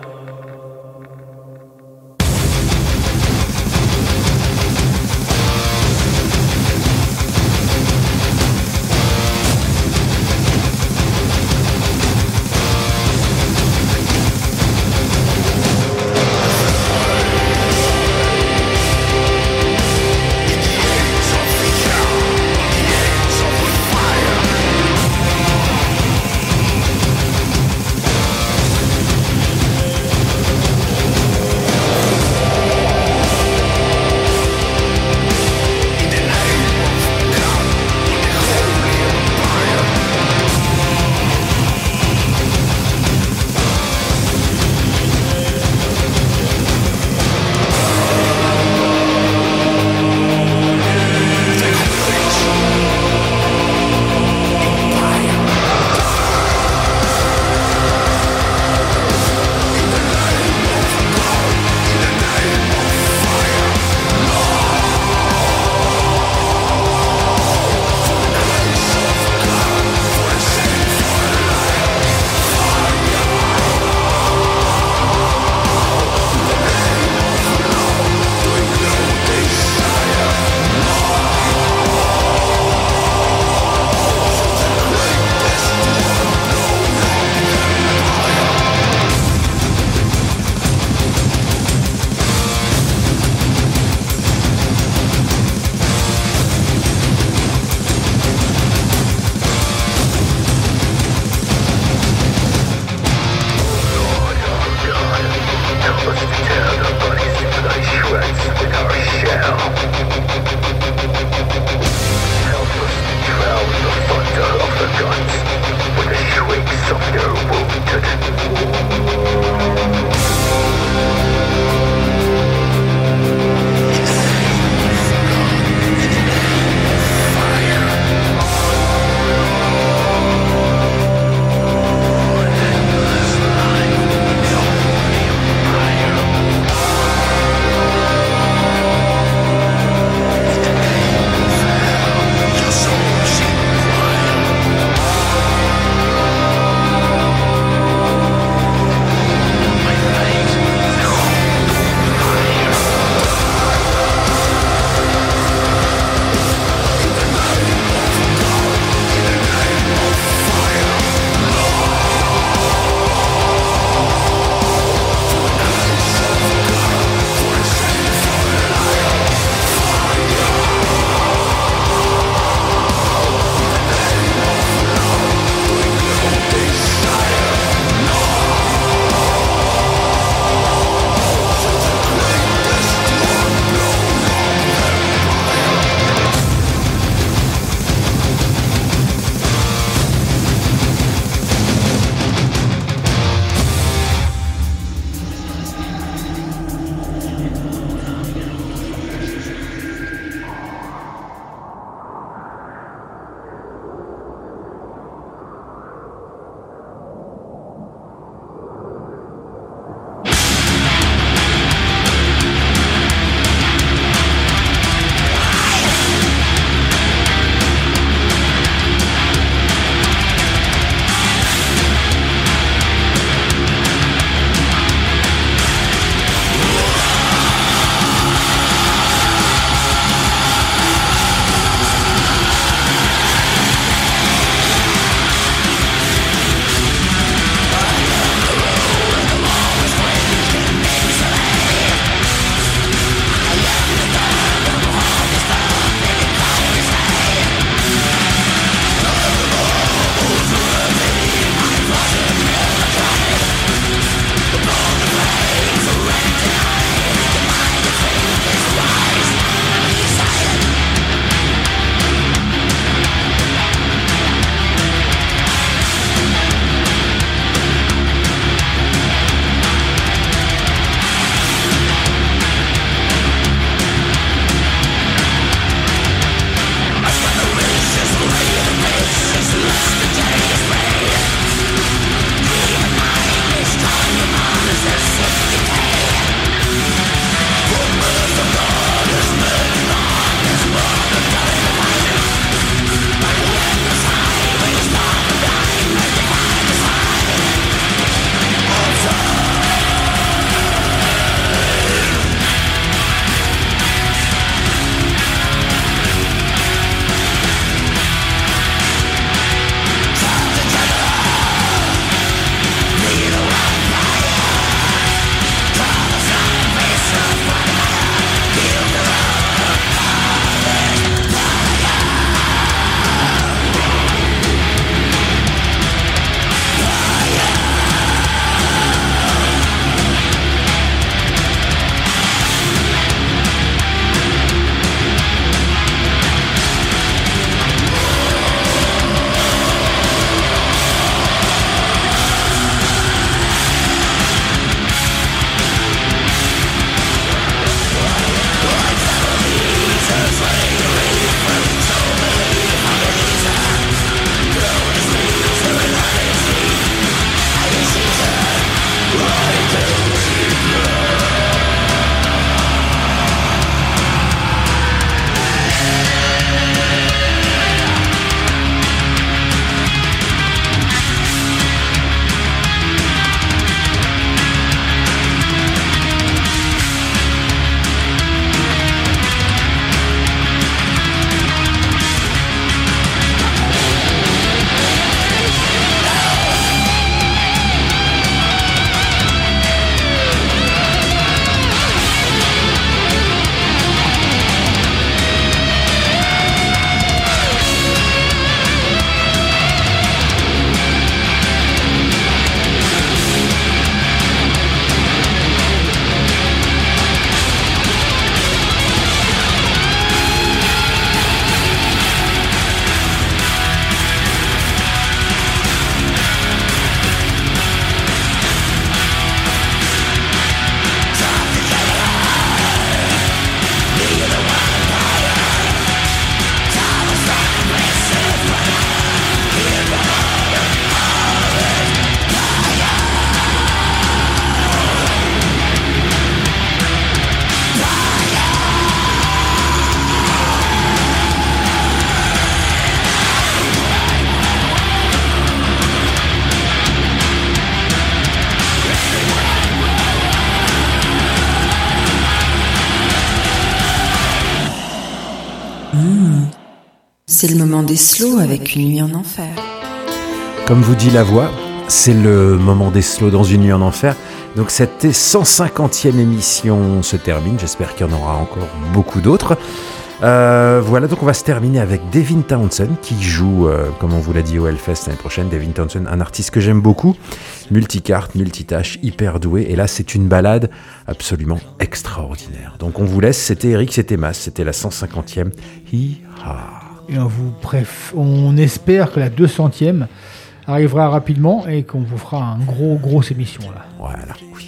S: C'est le moment des slows avec Une nuit en enfer.
J: Comme vous dit la voix, c'est le moment des slows dans Une nuit en enfer. Donc cette 150e émission se termine. J'espère qu'il y en aura encore beaucoup d'autres. Voilà, donc on va se terminer avec Devin Townsend qui joue, comme on vous l'a dit, au Hellfest l'année prochaine. Devin Townsend, un artiste que j'aime beaucoup, multicarte, multitâche, hyper doué. Et là, c'est une balade absolument extraordinaire. Donc on vous laisse, c'était Eric, c'était Mas, c'était la 150e. Hi-ha.
B: Et on espère que la 200e arrivera rapidement et qu'on vous fera une grosse émission là.
J: Voilà, oui.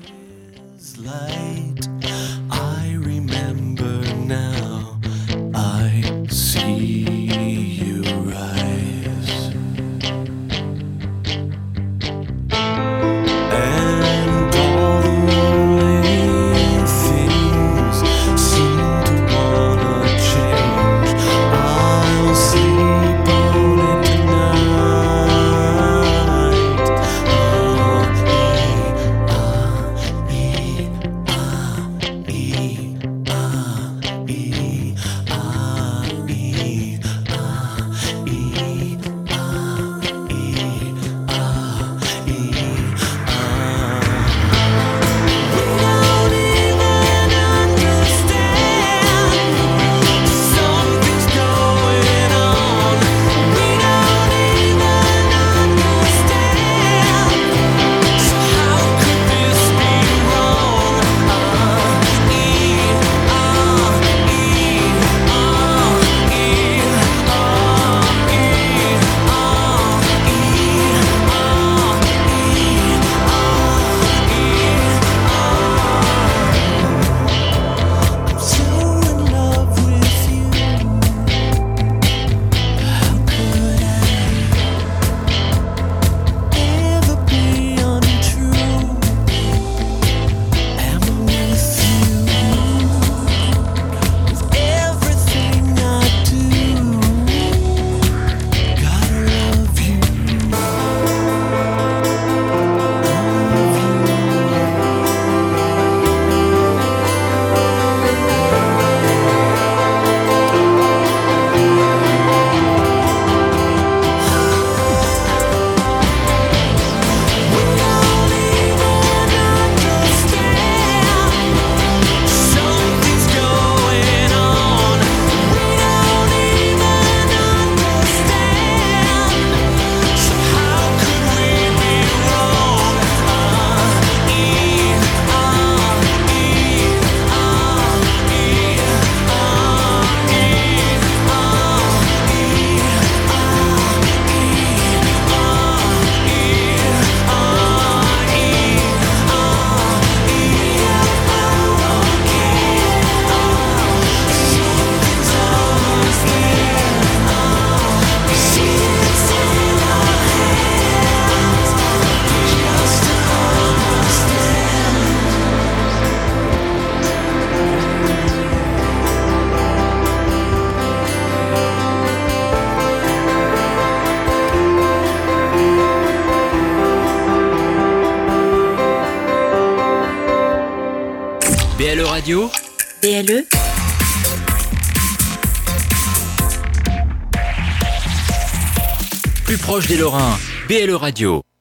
P: I remember now, I see you rise, and all the lonely things seem to wanna change. I'll sleep on it tonight.
A: BLE Radio.
H: BLE.
A: Plus proche des Lorrains, BLE Radio.